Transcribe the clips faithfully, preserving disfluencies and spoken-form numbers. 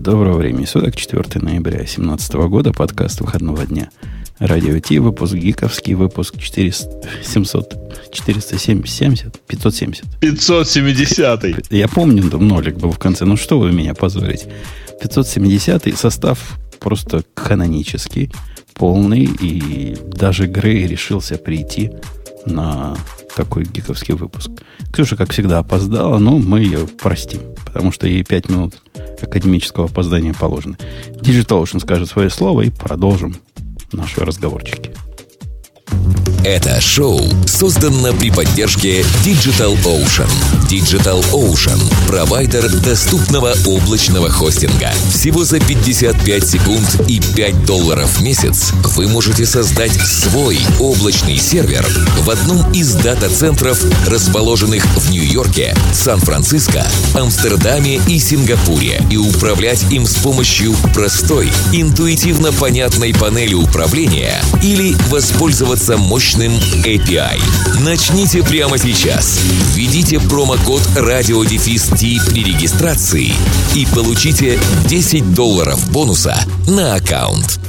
Доброго времени суток, четвёртого ноября две тысячи семнадцатого года, подкаст выходного дня. Радио Ти, выпуск гиковский, выпуск четыреста, семьсот, четыреста семьдесят, пятьсот семьдесят. пятьсот семьдесят. Я помню, там нолик был в конце. Ну что вы меня позорите? пятьсот семидесятый состав просто канонический, полный, и даже Грей решился прийти на такой гиковский выпуск. Ксюша, как всегда, опоздала, но мы ее простим, потому что ей пять минут академического опоздания положено. DigitalOcean скажет свое слово, и продолжим наши разговорчики. Это шоу создано при поддержке DigitalOcean. DigitalOcean – провайдер доступного облачного хостинга. Всего за пятьдесят пять секунд и пять долларов в месяц вы можете создать свой облачный сервер в одном из дата-центров, расположенных в Нью-Йорке, Сан-Франциско, Амстердаме и Сингапуре, и управлять им с помощью простой, интуитивно понятной панели управления или воспользоваться мощным эй пи ай. Начните прямо сейчас. Введите промокод радиодефис-ти при регистрации и получите десять долларов бонуса на аккаунт.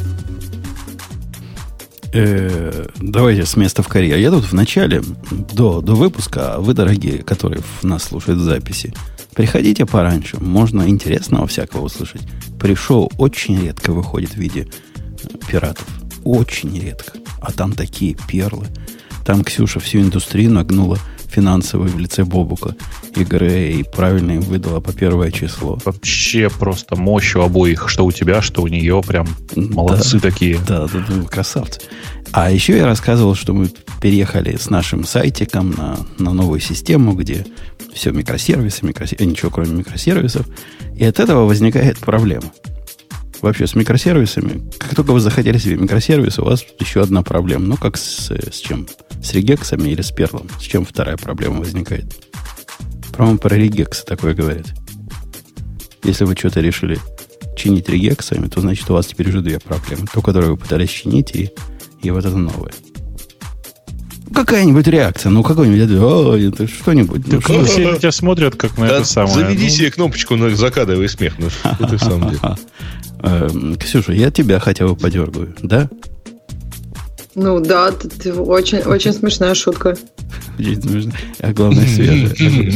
Э, давайте с места в карьер. Я тут в начале, до, до выпуска, а вы, дорогие, которые нас слушают в записи, приходите пораньше. Можно интересного всякого услышать. Пришел очень редко выходит в виде пиратов. Очень редко. А там такие перлы. Там Ксюша всю индустрию нагнула финансовую в лице Бобука и Грея, и правильно им выдала по первое число. Вообще просто мощь у обоих, что у тебя, что у нее. Прям молодцы да, такие. Да, да, да, красавцы. А еще я рассказывал, что мы переехали с нашим сайтиком на, на новую систему, где все микросервисы, микросервисы, ничего кроме микросервисов. И от этого возникает проблема. Вообще с микросервисами, как только вы захотели себе микросервис, у вас еще одна проблема. Ну, как с, с чем? С регексами или с перлом? С чем вторая проблема возникает? По-моему, про регексы такое говорят. Если вы что-то решили чинить регексами, то значит у вас теперь уже две проблемы. Ту, которую вы пытались чинить, и, и вот это новое. Какая-нибудь реакция, ну какой-нибудь, о, это что-нибудь. Ну, что? Все тебя смотрят, как на да, это самое. Заведи ну... себе кнопочку на закадывай смех. Ну, что ты в самом деле? Ксюша, я тебя хотя бы подергаю, да? Ну да, ты, ты очень, очень смешная шутка. Очень смешная. А главное, свежая.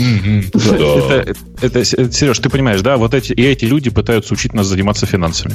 Это, Сереж, ты понимаешь, да? Вот эти и эти люди пытаются учить нас заниматься финансами.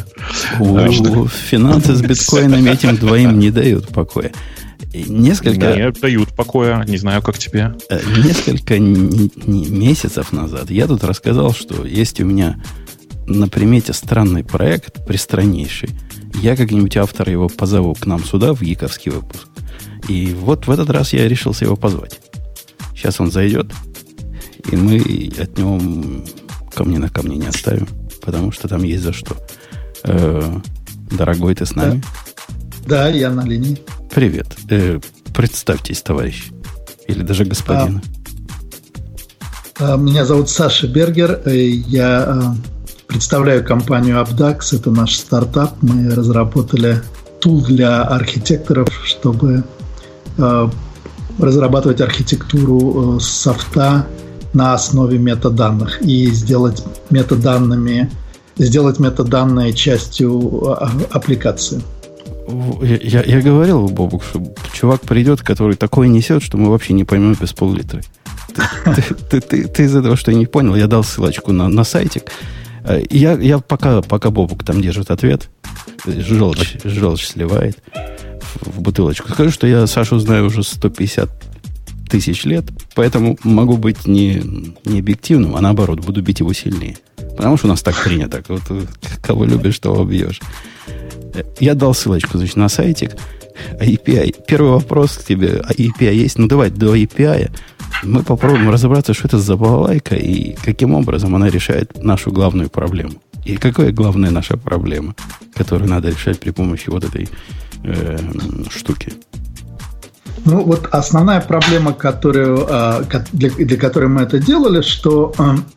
Финансы с биткоинами этим двоим не дают покоя. Несколько... Мне дают покоя, не знаю, как тебе. Несколько не, не, месяцев назад я тут рассказал, что есть у меня на примете странный проект, пристраннейший. Я как-нибудь автора его позову к нам сюда, в гиковский выпуск. И вот в этот раз я решился его позвать. Сейчас он зайдет, и мы от него камни на камне не оставим, потому что там есть за что. Э, дорогой, ты с нами? Да, да, я на линии. Привет. Э, представьтесь, товарищ. Или даже господин. А, а, меня зовут Саша Бергер. Я а, представляю компанию Апдакс. Это наш стартап. Мы разработали тул для архитекторов, чтобы а, разрабатывать архитектуру а, софта на основе метаданных и сделать метаданными, сделать метаданные частью а, аппликации. Я, я, я говорил, Бобук, что чувак придет, который такое несет, что мы вообще не поймем без пол-литра. Ты, ты, ты, ты, ты из этого, что я не понял, я дал ссылочку на, на сайтик. Я, я пока, пока Бобук там держит ответ, желчь, желчь сливает в, в бутылочку. Скажу, что я Сашу знаю уже сто пятьдесят тысяч лет, поэтому могу быть не, не объективным, а наоборот, буду бить его сильнее. Потому что у нас так принято. Вот, кого любишь, того бьешь. Я дал ссылочку, значит, на сайтик. эй пи ай. Первый вопрос к тебе. А эй пи ай есть? Ну, давай до эй пи ай мы попробуем разобраться, что это за балалайка и каким образом она решает нашу главную проблему. И какая главная наша проблема, которую надо решать при помощи вот этой э, штуки. Ну, вот основная проблема, которую, для, для которой мы это делали, что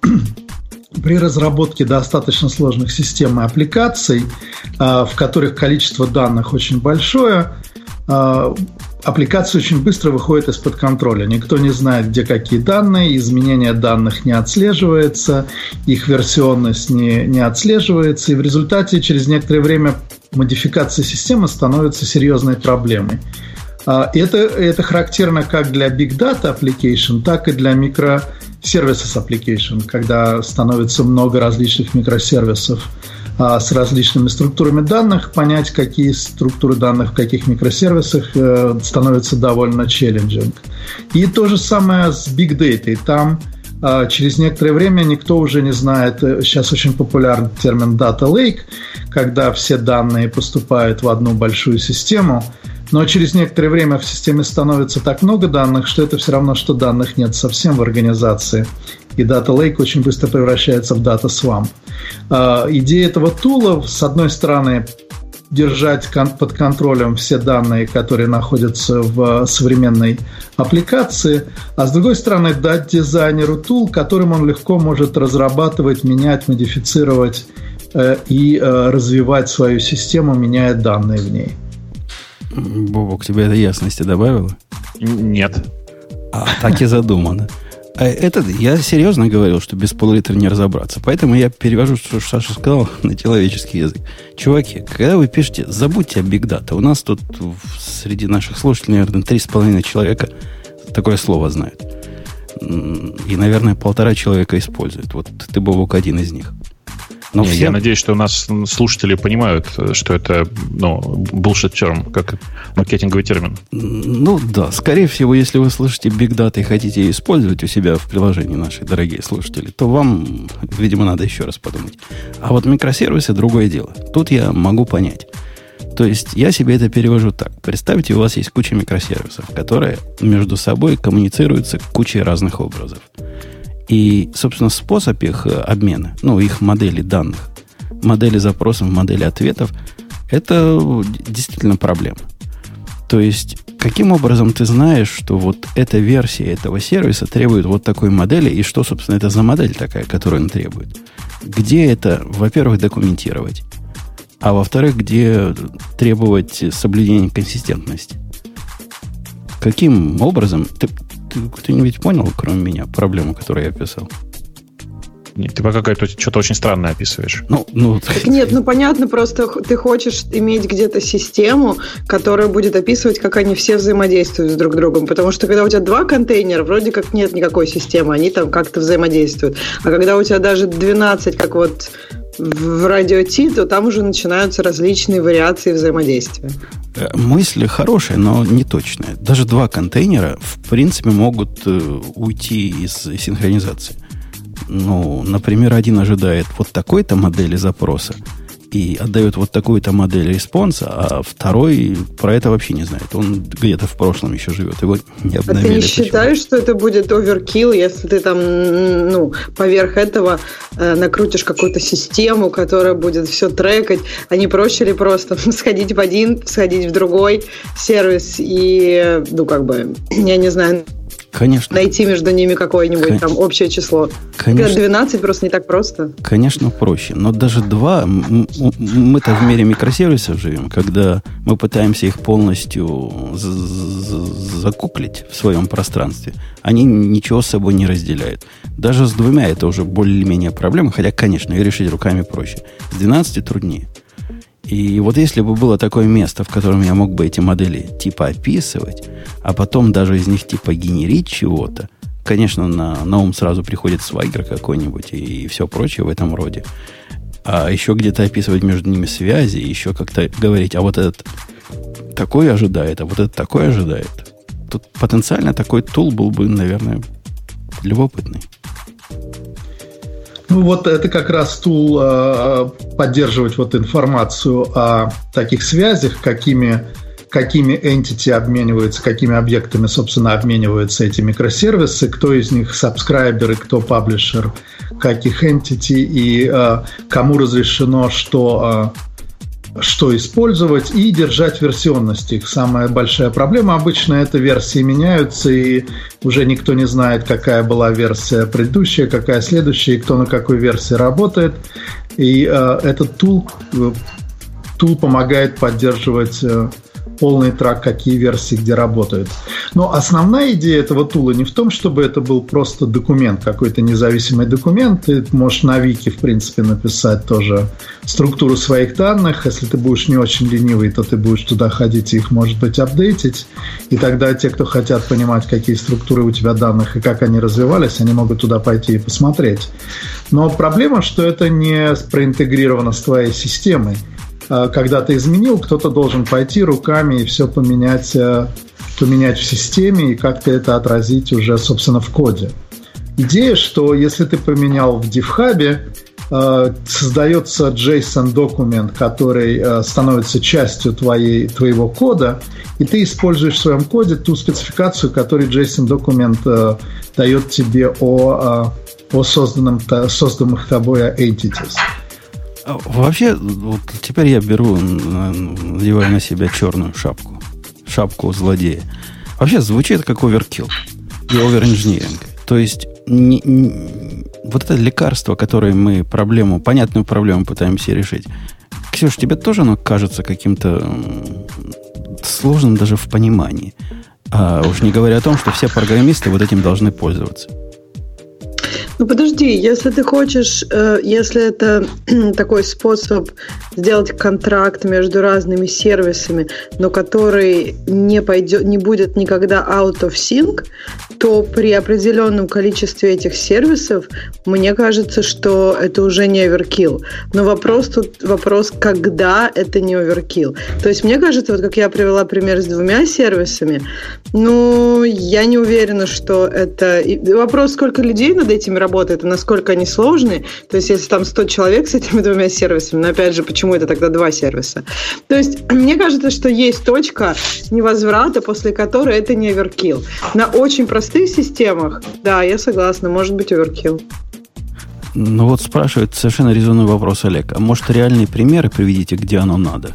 при разработке достаточно сложных систем и аппликаций, в которых количество данных очень большое, аппликация очень быстро выходит из-под контроля. Никто не знает, где какие данные, изменение данных не отслеживается, их версионность не, не отслеживается, и в результате через некоторое время модификация системы становится серьезной проблемой. Это, это характерно как для Big Data Application, так и для Microservices Application, когда становится много различных микросервисов с различными структурами данных. Понять, какие структуры данных в каких микросервисах, становится довольно челленджинг. И то же самое с Big Data. Там через некоторое время никто уже не знает, сейчас очень популярный термин Data Lake, когда все данные поступают в одну большую систему, но через некоторое время в системе становится так много данных, что это все равно, что данных нет совсем в организации. И Data Lake очень быстро превращается в Data Swamp. Идея этого тула, с одной стороны, держать под контролем все данные, которые находятся в современной аппликации, а с другой стороны, дать дизайнеру тул, которым он легко может разрабатывать, менять, модифицировать и развивать свою систему, меняя данные в ней. Бобок, тебе это ясности добавило? Нет. А так и задумано. А это, я серьезно говорил, что без пол-литра не разобраться. Поэтому я перевожу, что Саша сказал, на человеческий язык. Чуваки, когда вы пишете, забудьте о Big Data. У нас тут среди наших слушателей, наверное, три с половиной человека такое слово знают. И, наверное, полтора человека используют. Вот ты, Бобок, один из них. Но Не, всем... Я надеюсь, что у нас слушатели понимают, что это ну, bullshit term, как маркетинговый термин. Ну да, скорее всего, если вы слышите Big Data и хотите ее использовать у себя в приложении, наши дорогие слушатели, то вам, видимо, надо еще раз подумать. А вот микросервисы – другое дело. Тут я могу понять. То есть я себе это перевожу так. Представьте, у вас есть куча микросервисов, которые между собой коммуницируются кучей разных образов. И, собственно, способ их обмена, ну, их модели данных, модели запросов, модели ответов, это действительно проблема. То есть, каким образом ты знаешь, что вот эта версия этого сервиса требует вот такой модели, и что, собственно, это за модель такая, которую он требует? Где это, во-первых, документировать, а во-вторых, где требовать соблюдения консистентности? Каким образом... Ты, Ты кто-нибудь понял, кроме меня, проблему, которую я описал? Нет, ты пока какое-то что-то очень странное описываешь. Ну, ну, так нет, ну понятно, просто ты хочешь иметь где-то систему, которая будет описывать, как они все взаимодействуют с друг другом. Потому что когда у тебя два контейнера, вроде как нет никакой системы, они там как-то взаимодействуют. А когда у тебя даже двенадцать, как вот в радио Ти, то там уже начинаются различные вариации взаимодействия. Мысли хорошие, но не точные. Даже два контейнера, в принципе, могут уйти из синхронизации. Ну, например, один ожидает вот такой-то модели запроса и отдает вот такую-то модель респонса, а второй про это вообще не знает. Он где-то в прошлом еще живет, его не обновили. А ты не считаешь, что это будет оверкилл, если ты там, ну, поверх этого э, накрутишь какую-то систему, которая будет все трекать, а не проще ли просто сходить в один, сходить в другой сервис и, ну, как бы, я не знаю... Конечно. Найти между ними какое-нибудь Кон... там общее число. Конечно. двенадцать просто не так просто. Конечно, проще. Но даже два, мы-то в мире микросервисов живем, когда мы пытаемся их полностью закуклить в своем пространстве, они ничего с собой не разделяют. Даже с двумя это уже более-менее проблема, хотя, конечно, ее решить руками проще. С двенадцатью труднее. И вот если бы было такое место, в котором я мог бы эти модели типа описывать, а потом даже из них типа генерить чего-то, конечно, на, на ум сразу приходит Swagger какой-нибудь и, и все прочее в этом роде. А еще где-то описывать между ними связи, еще как-то говорить, а вот этот такой ожидает, а вот этот такой ожидает. Тут потенциально такой тул был бы, наверное, любопытный. Ну, вот это как раз тул э, поддерживать вот информацию о таких связях, какими, какими entity обмениваются, какими объектами, собственно, обмениваются эти микросервисы, кто из них сабскрайберы, кто паблишер, каких entity и э, кому разрешено что, э, что использовать, и держать версионность их. Самая большая проблема обычно — это версии меняются, и уже никто не знает, какая была версия предыдущая, какая следующая, и кто на какой версии работает. И э, этот тул, тул помогает поддерживать э, полный трак, какие версии где работают. Но основная идея этого тула не в том, чтобы это был просто документ, какой-то независимый документ. Ты можешь на Вики, в принципе, написать тоже структуру своих данных. Если ты будешь не очень ленивый, то ты будешь туда ходить и их, может быть, апдейтить. И тогда те, кто хотят понимать, какие структуры у тебя данных и как они развивались, они могут туда пойти и посмотреть. Но проблема, что это не проинтегрировано с твоей системой. Когда ты изменил, кто-то должен пойти руками и все поменять, поменять в системе и как-то это отразить уже, собственно, в коде. Идея, что если ты поменял в DivHub, создается JSON-документ, который становится частью твоей, твоего кода, и ты используешь в своем коде ту спецификацию, которую JSON-документ дает тебе о, о созданном, созданных тобой entities. Вообще, вот теперь я беру, надеваю на себя черную шапку. Шапку злодея. Вообще звучит как оверкилл и оверинжиниринг. То есть не, не, вот это лекарство, которое мы проблему, понятную проблему пытаемся решить. Ксюш, тебе тоже оно кажется каким-то сложным даже в понимании? А уж не говоря о том, что все программисты вот этим должны пользоваться. Ну подожди, если ты хочешь, если это такой способ сделать контракт между разными сервисами, но который не пойдет, не будет никогда out of sync, то при определенном количестве этих сервисов, мне кажется, что это уже не оверкилл. Но вопрос тут, вопрос, когда это не оверкилл. То есть мне кажется, вот как я привела пример с двумя сервисами, ну, я не уверена, что это... Вопрос, сколько людей над этим работает, и насколько они сложные. То есть если там сто человек с этими двумя сервисами, но опять же, почему это тогда два сервиса? То есть мне кажется, что есть точка невозврата, после которой это не оверкилл. На очень простых системах, да, я согласна, может быть оверкилл. Ну вот спрашивает совершенно резонный вопрос Олег. А может реальные примеры приведите, где оно надо?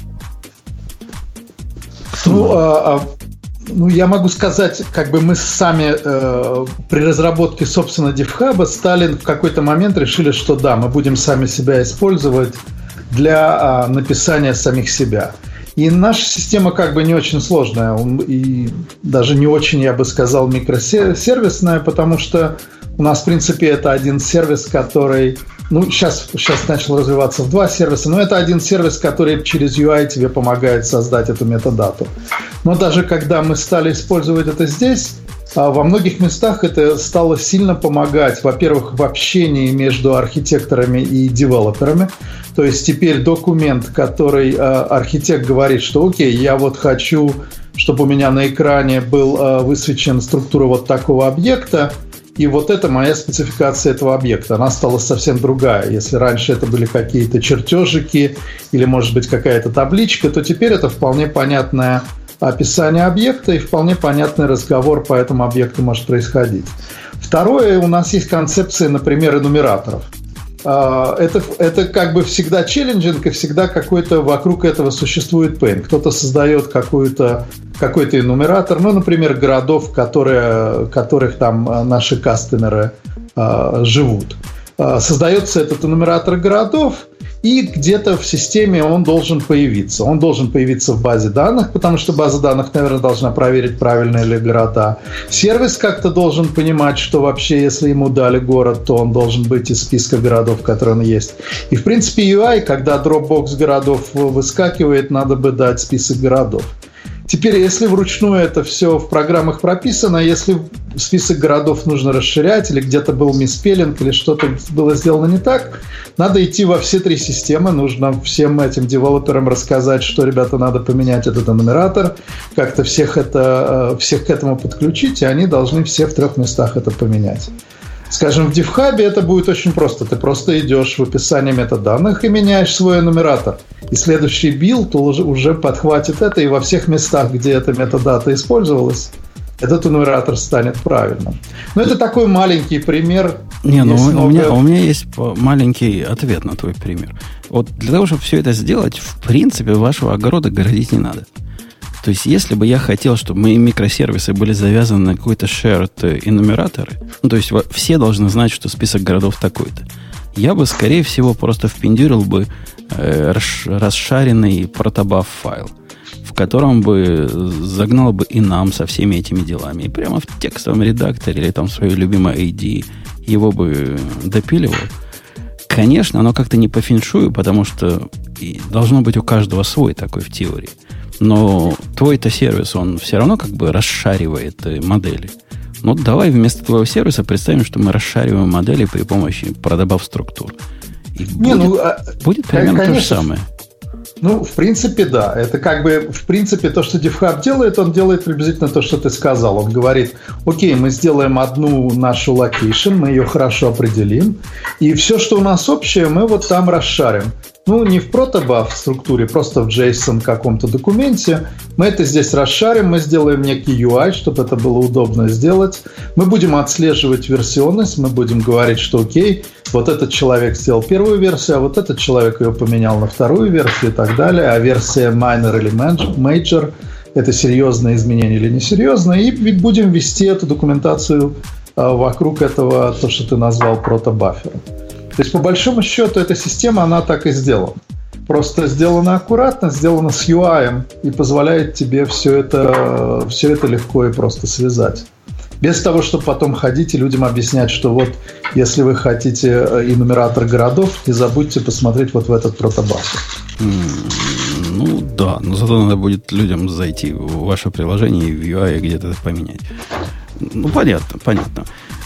Ну, а, а, ну я могу сказать, как бы мы сами э, при разработке, собственно, DivHub стали в какой-то момент решили, что да, мы будем сами себя использовать для э, написания самих себя. И наша система как бы не очень сложная, и даже не очень, я бы сказал, микросервисная, потому что у нас, в принципе, это один сервис, который... Ну, сейчас, сейчас начал развиваться в два сервиса, но это один сервис, который через ю ай тебе помогает создать эту метадату. Но даже когда мы стали использовать это здесь, во многих местах это стало сильно помогать, во-первых, в общении между архитекторами и девелоперами. То есть теперь документ, который э, архитект говорит, что окей, я вот хочу, чтобы у меня на экране был э, высвечен структура вот такого объекта, и вот это моя спецификация этого объекта. Она стала совсем другая. Если раньше это были какие-то чертежики или, может быть, какая-то табличка, то теперь это вполне понятное описание объекта и вполне понятный разговор по этому объекту может происходить. Второе, у нас есть концепция, например, энумераторов. Это, это как бы всегда челленджинг, и всегда какой-то вокруг этого существует пейн. Кто-то создает какой-то, какой-то энумератор, ну, например, городов, которые, которых там наши кастомеры а, живут. А, создается этот энумератор городов, и где-то в системе он должен появиться. Он должен появиться в базе данных, потому что база данных, наверное, должна проверить, правильные ли города. Сервис как-то должен понимать, что вообще, если ему дали город, то он должен быть из списка городов, которые он есть. И, в принципе, ю ай, когда Dropbox городов выскакивает, надо бы дать список городов. Теперь, если вручную это все в программах прописано, если список городов нужно расширять, или где-то был миспеллинг, или что-то было сделано не так, надо идти во все три системы, нужно всем этим девелоперам рассказать, что, ребята, надо поменять этот энумератор, как-то всех, это, всех к этому подключить, и они должны все в трех местах это поменять. Скажем, в DivHub это будет очень просто. Ты просто идешь в описание метаданных и меняешь свой энумератор. И следующий билд уже, уже подхватит это, и во всех местах, где эта метадата использовалась, этот энумератор станет правильным. Но это такой маленький пример. Не, ну у, много... меня, у меня есть маленький ответ на твой пример. Вот для того, чтобы все это сделать, в принципе, вашего огорода городить не надо. То есть, если бы я хотел, чтобы мои микросервисы были завязаны на какой-то shared энумераторы, ну, то есть, все должны знать, что список городов такой-то, я бы, скорее всего, просто впендюрил бы э, расшаренный протобаф файл. в котором бы загнал бы и нам со всеми этими делами. И прямо в текстовом редакторе или там в свое любимое эй ди его бы допиливал. Конечно, оно как-то не по феншую, потому что должно быть у каждого свой такой в теории. Но твой-то сервис, он все равно как бы расшаривает модели. Ну, давай вместо твоего сервиса представим, что мы расшариваем модели при помощи продабав структур. И не, будет, ну, будет примерно конечно, то же самое. Ну, в принципе, да. Это как бы, в принципе, то, что DevHub делает, он делает приблизительно то, что ты сказал. Он говорит, окей, мы сделаем одну нашу локейшн, мы ее хорошо определим, и все, что у нас общее, мы вот там расшарим. Ну, не в протобаф структуре, просто в JSON каком-то документе. Мы это здесь расшарим, мы сделаем некий ю ай, чтобы это было удобно сделать. Мы будем отслеживать версионность, мы будем говорить, что окей, вот этот человек сделал первую версию, а вот этот человек ее поменял на вторую версию и так далее. А версия minor или major – это серьезное изменение или несерьезное. И ведь будем вести эту документацию вокруг этого, то, что ты назвал протобафером. То есть, по большому счету, эта система, она так и сделана. Просто сделана аккуратно, сделана с ю ай и позволяет тебе все это, все это легко и просто связать. Без того, чтобы потом ходить и людям объяснять, что вот, если вы хотите энумератор городов, не забудьте посмотреть вот в этот протобафер. Mm, ну да, но зато надо будет людям зайти в ваше приложение и в ю ай где-то это поменять. Ну, понятно, понятно.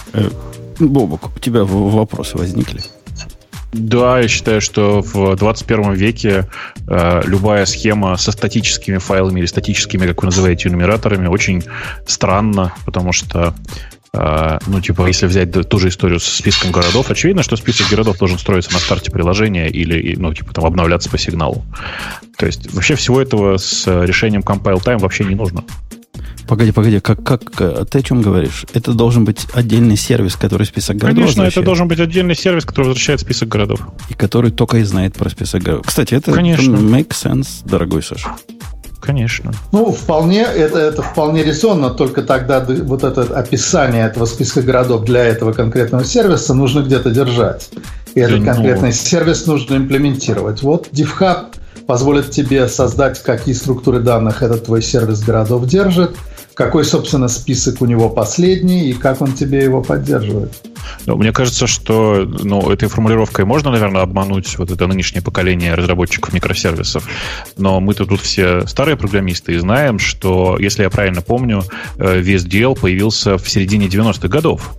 Бобок, у тебя вопросы возникли? Да, я считаю, что в двадцать первом веке э, любая схема со статическими файлами или статическими, как вы называете, энумераторами, очень странно, потому что, э, ну, типа, если взять ту же историю с списком городов, очевидно, что список городов должен строиться на старте приложения или, ну, типа, там, обновляться по сигналу. То есть, вообще всего этого с решением compile time вообще не нужно. Погоди, погоди, как, как, ты о чем говоришь? Это должен быть отдельный сервис, который список городов Конечно, возвращает? Это должен быть отдельный сервис, который возвращает список городов. И который только и знает про список городов. Кстати, это, это make sense, дорогой Саша. Конечно. Ну, вполне, это, это вполне резонно, только тогда вот это описание этого списка городов для этого конкретного сервиса нужно где-то держать. И этот конкретный ну... сервис нужно имплементировать. Вот DevHub позволит тебе создать, какие структуры данных этот твой сервис городов держит, какой, собственно, список у него последний и как он тебе его поддерживает. Ну, мне кажется, что ну, этой формулировкой можно, наверное, обмануть вот это нынешнее поколение разработчиков микросервисов. Но мы-то тут все старые программисты и знаем, что, если я правильно помню, ви эс ди эл появился в середине девяностых годов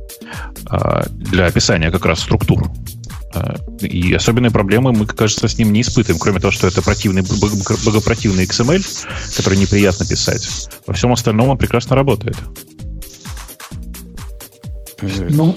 для описания как раз структур. И особенной проблемы мы, кажется, с ним не испытываем, кроме того, что это противный, богопротивный икс эм эль, который неприятно писать. Во всем остальном он прекрасно работает. Ну,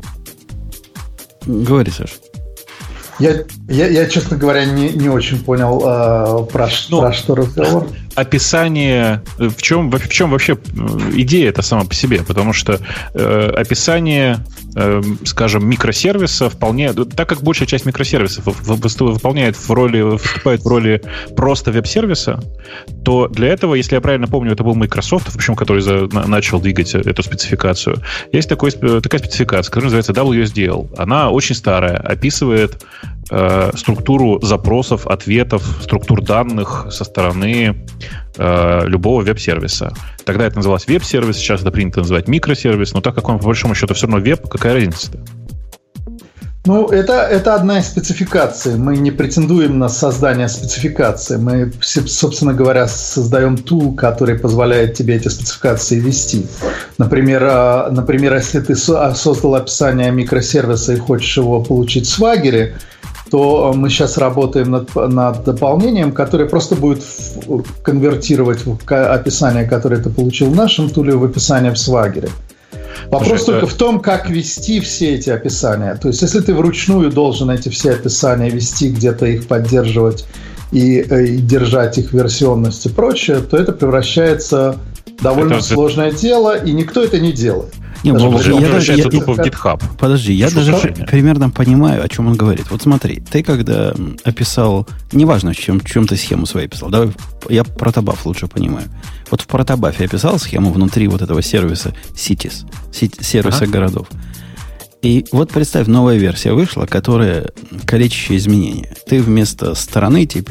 говори, Саш. Я, я, я, честно говоря, не, не очень понял, э, про, ну, про что разговор. Описание... В чем, в чем вообще идея это сама по себе? Потому что э, описание, э, скажем, микросервиса вполне... Так как большая часть микросервисов выполняет в роли, выступает в роли просто веб-сервиса, то для этого, если я правильно помню, это был Microsoft, в общем, который за, на, начал двигать эту спецификацию. Есть такой, такая спецификация, которая называется дабл ю эс ди эл. Она очень старая, описывает э, структуру запросов, ответов, структур данных со стороны э, любого веб-сервиса. Тогда это называлось веб-сервис, сейчас это принято называть микросервис, но так как он, по большому счету, все равно веб, какая разница-то? Ну, это, это одна из спецификаций. Мы не претендуем на создание спецификации. Мы, собственно говоря, создаем тул, который позволяет тебе эти спецификации вести. Например, например, если ты создал описание микросервиса и хочешь его получить в Swagger, то мы сейчас работаем над, над дополнением, которое просто будет конвертировать описание, которое ты получил в нашем туле, в описание в Swagger. Вопрос только в том, как вести все эти описания. То есть, если ты вручную должен эти все описания вести, где-то их поддерживать и, и держать их версионность и прочее, то это превращается в довольно это, сложное это... дело, и никто это не делает. Не, даже Бог, я, даже, я, тупо я, в GitHub. Подожди, я даже примерно понимаю, о чем он говорит. Вот смотри, ты когда описал, неважно, в чем, в чем ты схему свою писал, давай я протобаф лучше понимаю. Вот в протобафе описал схему внутри вот этого сервиса Cities, сервиса ага. городов. И вот представь, новая версия вышла, которая калечащая изменения. Ты вместо стороны теперь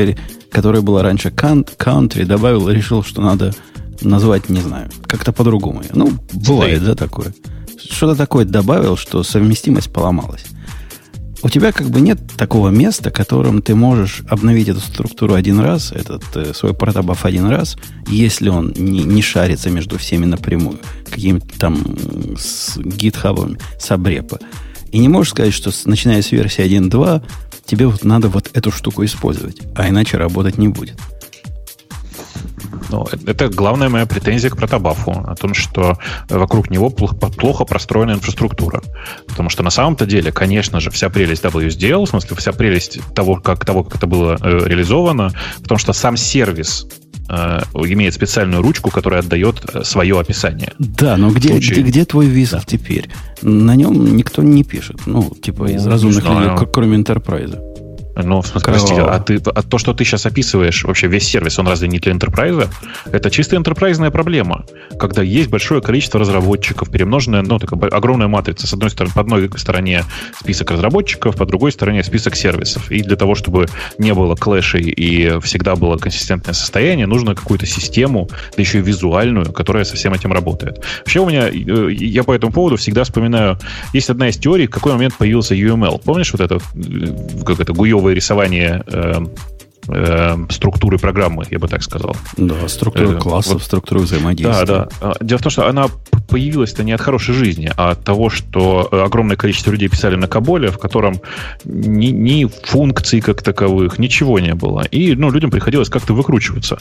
которое было раньше country, добавил, решил, что надо назвать, не знаю, как-то по-другому. Ну, бывает, да, такое. Что-то такое добавил, что совместимость поломалась. У тебя как бы нет такого места, которым ты можешь обновить эту структуру один раз, этот э, свой протобаф один раз, если он не, не шарится между всеми напрямую, какими-то там с гитхабами, с абрепа. И не можешь сказать, что с, начиная с версии один точка два тебе вот надо вот эту штуку использовать, а иначе работать не будет. Ну, это главная моя претензия к протобафу, о том, что вокруг него плохо, плохо простроена инфраструктура. Потому что на самом-то деле, конечно же, вся прелесть дабл ю эс ди эл, в смысле, вся прелесть того, как, того, как это было э, реализовано, в том, что сам сервис э, имеет специальную ручку, которая отдает свое описание. Да, но где, случае... где, где твой визор да. теперь? На нем никто не пишет. Ну, типа из ну, разумных людей, кроме Enterprise. Ну, в смысле, прости, а, ты, а то, что ты сейчас описываешь, вообще весь сервис, он разве не для энтерпрайза? Это чисто энтерпрайзная проблема. Когда есть большое количество разработчиков, перемноженная, ну, такая огромная матрица. С одной стороны, по одной стороне список разработчиков, по другой стороне список сервисов. И для того, чтобы не было клэшей и всегда было консистентное состояние, нужно какую-то систему, да еще и визуальную, которая со всем этим работает. Вообще у меня, я по этому поводу всегда вспоминаю, есть одна из теорий, в какой момент появился ю эм эл. Помнишь вот это, как это, гуевое рисование э, э, структуры программы, я бы так сказал. Да, структуру э, классов, вот, структуру взаимодействия. Да, да. Дело в том, что она появилась-то не от хорошей жизни, а от того, что огромное количество людей писали на Каболе, в котором ни, ни функций как таковых, ничего не было. И ну, людям приходилось как-то выкручиваться.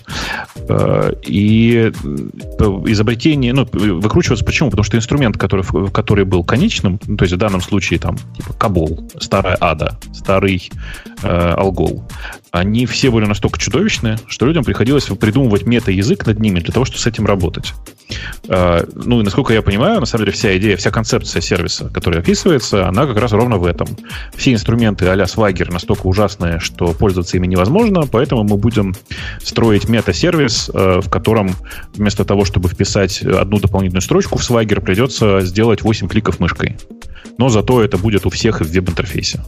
И изобретение, ну, выкручиваться почему? Потому что инструмент, который, который был конечным, ну, то есть в данном случае там типа Кабол, старая Ада, старый э, Алгол, они все были настолько чудовищные, что людям приходилось придумывать мета-язык над ними для того, чтобы с этим работать. Э, ну, и насколько я понимаю, на самом деле вся идея, вся концепция сервиса, которая описывается, она как раз ровно в этом. Все инструменты а-ля Swagger настолько ужасные, что пользоваться ими невозможно, поэтому мы будем строить мета-сервис, э, в котором вместо того, чтобы вписать одну дополнительную строчку в Swagger, придется сделать восемь кликов мышкой. Но зато это будет у всех и в веб-интерфейсе.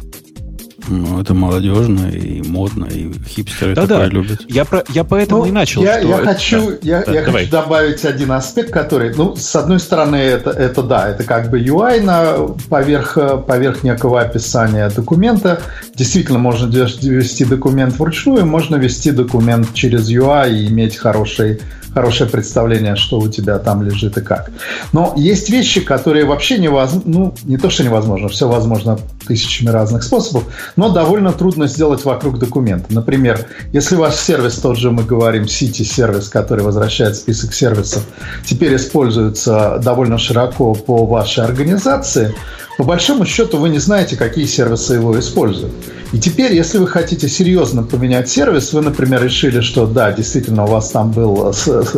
Ну, это молодежно и модно, и хипстеры да, такое да. любят. Я, про, я поэтому ну, и начал. Я, что я, это... хочу, да. я, Да, я хочу добавить один аспект, который, ну, с одной стороны, это, это да, это как бы ю ай на, поверх, поверх некого описания документа. Действительно, можно вести документ вручную, можно вести документ через ю ай и иметь хороший хорошее представление, что у тебя там лежит и как. Но есть вещи, которые вообще невозможно, ну, не то, что невозможно, все возможно тысячами разных способов, но довольно трудно сделать вокруг документа. Например, если ваш сервис, тот же мы говорим, City-сервис, который возвращает список сервисов, теперь используется довольно широко по вашей организации, по большому счету вы не знаете, какие сервисы его используют. И теперь, если вы хотите серьезно поменять сервис, вы, например, решили, что да, действительно, у вас там был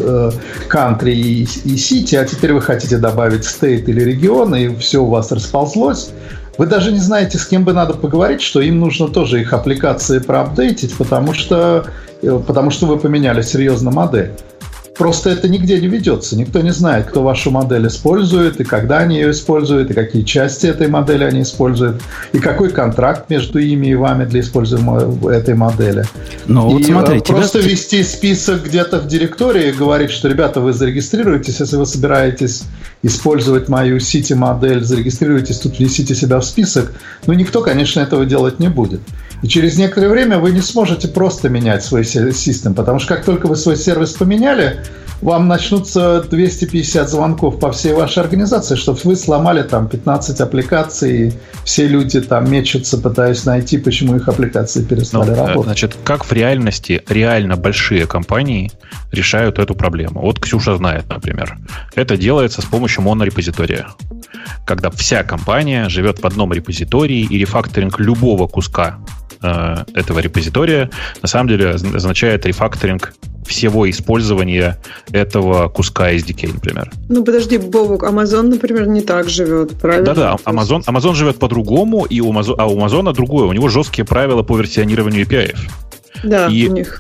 country и, и city, а теперь вы хотите добавить state или регион, и все у вас расползлось. Вы даже не знаете, с кем бы надо поговорить, что им нужно тоже их аппликации проапдейтить, потому что, потому что вы поменяли серьезно модель. Просто это нигде не ведется. Никто не знает, кто вашу модель использует, и когда они ее используют, и какие части этой модели они используют, и какой контракт между ими и вами для использования этой модели. Но и вот смотри, просто тебя... вести список где-то в директории и говорить, что, ребята, вы зарегистрируетесь, если вы собираетесь использовать мою City-модель, зарегистрируйтесь, тут внесите себя в список. Но никто, конечно, этого делать не будет. И через некоторое время вы не сможете просто менять свой систем, потому что как только вы свой сервис поменяли, вам начнутся двести пятьдесят звонков по всей вашей организации, чтобы вы сломали там пятнадцать аппликаций, и все люди там мечутся, пытаясь найти, почему их аппликации перестали ну, работать. Значит, как в реальности реально большие компании решают эту проблему? Вот Ксюша знает, например. Это делается с помощью монорепозитория. Когда вся компания живет в одном репозитории, и рефакторинг любого куска э, этого репозитория на самом деле означает рефакторинг всего использования этого куска эс ди кей, например. Ну, подожди, Бобук, Amazon, например, не так живет, правильно? Да-да, Amazon, Amazon живет по-другому, и у Amazon, а у Amazon другое. У него жесткие правила по версионированию эй пи ай. Да, и, у них. И,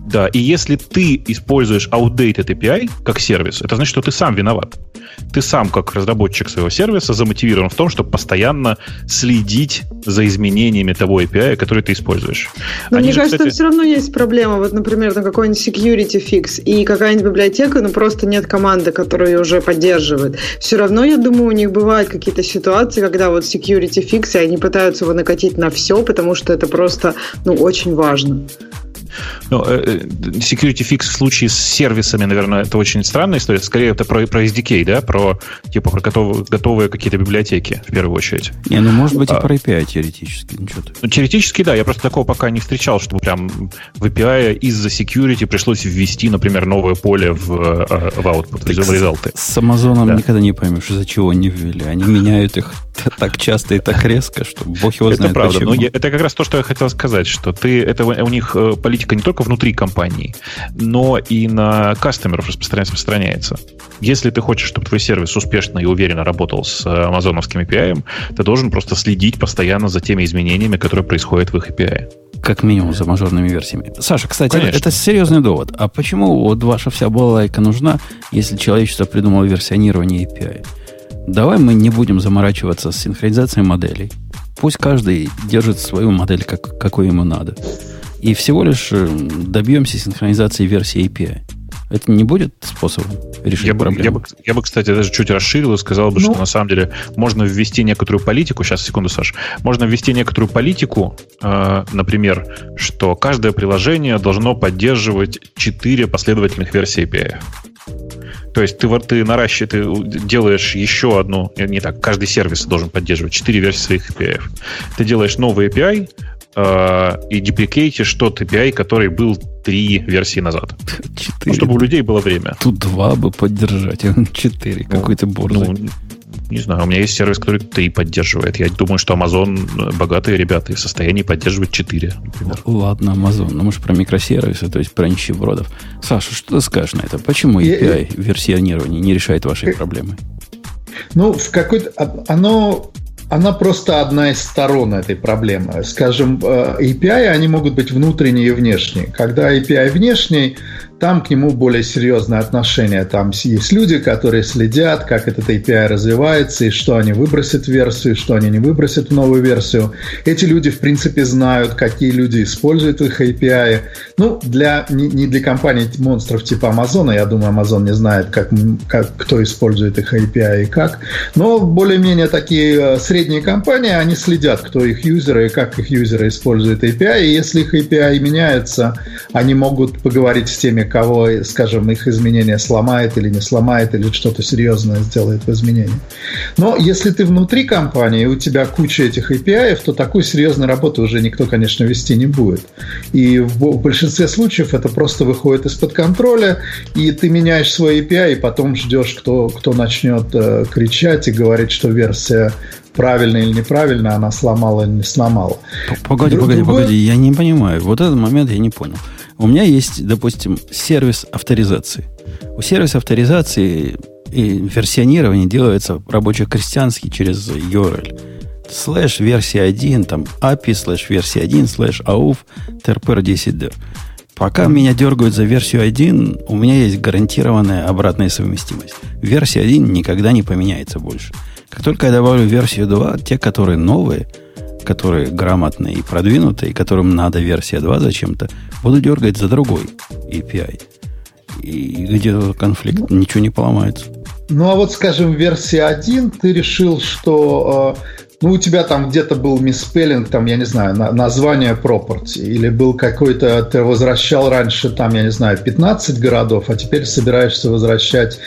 Да, и если ты используешь outdated эй пи ай как сервис, это значит, что ты сам виноват. Ты сам, как разработчик своего сервиса, замотивирован в том, чтобы постоянно следить за изменениями того эй пи ай, который ты используешь. Но Они мне же, кажется, кстати... все равно есть проблема. Вот, например, на какой-нибудь security fix и какая-нибудь библиотека, ну, просто нет команды, которая ее уже поддерживает. Все равно, я думаю, у них бывают какие-то ситуации, когда вот security fix, и они пытаются его накатить на все, потому что это просто, ну, очень важно. Ну, security fix в случае с сервисами, наверное, это очень странная история. Скорее, это про, про эс ди кей, да? Про, типа, про готовые, готовые какие-то библиотеки, в первую очередь. Не, ну, может быть, а, и про эй пи ай теоретически. Ничего. Ну, теоретически, да. Я просто такого пока не встречал, чтобы прям в эй пи ай из-за security пришлось ввести, например, новое поле в, в output, в результаты. С Амазоном да. никогда не поймешь, из-за чего они ввели. Они меняют их так часто и так резко, что бог его знает, это правда. почему. Но я, это как раз то, что я хотел сказать, что ты, это у них политика не только внутри компании, но и на кастомеров распространяется. Если ты хочешь, чтобы твой сервис успешно и уверенно работал с амазоновским эй пи ай, ты должен просто следить постоянно за теми изменениями, которые происходят в их эй пи ай. Как минимум за мажорными версиями. Саша, кстати, Конечно. Это серьезный довод. А почему вот ваша вся балалайка нужна, если человечество придумало версионирование эй пи ай? Давай мы не будем заморачиваться с синхронизацией моделей. Пусть каждый держит свою модель, как, какой ему надо. И всего лишь добьемся синхронизации версии эй пи ай. Это не будет способом решить я бы, проблему? Я бы, я бы, кстати, даже чуть расширил и сказал бы, ну, что на самом деле можно ввести некоторую политику. Сейчас, секунду, Саш. Можно ввести некоторую политику, э, например, что каждое приложение должно поддерживать четыре последовательных версии эй пи ай. То есть ты, ты наращиваешь, ты делаешь еще одну, не так, каждый сервис должен поддерживать четыре версии своих эй пи ай. Ты делаешь новый эй пи ай э, и деприкейтишь тот эй пи ай, который был три версии назад. Ну, чтобы у людей было время. Тут два бы поддержать, а четыре. Ну, какой-то борзый. Ну, не знаю, у меня есть сервис, который три поддерживает. Я думаю, что Amazon богатые ребята и в состоянии поддерживать четыре, например. Ладно, Amazon. Ну, может, про микросервисы, то есть про нищебродов. Саша, что ты скажешь на это? Почему эй пи ай версионирование не решает вашей проблемы? Ну, в какой-то... Оно... Она просто одна из сторон этой проблемы. Скажем, эй пи ай, они могут быть внутренние и внешние. Когда эй пи ай внешний, там к нему более серьезное отношение. Там есть люди, которые следят, как этот эй пи ай развивается, и что они выбросят в версию, и что они не выбросят в новую версию. Эти люди, в принципе, знают, какие люди используют их эй пи ай. Ну, для, не, не для компаний-монстров типа Amazon. Я думаю, Amazon не знает, как, как, кто использует их эй пи ай и как. Но более-менее такие средние компании, они следят, кто их юзеры и как их юзеры используют эй пи ай. И если их эй пи ай меняется, они могут поговорить с теми, кого, скажем, их изменение сломает или не сломает, или что-то серьезное сделает в изменении. Но если ты внутри компании, и у тебя куча этих эй пи ай, то такой серьезной работы уже никто, конечно, вести не будет. И в большинстве случаев это просто выходит из-под контроля, и ты меняешь свой эй пи ай, и потом ждешь, кто, кто начнет э, кричать и говорить, что версия правильно или неправильно, она сломала или не сломала. Погоди, погоди, погоди, я не понимаю. Вот этот момент я не понял. У меня есть, допустим, сервис авторизации. У сервиса авторизации и версионирование делается рабоче-крестьянски через ю ар эл. Слэш версия один, там эй пи ай, слэш версия один, слэш ауф, терпер десять дэр. Пока меня дергают за версию один, у меня есть гарантированная обратная совместимость. Версия один никогда не поменяется больше. Как только я добавлю версию два, те, которые новые, которые грамотные и продвинутые, которым надо версия два зачем-то, буду дергать за другой эй пи ай. И где тут конфликт? Ничего не поломается. Ну, а вот, скажем, в версии один ты решил, что... Ну, у тебя там где-то был мисспеллинг, там, я не знаю, на, название property, или был какой-то, ты возвращал раньше, там, я не знаю, пятнадцать городов, а теперь собираешься возвращать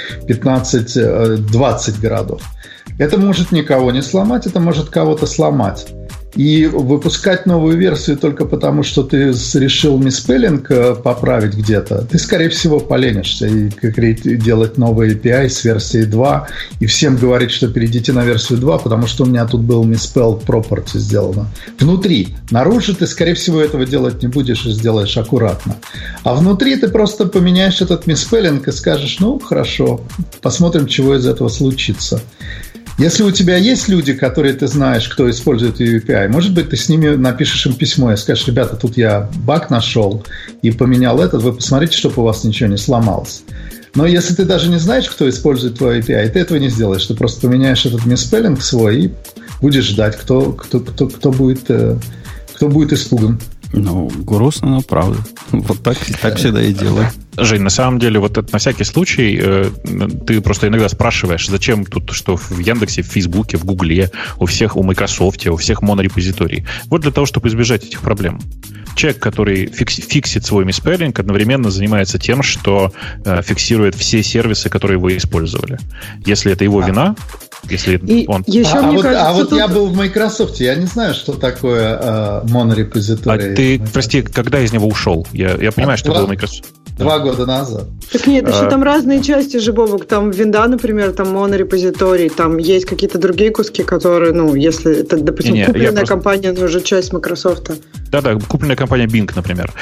пятнадцать-двадцать городов. Это может никого не сломать, это может кого-то сломать. И выпускать новую версию только потому, что ты решил мисспеллинг поправить где-то, ты, скорее всего, поленишься и делать новый эй пи ай с версией два и всем говорить, что перейдите на версию два, потому что у меня тут был misspelled property сделано. Внутри. Наружу ты, скорее всего, этого делать не будешь и сделаешь аккуратно. А внутри ты просто поменяешь этот мисспеллинг и скажешь, ну, хорошо, посмотрим, чего из этого случится. Если у тебя есть люди, которые ты знаешь, кто использует ю эй пи ай, может быть, ты с ними напишешь им письмо и скажешь: ребята, тут я баг нашел и поменял этот, вы посмотрите, чтобы у вас ничего не сломалось. Но если ты даже не знаешь, кто использует твой эй пи ай, ты этого не сделаешь. Ты просто поменяешь этот мисспеллинг свой и будешь ждать, кто, кто, кто, кто, будет, кто будет испуган. Ну, грустно, но правда. Вот так, так всегда и делаю. Жень, на самом деле, вот это на всякий случай э, ты просто иногда спрашиваешь, зачем тут, что в Яндексе, в Фейсбуке, в Гугле, у всех, у Microsoft, у всех монорепозиторий. Вот для того, чтобы избежать этих проблем. Человек, который фикс, фиксит свой мисспеллинг, одновременно занимается тем, что э, фиксирует все сервисы, которые вы использовали. Если это его а. вина, если и он... Еще, а, мне вот, кажется, а вот тут... я был в Microsoft, я не знаю, что такое э, монорепозиторий. А ты, прости, когда из него ушел? Я, я понимаю, а что два, был Microsoft. Два да. года назад. Так нет, еще а... там разные части же, Бобок. Там винда, например, там монорепозиторий, там есть какие-то другие куски, которые, ну, если это, допустим, не, не, купленная просто... компания, но уже часть Microsoft. Да-да, купленная компания Bing, например.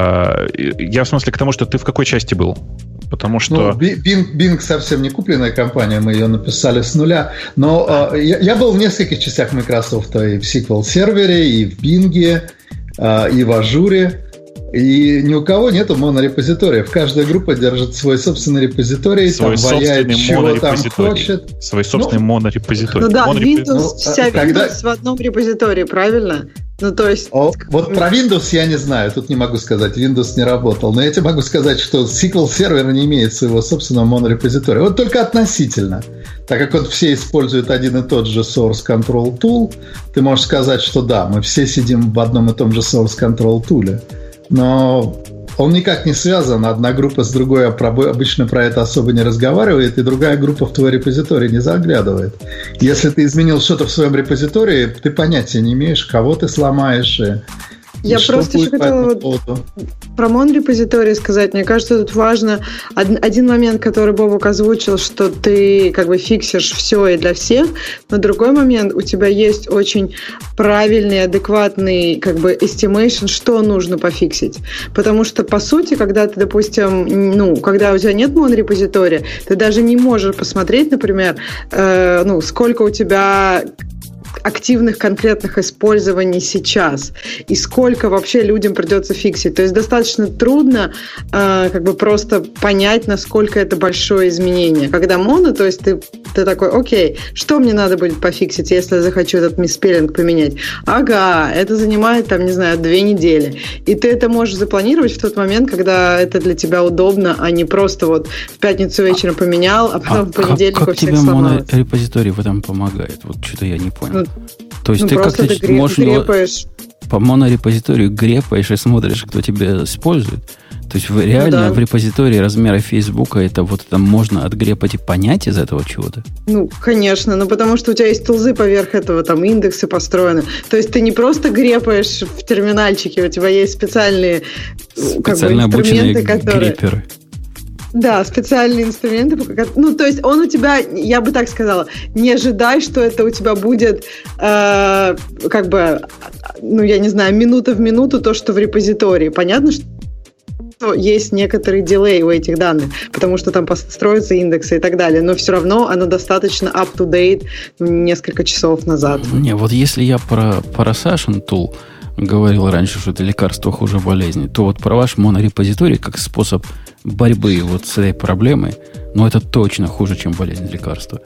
Я в смысле к тому, что ты в какой части был? Потому что... Ну, Bing, Bing совсем не купленная компания, мы ее написали с нуля. Но э, я, я был в нескольких частях Microsoft, и в эс ку эль-сервере, и в Bing, э, и в Azure. И ни у кого нету монорепозиториев. Каждая группа держит свой собственный репозиторий, свой там валяет, чего там хочет. Свой собственный ну, монорепозиторий. Ну да, монорепози... Windows, ну, вся когда... Windows в одном репозитории, правильно? Ну, то есть... О, вот про Windows я не знаю, тут не могу сказать, Windows не работал. Но я тебе могу сказать, что эс ку эль-сервер не имеет своего собственного монорепозитория. Вот только относительно. Так как вот все используют один и тот же Source Control Tool, ты можешь сказать, что да, мы все сидим в одном и том же Source Control Tool. Но он никак не связан. Одна группа с другой обычно про это особо не разговаривает, и другая группа в твой репозиторий не заглядывает. Если ты изменил что-то в своем репозитории, ты понятия не имеешь, кого ты сломаешь. И Я что просто еще хотела вот про монорепозитории сказать. Мне кажется, тут важно один момент, который Бобок озвучил, что ты как бы фиксишь все и для всех, но другой момент, у тебя есть очень правильный, адекватный как бы estimation, что нужно пофиксить. Потому что, по сути, когда ты, допустим, ну, когда у тебя нет монорепозитория, ты даже не можешь посмотреть, например, э, ну, сколько у тебя активных конкретных использований сейчас и сколько вообще людям придется фиксить. То есть достаточно трудно э, как бы просто понять, насколько это большое изменение. Когда моно, то есть ты, ты такой, окей, что мне надо будет пофиксить, если я захочу этот мисспеллинг поменять? Ага, это занимает, там, не знаю, две недели. И ты это можешь запланировать в тот момент, когда это для тебя удобно, а не просто вот в пятницу вечером поменял, а потом а в понедельник как, у всех как сломалось. тебе монорепозиторий в этом помогает? Вот что-то я не понял. Ну, То есть ну, ты как-то ты греп, можешь грепаешь. по монорепозиторию грепаешь и смотришь, кто тебя использует. То есть вы реально ну, да. в репозитории размера Фейсбука это вот это можно отгрепать и понять из этого чего-то? Ну, конечно, ну потому что у тебя есть тулзы поверх этого, там индексы построены. То есть ты не просто грепаешь в терминальчике, у тебя есть специальные специально как бы, инструменты, обученные которые... греперы. Да, специальные инструменты. Ну, то есть он у тебя, я бы так сказала, не ожидай, что это у тебя будет э, как бы, ну, я не знаю, минута в минуту то, что в репозитории. Понятно, что есть некоторый дилей у этих данных, потому что там построятся индексы и так далее, но все равно оно достаточно up-to-date несколько часов назад. Не, вот если я про Parasation Tool говорил раньше, что это лекарство хуже болезни, то вот про ваш монорепозиторий как способ борьбы вот с этой проблемой, ну, это точно хуже, чем болезнь лекарства.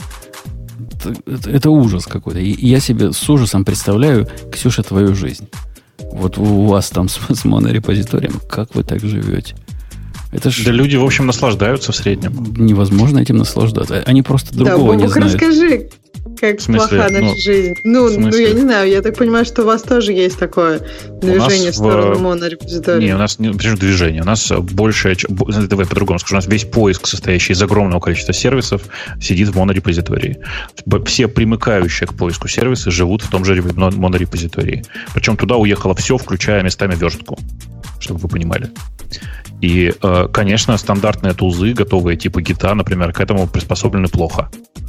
Это, это, это ужас какой-то. И я себе с ужасом представляю, Ксюша, твою жизнь. Вот у вас там с, с монорепозиторием, как вы так живете? Это ж... Да люди, в общем, наслаждаются в среднем. Невозможно этим наслаждаться. Они просто другого да, не знают. Расскажи, как плоха наша ну, жизнь. Ну, ну, я не знаю, я так понимаю, что у вас тоже есть такое движение в сторону в... монорепозитория. Не, у нас не причем движение. У нас большее... Давай по-другому скажу. У нас весь поиск, состоящий из огромного количества сервисов, сидит в монорепозитории. Все примыкающие к поиску сервисы живут в том же монорепозитории. Причем туда уехало все, включая местами верстку. Чтобы вы понимали. И, конечно, стандартные тулзы, готовые типа гита, например, к этому приспособлены плохо.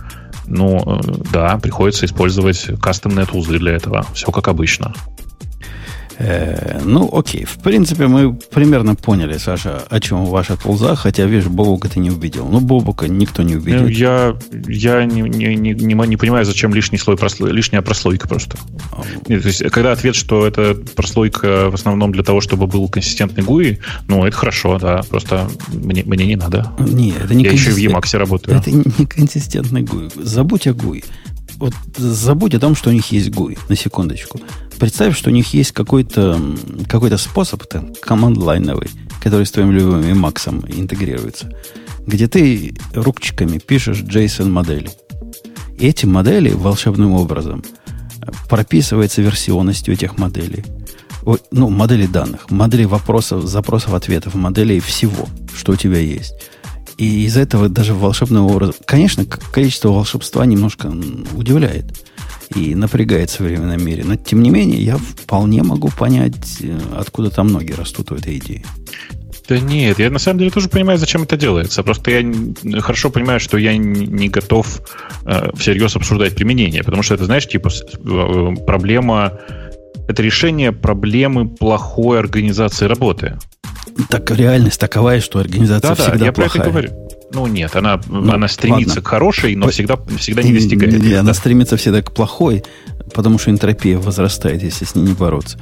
Ну, да, приходится использовать кастомные тулзы для этого. Все как обычно. Э, ну, окей. В принципе, мы примерно поняли, Саша, о чем ваша тулза, хотя, видишь, Бобука ты не убедил. Ну, Бобука никто не убедил. Ну, я, я не, не, не, не понимаю, зачем лишний слой прослой, лишняя прослойка просто. Нет, то есть, когда ответ, что это прослойка в основном для того, чтобы был консистентный гуи, ну, это хорошо, да, просто мне, мне не надо. Нет, это не я еще и в Emacs работаю. Это не консистентный гуи. Забудь о гуи. Вот забудь о том, что у них есть гуи, на секундочку. Представь, что у них есть какой-то, какой-то способ, там, команд-лайновый, который с твоим любимым Emacs интегрируется, где ты ручками пишешь JSON-модели. И эти модели волшебным образом прописывается версионность у этих моделей. Ну, модели данных, модели вопросов, запросов, ответов, моделей всего, что у тебя есть. И из этого даже волшебным образом... Конечно, количество волшебства немножко удивляет и напрягает в современном мире. Но, тем не менее, я вполне могу понять, откуда там ноги растут у этой идеи. Да нет, я на самом деле тоже понимаю, зачем это делается. Просто я хорошо понимаю, что я не готов э, всерьез обсуждать применение. Потому что это, знаешь, типа э, проблема... Это решение проблемы плохой организации работы. Так реальность такова, что организация да, всегда да, я плохая. про это говорю. Ну нет, она, ну, она стремится ладно. к хорошей, но всегда, всегда не достигает. Не, не, она стремится всегда к плохой, потому что энтропия возрастает, если с ней не бороться.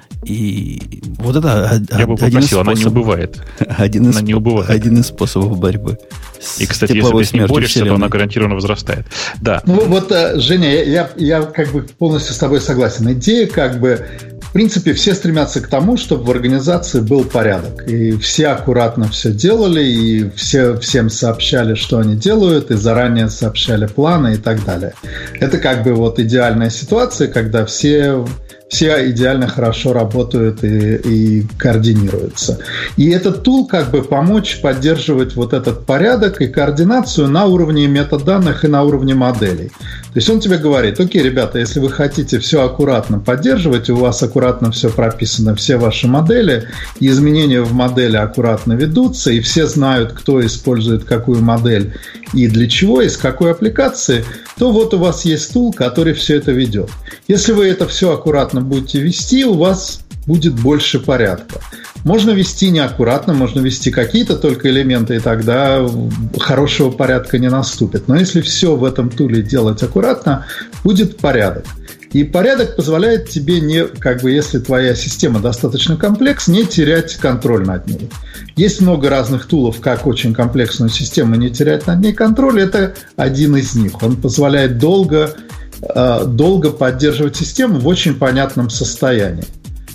И вот это я бы попросил, она не убывает. Один из, она не убывает. Один из способов борьбы. И, кстати, если ты с ней борешься, вселенной. То она гарантированно возрастает. Да. Ну вот, Женя, я, я, я как бы полностью с тобой согласен. Идея как бы... В принципе, все стремятся к тому, чтобы в организации был порядок. И все аккуратно все делали, и все, всем сообщали, что они делают, и заранее сообщали планы и так далее. Это как бы вот идеальная ситуация, когда все... все идеально хорошо работают и, и координируются. И этот тул как бы помочь поддерживать вот этот порядок и координацию на уровне метаданных и на уровне моделей. То есть он тебе говорит: окей, ребята, если вы хотите все аккуратно поддерживать, у вас аккуратно все прописано, все ваши модели, и изменения в модели аккуратно ведутся, и все знают, кто использует какую модель и для чего, и с какой аппликации, то вот у вас есть тул, который все это ведет. Если вы это все аккуратно будете вести, у вас будет больше порядка. Можно вести неаккуратно, можно вести какие-то только элементы, и тогда хорошего порядка не наступит. Но если все в этом туле делать аккуратно, будет порядок. И порядок позволяет тебе, не, как бы, если твоя система достаточно комплексна, не терять контроль над ней. Есть много разных тулов, как очень комплексную систему не терять над ней контроль. Это один из них. Он позволяет долго, долго поддерживать систему в очень понятном состоянии.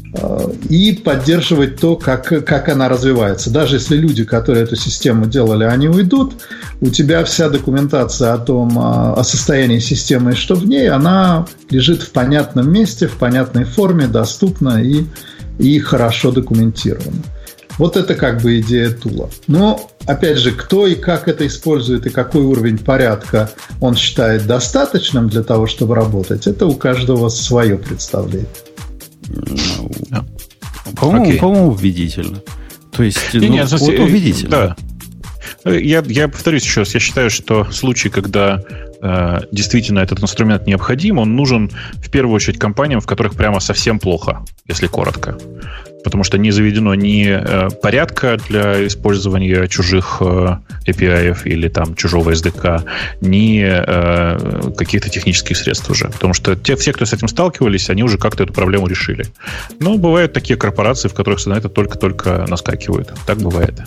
И поддерживать то, как, как она развивается. Даже если люди, которые эту систему делали, они уйдут, у тебя вся документация о том, о состоянии системы и что в ней, она лежит в понятном месте, в понятной форме, доступна и, и хорошо документирована. Вот это как бы идея тула. Но, опять же, кто и как это использует, и какой уровень порядка он считает достаточным для того, чтобы работать, это у каждого свое представление. Ну, yeah. по-моему, okay. по-моему, убедительно. То есть, не, ну, нет, вот убедительно. Да. Я, я повторюсь еще раз, я считаю, что случай, когда э, действительно этот инструмент необходим, он нужен в первую очередь компаниям, в которых прямо совсем плохо, если коротко. Потому что не заведено ни э, порядка для использования чужих э, эй пи ай или там чужого эс ди кей, ни э, каких-то технических средств уже. Потому что те, все, кто с этим сталкивались, они уже как-то эту проблему решили. Но бывают такие корпорации, в которых на это только-только наскакивают. Так бывает.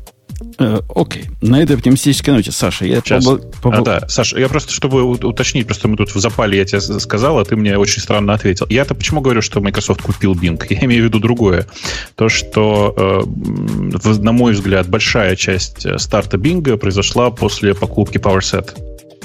Окей. Okay. На этой оптимистической ноте, Саша, я... Сейчас. Побл... Побл... А, да, Саша, я просто, чтобы уточнить, просто мы тут в запале, я тебе сказал, а ты мне очень странно ответил. Я-то почему говорю, что Microsoft купил Bing? Я имею в виду другое. То, что, э, на мой взгляд, большая часть старта Bing произошла после покупки PowerSet.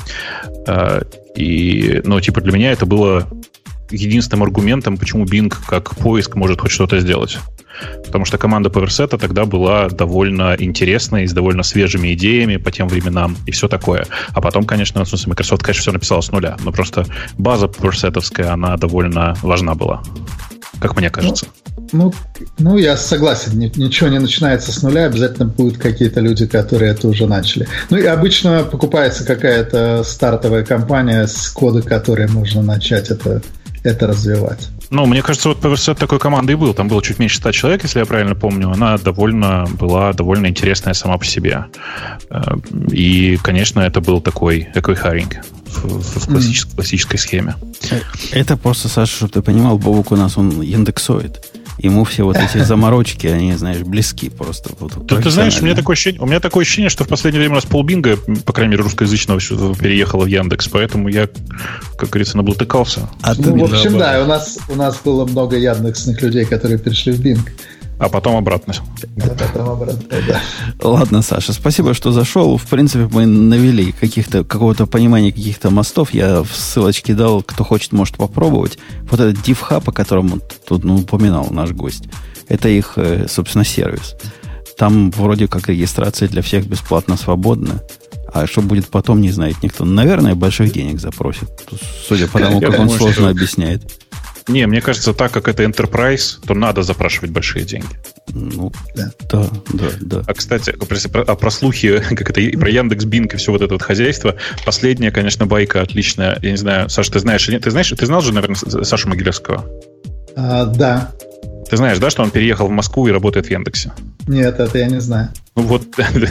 Э, и, ну, типа, для меня это было единственным аргументом, почему Bing как поиск может хоть что-то сделать. Потому что команда PowerSet тогда была довольно интересной, с довольно свежими идеями по тем временам и все такое. А потом, конечно, в смысле, Microsoft, конечно, все написала с нуля. Но просто база PowerSet-овская, она довольно важна была, как мне кажется. Ну, ну, ну я согласен. Ничего не начинается с нуля. Обязательно будут какие-то люди, которые это уже начали. Ну и обычно покупается какая-то стартовая компания с кода, которой можно начать это, это развивать. Ну, мне кажется, вот PowerSet такой командой был. Там было чуть меньше ста человек, если я правильно помню. Она довольно была довольно интересная сама по себе. И, конечно, это был такой, такой хайринг в, в классической, mm. классической схеме. Это просто, Саша, чтобы ты понимал, Бобук у нас, он индексует. Ему все вот эти заморочки, они, знаешь, близки просто. Вот, ты, ты знаешь, у меня, такое ощущение, у меня такое ощущение, что в последнее время у нас полбинга, по крайней мере, русскоязычного переехало в Яндекс, поэтому я, как говорится, наблатыкался. А ну, в общем, да, у нас, у нас было много яндексных людей, которые перешли в Bing. А потом обратно. А потом обратно, да. Ладно, Саша, спасибо, что зашел. В принципе, мы навели каких-то, какого-то понимания каких-то мостов. Я в ссылочке дал, кто хочет, может попробовать. Вот этот DivHub, о котором тут ну, упоминал наш гость, это их, собственно, сервис. Там вроде как регистрация для всех бесплатно, свободна. А что будет потом, не знает никто. Наверное, больших денег запросит. Судя по тому, как он сложно объясняет. Не, мне кажется, так как это Enterprise, то надо запрашивать большие деньги. Ну, да, да, да. да. А, кстати, про, а про слухи, как это, про Яндекс.Бинг и все вот это вот хозяйство, последняя, конечно, байка отличная. Я не знаю, Саша, ты знаешь, ты знаешь, ты знал же, наверное, Сашу Могилевского? А, да. Ты знаешь, да, что он переехал в Москву и работает в Яндексе? Нет, это я не знаю. Ну вот,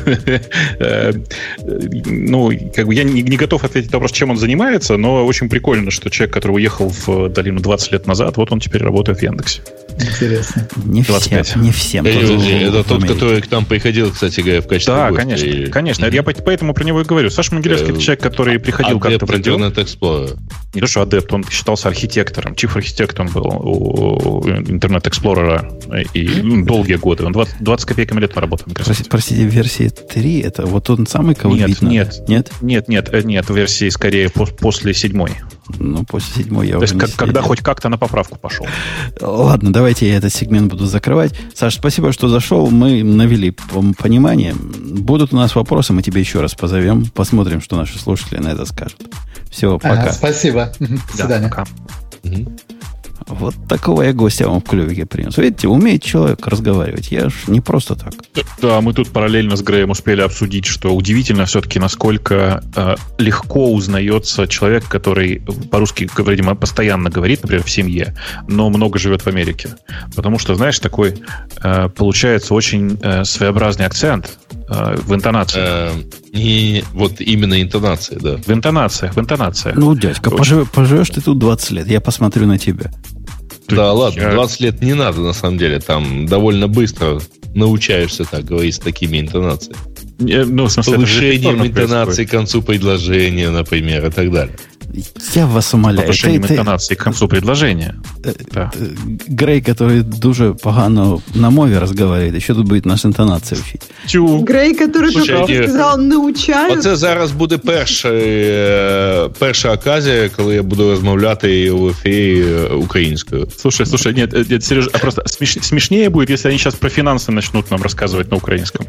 ну, как бы я не, не готов ответить на вопрос, чем он занимается, но очень прикольно, что человек, который уехал в долину двадцать лет назад, вот он теперь работает в Яндексе. Интересно. Не всем, не всем. Это тот, который к нам приходил, кстати говоря, в качестве Да, гостя. конечно, и... конечно. Mm-hmm. Я поэтому про него и говорю. Саша Могилевский — это человек, который приходил как-то в отдел. Internet Explorer. Не то, что адепт, он считался архитектором. Чиф-архитектором был у Internet Explorer и ну, долгие годы. Он двадцать, двадцать копейками лет наработал. Простите, простите, версия три, это вот он самый, кого нет, видно? Нет, нет, нет, нет, нет, версии скорее после седьмой. Ну, после седьмой я То уже есть, как, когда хоть как-то на поправку пошел. Ладно, давайте я этот сегмент буду закрывать. Саш, спасибо, что зашел. Мы навели понимание. Будут у нас вопросы, мы тебе еще раз позовем. Посмотрим, что наши слушатели на это скажут. Все, пока. Ага, спасибо. До свидания. Да, пока. Вот такого я гостя вам в клювике принес. Видите, умеет человек разговаривать. Я ж не просто так. Да, мы тут параллельно с Греем успели обсудить, что удивительно все-таки, насколько э, легко узнается человек, который по-русски, видимо, постоянно говорит, например, в семье, но много живет в Америке. Потому что, знаешь, такой э, получается очень э, своеобразный акцент э, в интонации. И вот именно интонация, да. В интонациях, в интонациях. Ну, дядька, пожив, поживешь ты тут двадцать лет, я посмотрю на тебя. Да, ладно, двадцать лет не надо, на самом деле. Там довольно быстро научаешься так говорить с такими интонациями. Ну, в смысле, повышением интонации к концу предложения, например, и так далее. Я вас умоляю. Повышением интонации к концу предложения. Да. Грей, который дуже погано на мові розмовляє, ще тут буде нашу інтонацію вчити. Тю. Грей, который только сказав, научають. Оце зараз буде перша, перша оказія, коли я буду розмовляти в ефірі українською. Слушай, слушай, нет, нет, Сереж, а просто смеш, смешнее будет, если они сейчас про финансы начнут нам рассказывать на украинском.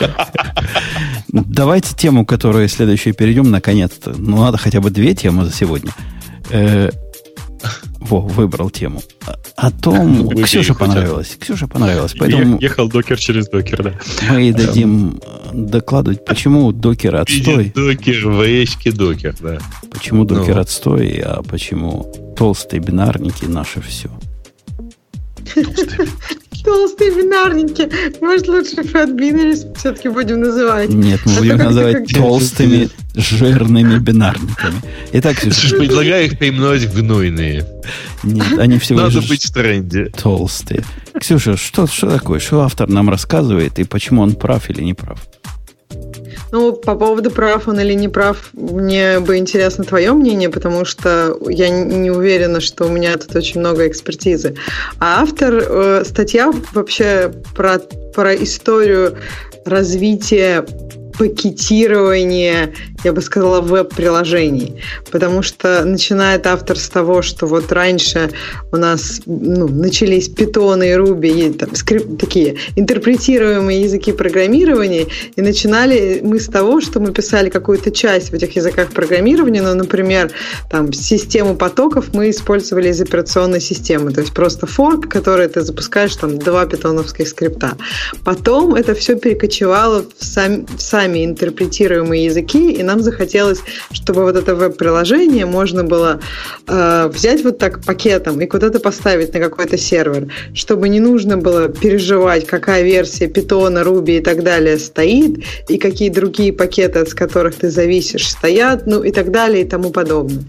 Давайте тему, которую следующую перейдем, наконец-то. Ну, надо хотя бы две темы за сегодня. Э, во, выбрал тему. О том... Ксюше понравилось. Ксюше понравилось. Поэтому ехал докер через докер, да. Мы ей дадим докладывать, почему докер отстой. Докер, в речке докер, да. Почему докер ну. отстой, а почему толстые бинарники наше все. Толстые. Толстые бинарники. Может, лучше Fat Binaries все-таки будем называть? Нет, мы будем называть толстыми, жирными бинарниками. Итак, Ксюша. Предлагаю их перемножить в гнойные. Нет, они всего лишь... Надо быть в тренде. Толстые. Ксюша, что, что такое? Что автор нам рассказывает и почему он прав или не прав? Ну, по поводу прав он или не прав, мне бы интересно твое мнение, потому что я не уверена, что у меня тут очень много экспертизы. А автор, э, статья вообще про, про историю развития пакетирования, я бы сказала, веб-приложений. Потому что начинает автор с того, что вот раньше у нас ну, начались Python и Ruby, и, там, скрип, такие интерпретируемые языки программирования, и начинали мы с того, что мы писали какую-то часть в этих языках программирования, ну, например, там, систему потоков мы использовали из операционной системы, то есть просто fork, который ты запускаешь, там, два питоновских скрипта. Потом это все перекочевало в сами, в сами интерпретируемые языки, и нам захотелось, чтобы вот это веб-приложение можно было э, взять вот так пакетом и куда-то поставить на какой-то сервер, чтобы не нужно было переживать, какая версия Python, Ruby и так далее стоит, и какие другие пакеты, от которых ты зависишь, стоят, ну и так далее, и тому подобное.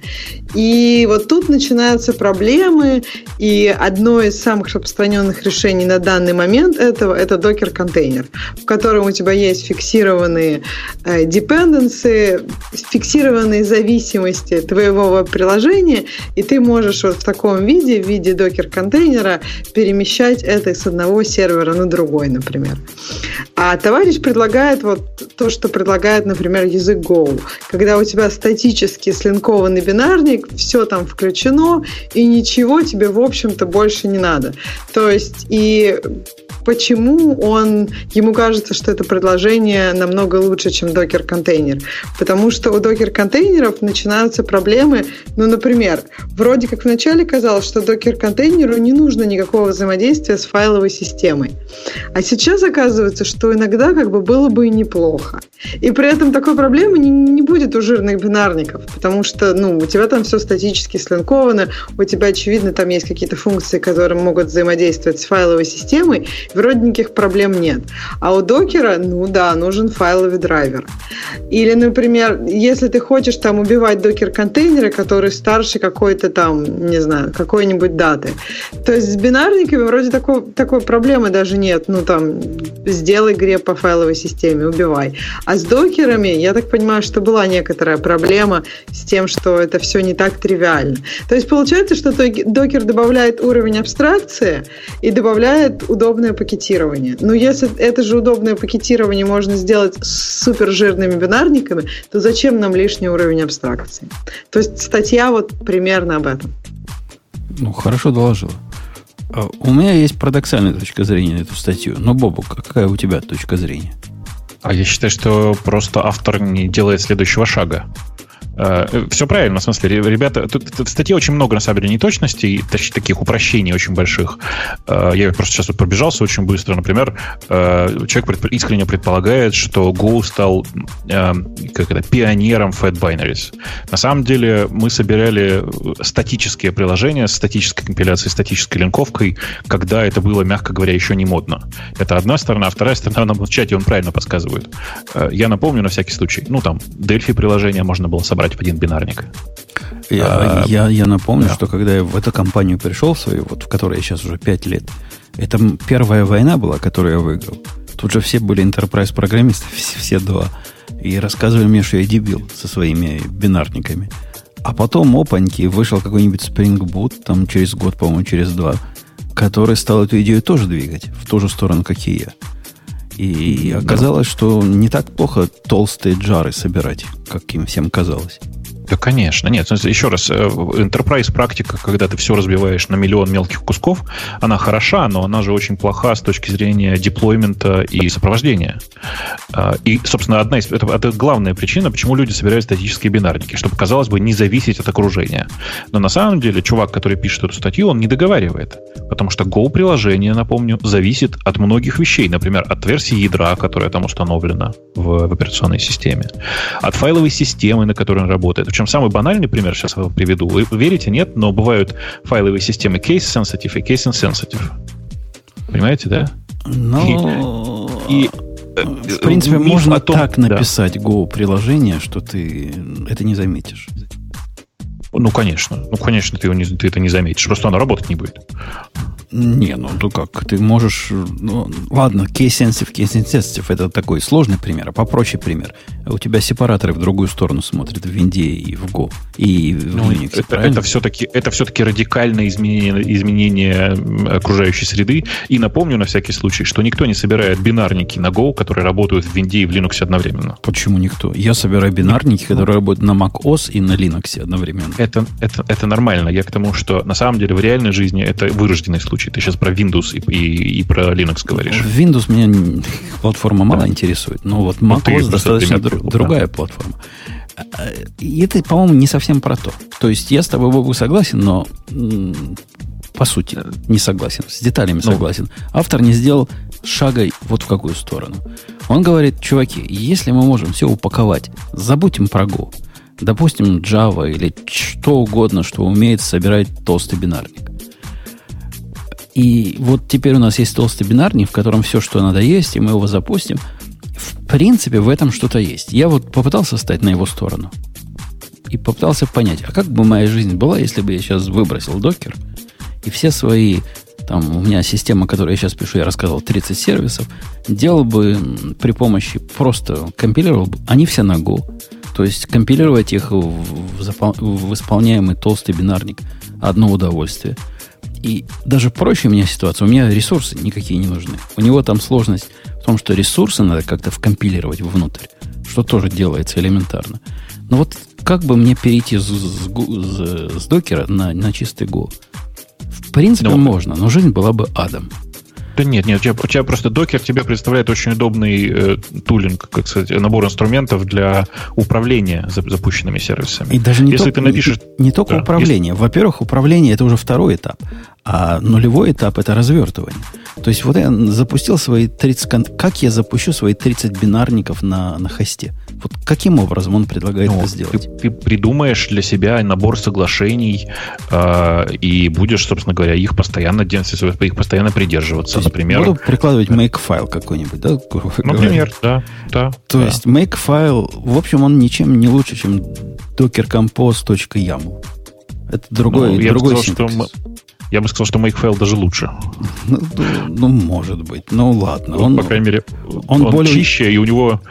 И вот тут начинаются проблемы, и одно из самых распространенных решений на данный момент этого – это докер-контейнер, в котором у тебя есть фиксированные э, dependency, фиксированные зависимости твоего веб-приложения, и ты можешь вот в таком виде, в виде докер-контейнера, перемещать это с одного сервера на другой, например. А товарищ предлагает вот то, что предлагает, например, язык Go, когда у тебя статически слинкованный бинарник, все там включено, и ничего тебе, в общем-то, больше не надо. То есть, и почему он, ему кажется, что это предложение намного лучше, чем докер-контейнер? Потому что у докер-контейнеров начинаются проблемы, ну, например, вроде как вначале казалось, что докер-контейнеру не нужно никакого взаимодействия с файловой системой. А сейчас оказывается, что иногда как бы было бы и неплохо. И при этом такой проблемы не, не будет у жирных бинарников, потому что, ну, у тебя там все статически слинковано, у тебя, очевидно, там есть какие-то функции, которые могут взаимодействовать с файловой системой, вроде никаких проблем нет. А у докера, ну да, нужен файловый драйвер. Или, например, если ты хочешь там убивать докер-контейнеры, которые старше какой-то там, не знаю, какой-нибудь даты. То есть с бинарниками вроде такой, такой проблемы даже нет. Ну там, сделай греб по файловой системе, убивай. А с докерами, я так понимаю, что была некоторая проблема с тем, что это все не так тривиально. То есть получается, что докер добавляет уровень абстракции и добавляет удобное пакетирование. Но если это же удобное пакетирование можно сделать с супер жирными бинарниками, то зачем нам лишний уровень абстракции? То есть статья вот примерно об этом. Ну, хорошо доложила. У меня есть парадоксальная точка зрения на эту статью. Но, Бобук, какая у тебя точка зрения? А я считаю, что просто автор не делает следующего шага. Все правильно, в смысле, ребята, тут в статье очень много, на самом деле, неточностей, таких упрощений очень больших. Я просто сейчас вот пробежался очень быстро. Например, человек искренне предполагает, что Go стал как это, пионером Fat Binaries. На самом деле мы собирали статические приложения с статической компиляцией, статической линковкой, когда это было, мягко говоря, еще не модно. Это одна сторона, а вторая сторона нам в чате он правильно подсказывает. Я напомню на всякий случай. Ну, там, Delphi приложение можно было собрать в один бинарник. Я, а, я, я напомню, да. что когда я в эту компанию пришел свою, вот в которой я сейчас уже пять лет, это первая война была, которую я выиграл. Тут же все были enterprise-программисты, все, все два. И рассказывали мне, что я дебил со своими бинарниками. А потом, опаньки, вышел какой-нибудь Spring Boot, там через год, по-моему, через два, который стал эту идею тоже двигать в ту же сторону, как и я. И оказалось, что не так плохо толстые джары собирать, как им всем казалось. Да, конечно. Нет, еще раз, enterprise практика, когда ты все разбиваешь на миллион мелких кусков, она хороша, но она же очень плоха с точки зрения деплоймента и сопровождения. И, собственно, одна из, это, это главная причина, почему люди собирают статические бинарники, чтобы, казалось бы, не зависеть от окружения. Но на самом деле чувак, который пишет эту статью, он не договаривает. Потому что Go-приложение, напомню, зависит от многих вещей. Например, от версии ядра, которая там установлена в, в операционной системе. От файловой системы, на которой он работает. Причем самый банальный пример сейчас я вам приведу. Вы верите, нет, но бывают файловые системы case-sensitive и case-insensitive. Понимаете, да? Ну, и, и, в принципе, можно том, так написать да. Go-приложение, что ты это не заметишь. Ну, конечно. Ну, конечно, ты, его не, ты это не заметишь. Просто оно работать не будет. Не, ну, ну как, ты можешь... Ну, ладно, case-sensitive, case-insensitive это такой сложный пример, а попроще пример. У тебя сепараторы в другую сторону смотрят в Винде и в Go, и в ну, Linux, это, это, все-таки, это все-таки радикальное изменение, изменение окружающей среды. И напомню на всякий случай, что никто не собирает бинарники на Go, которые работают в Винде и в Linux одновременно. Почему никто? Я собираю бинарники, которые работают на macOS и на Linux одновременно. Это, это, это нормально. Я к тому, что на самом деле в реальной жизни это вырожденный случай. Ты сейчас про Windows и, и, и про Linux говоришь. Windows меня платформа мало да. интересует, но вот macOS ну, достаточно дру, другая да. платформа. И это, по-моему, не совсем про то. То есть я с тобой, Богу, согласен, но по сути не согласен. С деталями ну, согласен. Автор не сделал шага вот в какую сторону. Он говорит, чуваки, если мы можем все упаковать, забудем про Go, допустим, Java или что угодно, что умеет собирать толстый бинарник. И вот теперь у нас есть толстый бинарник, в котором все, что надо, есть, и мы его запустим. В принципе, в этом что-то есть. Я вот попытался встать на его сторону и попытался понять, а как бы моя жизнь была, если бы я сейчас выбросил докер, и все свои, там, у меня система, которую я сейчас пишу, я рассказывал, тридцать сервисов, делал бы при помощи, просто компилировал бы, они все на Go. То есть компилировать их в, в, запол- в исполняемый толстый бинарник одно удовольствие. И даже проще у меня ситуация. У меня ресурсы никакие не нужны. У него там сложность в том, что ресурсы надо как-то вкомпилировать внутрь, что тоже делается элементарно. Но вот как бы мне перейти с, с, с, с докера на, на чистый Go? В принципе, но, можно, но жизнь была бы адом. Да нет, нет, у тебя, у тебя просто докер тебе представляет очень удобный э, тулинг, как сказать, набор инструментов для управления запущенными сервисами. И даже не, если то, ты напишешь, не, не только да, управление. Если... Во-первых, управление это уже второй этап, а нулевой этап это развертывание. То есть вот я запустил свои тридцать... Как я запущу свои тридцать бинарников на, на хосте? Вот каким образом он предлагает ну, это сделать? Ты, ты придумаешь для себя набор соглашений э, и будешь, собственно говоря, их постоянно, их постоянно придерживаться. Например, буду прикладывать make-файл какой-нибудь, да? Например, да. да То да. есть make-файл, в общем, он ничем не лучше, чем docker-compose.yaml. Это другой, ну, другой я синтаксис. Бы сказал, что Я бы сказал, что Makefile даже лучше. Ну, ну, может быть. Ну, ладно. Он, по крайней мере, он, он более... чище, и у него...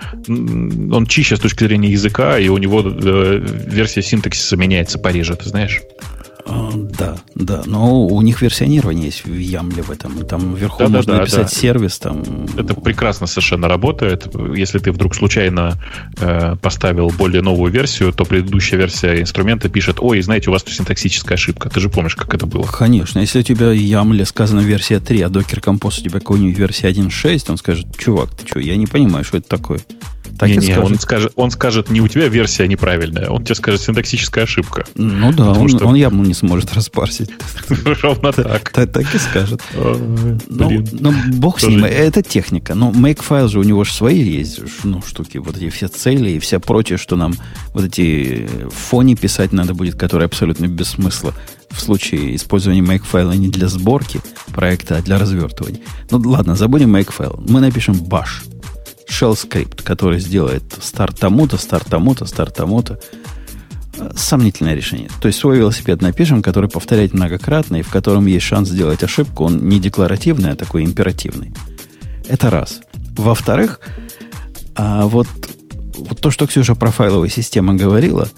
Он чище с точки зрения языка, и у него э, версия синтаксиса меняется пореже, ты знаешь? А, да, да. Но у них версионирование есть в Ямле в этом. Там вверху да, можно да, написать да. сервис. Там... Это прекрасно совершенно работает. Если ты вдруг случайно э, поставил более новую версию, то предыдущая версия инструмента пишет: ой, знаете, у вас тут синтаксическая ошибка. Ты же помнишь, как это было? Конечно. Если у тебя в Ямле сказано версия три, а Docker Compose у тебя какой-нибудь версия один точка шесть, он скажет: чувак, ты что, я не понимаю, что это такое. Так не, не, он скажет, он скажет, не у тебя версия неправильная, он тебе скажет синтаксическая ошибка. Ну да, он, что... он явно не сможет распарсить. Ровно так. Так и скажет. Ну, бог с ним, это техника. Но Makefile же у него же свои есть ну, штуки, вот эти все цели и вся прочее, что нам вот эти в фоне писать надо будет, которые абсолютно без смысла в случае использования Makefile не для сборки проекта, а для развертывания. Ну ладно, забудем Makefile. Мы напишем bash. Shell скрипт, который сделает старт тому-то, старт тому-то, старт тому-то. Сомнительное решение. То есть свой велосипед напишем, который повторяет многократно, и в котором есть шанс сделать ошибку. Он не декларативный, а такой императивный. Это раз. Во-вторых, а вот, вот то, что Ксюша про файловые системы говорила,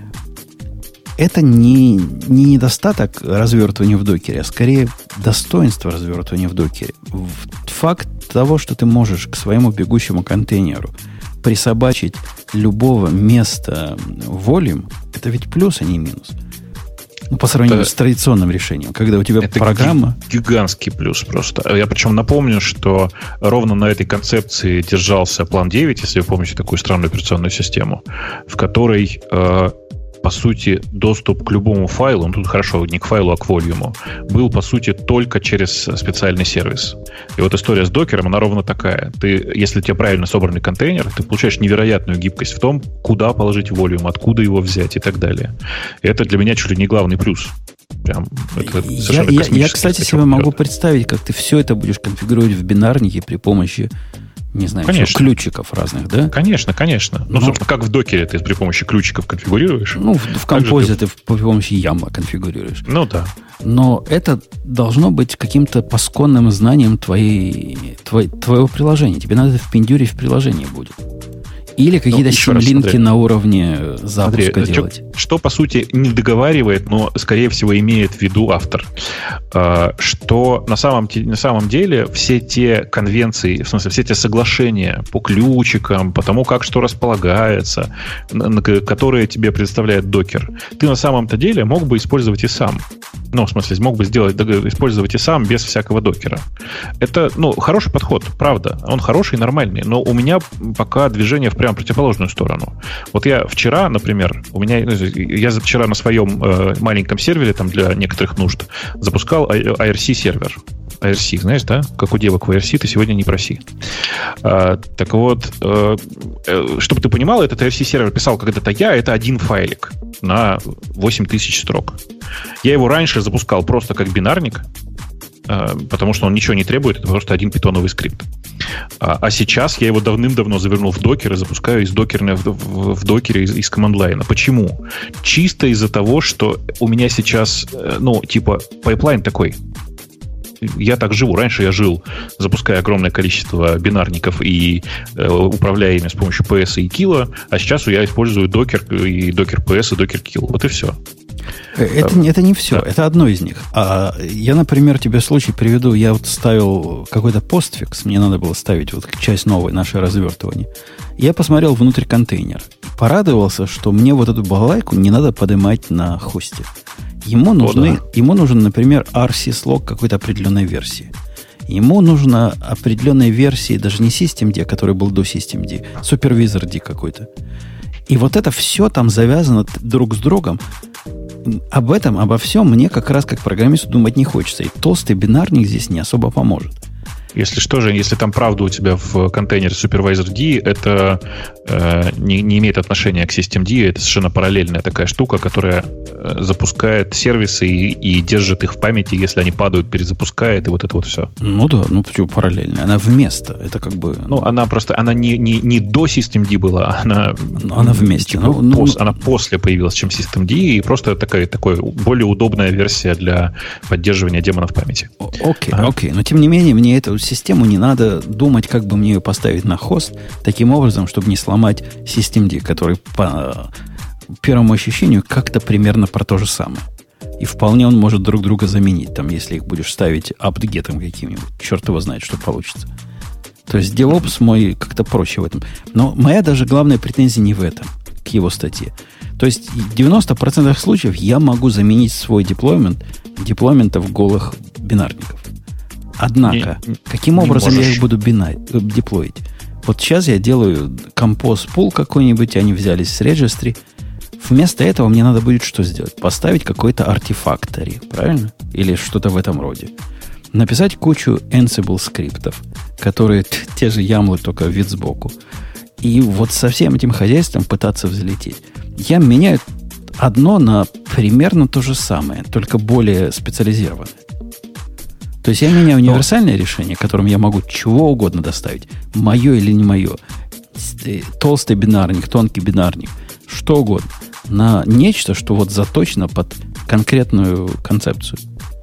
это не, не недостаток развертывания в докере, а скорее достоинство развертывания в докере. Факт того, что ты можешь к своему бегущему контейнеру присобачить любого места volume, это ведь плюс, а не минус. Ну, по сравнению это, с традиционным решением, когда у тебя это программа... гигантский плюс просто. Я причем напомню, что ровно на этой концепции держался план девять, если вы помните такую странную операционную систему, в которой... Э, по сути, доступ к любому файлу, ну тут хорошо, не к файлу, а к волюму, был, по сути, только через специальный сервис. И вот история с докером, она ровно такая. Ты, если у тебя правильно собранный контейнер, ты получаешь невероятную гибкость в том, куда положить волюм, откуда его взять и так далее. И это для меня чуть ли не главный плюс. Прям, это я, я, я, кстати, себе могу представить, как ты все это будешь конфигурировать в бинарнике при помощи не знаю, конечно. Что, ключиков разных, да? Конечно, конечно. Ну, ну, собственно, как в докере ты при помощи ключиков конфигурируешь. Ну, в, в композе ты... ты при помощи ямла конфигурируешь. Ну, да. Но это должно быть каким-то пасконным знанием твоей, твоей, твоего приложения. Тебе надо это впендюрить в приложение будет. Или какие-то ну, симлинки на уровне запуска смотри, делать. Что, что, по сути, не договаривает, но, скорее всего, имеет в виду автор. Что на самом, на самом деле все те конвенции, в смысле, все те соглашения по ключикам, по тому, как что располагается, которые тебе предоставляет докер, ты на самом-то деле мог бы использовать и сам. Ну, в смысле, мог бы сделать, использовать и сам без всякого докера. Это, ну, хороший подход, правда. Он хороший и нормальный. Но у меня пока движение в прям противоположную сторону. Вот я вчера, например, у меня, я вчера на своем э, маленьком сервере там для некоторых нужд запускал ай ар си сервер. эй ар си, знаешь, да? Как у девок в эй ар си, ты сегодня не проси. А, так вот, э, э, чтобы ты понимал, этот эй ар си-сервер писал когда-то я, это один файлик на восемь тысяч строк. Я его раньше запускал просто как бинарник, э, потому что он ничего не требует, это просто один питоновый скрипт. А, а сейчас я его давным-давно завернул в докер и запускаю из докерной в, в, в докере из, из команд-лайна. Почему? Чисто из-за того, что у меня сейчас, ну, типа, пайплайн такой. Я так живу. Раньше я жил, запуская огромное количество бинарников и э, управляя ими с помощью пи эс и килла, а сейчас я использую докер и докер пи эс и докер kill. Вот и все. Это, это не все, да. Это одно из них. А я, например, тебе случай приведу. Я вот ставил какой-то постфикс, мне надо было ставить вот часть новой, наше развертывание. Я посмотрел внутрь контейнера. Порадовался, что мне вот эту балалайку не надо поднимать на хосте. Ему, нужны, О, да. ему нужен, например, ар си-слог какой-то определенной версии. Ему нужна определенная версия, даже не системд, который был до системд, супервизор-D какой-то. И вот это все там завязано друг с другом. Об этом, обо всем мне как раз как программисту думать не хочется. И толстый бинарник здесь не особо поможет. Если что же, если там правда у тебя в контейнере SupervisorD, это э, не, не имеет отношения к системд, это совершенно параллельная такая штука, которая э, запускает сервисы и, и держит их в памяти, если они падают, перезапускает, и вот это вот все. Ну да, ну почему параллельная? Она вместо, это как бы... Ну, она просто, она не, не, не до системд была, она... Она вместе. Типа, ну, пос, ну, она после появилась, чем системд, и просто такая, такая более удобная версия для поддерживания демонов памяти. Окей, ага. окей, но тем не менее мне это систему не надо думать, как бы мне ее поставить на хост, таким образом, чтобы не сломать системд, который по первому ощущению как-то примерно про то же самое. И вполне он может друг друга заменить, там, если их будешь ставить apt-гетом каким-нибудь. Черт его знает, что получится. То есть DevOps мой как-то проще в этом. Но моя даже главная претензия не в этом, к его статье. То есть в девяноста процентах случаев я могу заменить свой деплоймент деплойментов голых бинарников. Однако, не, каким образом можешь. я их буду бинать, деплоить? Вот сейчас я делаю compose pool какой-нибудь, они взялись с registry. Вместо этого мне надо будет что сделать? Поставить какой-то артефактори, правильно? Или что-то в этом роде. Написать кучу Ansible скриптов, которые т- те же ямлы, только вид сбоку. И вот со всем этим хозяйством пытаться взлететь. Я меняю одно на примерно то же самое, только более специализированное. То есть я меняю универсальное Но. решение, которым я могу чего угодно доставить. Мое или не мое. Толстый бинарник, тонкий бинарник. Что угодно. На нечто, что вот заточено под конкретную концепцию.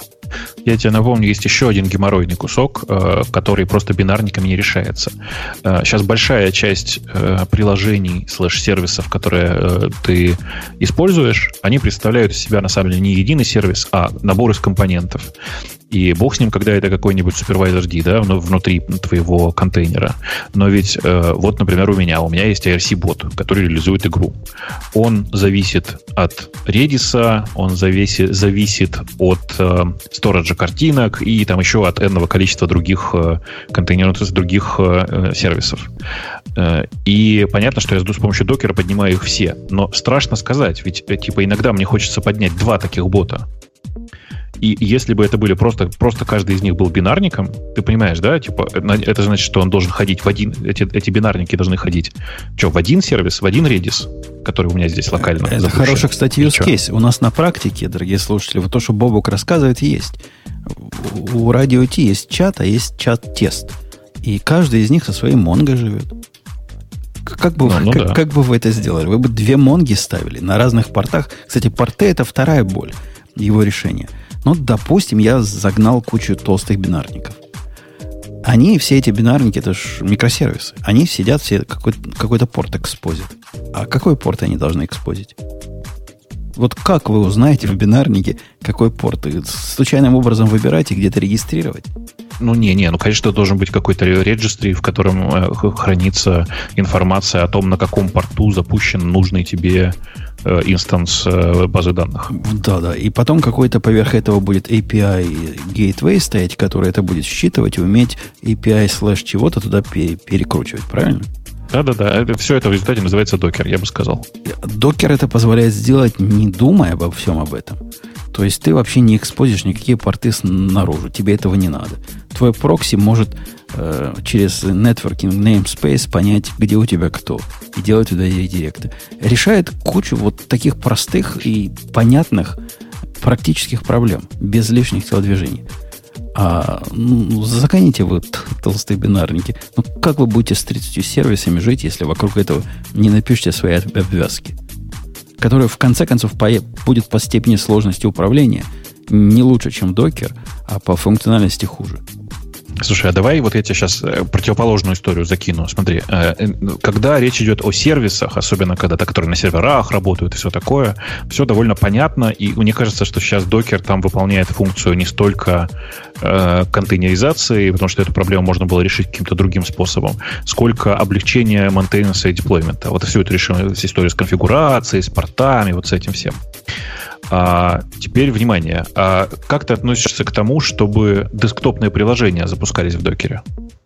Я тебе напомню, есть еще один геморройный кусок, который просто бинарниками не решается. Сейчас большая часть приложений слэш-сервисов, которые ты используешь, они представляют из себя, на самом деле, не единый сервис, а набор из компонентов. И бог с ним, когда это какой-нибудь SupervisorD, да, внутри твоего контейнера. Но ведь э, вот, например, у меня, у меня есть эй ар си-бот, который реализует игру. Он зависит от Redis, он зависит, зависит от э, сториджа картинок и там еще от энного количества других э, контейнеров, других э, сервисов. Э, и понятно, что я с помощью докера поднимаю их все. Но страшно сказать, ведь э, типа иногда мне хочется поднять два таких бота. И если бы это были просто, просто каждый из них был бинарником, ты понимаешь, да? Типа, это значит, что он должен ходить в один, эти, эти бинарники должны ходить что, в один сервис, в один Redis, который у меня здесь локально Это запущен. Хороший, кстати, use case. У нас на практике, дорогие слушатели, вот то, что Бобук рассказывает, есть. У Radio T есть чат, а есть чат-тест. И каждый из них со своей Монго живет. Как бы, ну, ну, как, да. как бы вы это сделали? Вы бы две Монги ставили на разных портах. Кстати, порты — это вторая боль его решения. Ну, допустим, я загнал кучу толстых бинарников. Они, все эти бинарники, это же микросервисы. Они сидят, все какой-то, какой-то порт экспозят. А какой порт они должны экспозить? Вот как вы узнаете в бинарнике, какой порт? Случайным образом выбирать и где-то регистрировать? Ну, не-не, ну, конечно, должен быть какой-то registry, в котором э, хранится информация о том, на каком порту запущен нужный тебе э, инстанс э, базы данных. Да-да, и потом какой-то поверх этого будет эй пи ай gateway стоять, который это будет считывать и уметь эй пи ай слэш чего-то туда перекручивать, правильно? Да-да-да. Все это в результате называется докер, я бы сказал. Докер это позволяет сделать, не думая обо всем об этом. То есть ты вообще не экспозишь никакие порты снаружи. Тебе этого не надо. Твой прокси может э, через networking namespace понять, где у тебя кто. И делать туда редиректы. Решает кучу вот таких простых и понятных практических проблем. Без лишних телодвижений. А ну, загоните вы толстые бинарники. Ну, как вы будете с тридцатью сервисами жить, если вокруг этого не напишите свои обвязки? Которая в конце концов по, будет по степени сложности управления не лучше, чем докер, а по функциональности хуже. Слушай, а давай вот я тебе сейчас противоположную историю закину. Смотри, когда речь идет о сервисах, особенно когда-то, которые на серверах работают и все такое, все довольно понятно, и мне кажется, что сейчас докер там выполняет функцию не столько э, контейнеризации, потому что эту проблему можно было решить каким-то другим способом, сколько облегчения мейнтейненса и деплоймента. Вот все это решено, история с конфигурацией, с портами, вот с этим всем. А теперь, внимание, а как ты относишься к тому, чтобы десктопные приложения запускались в докере?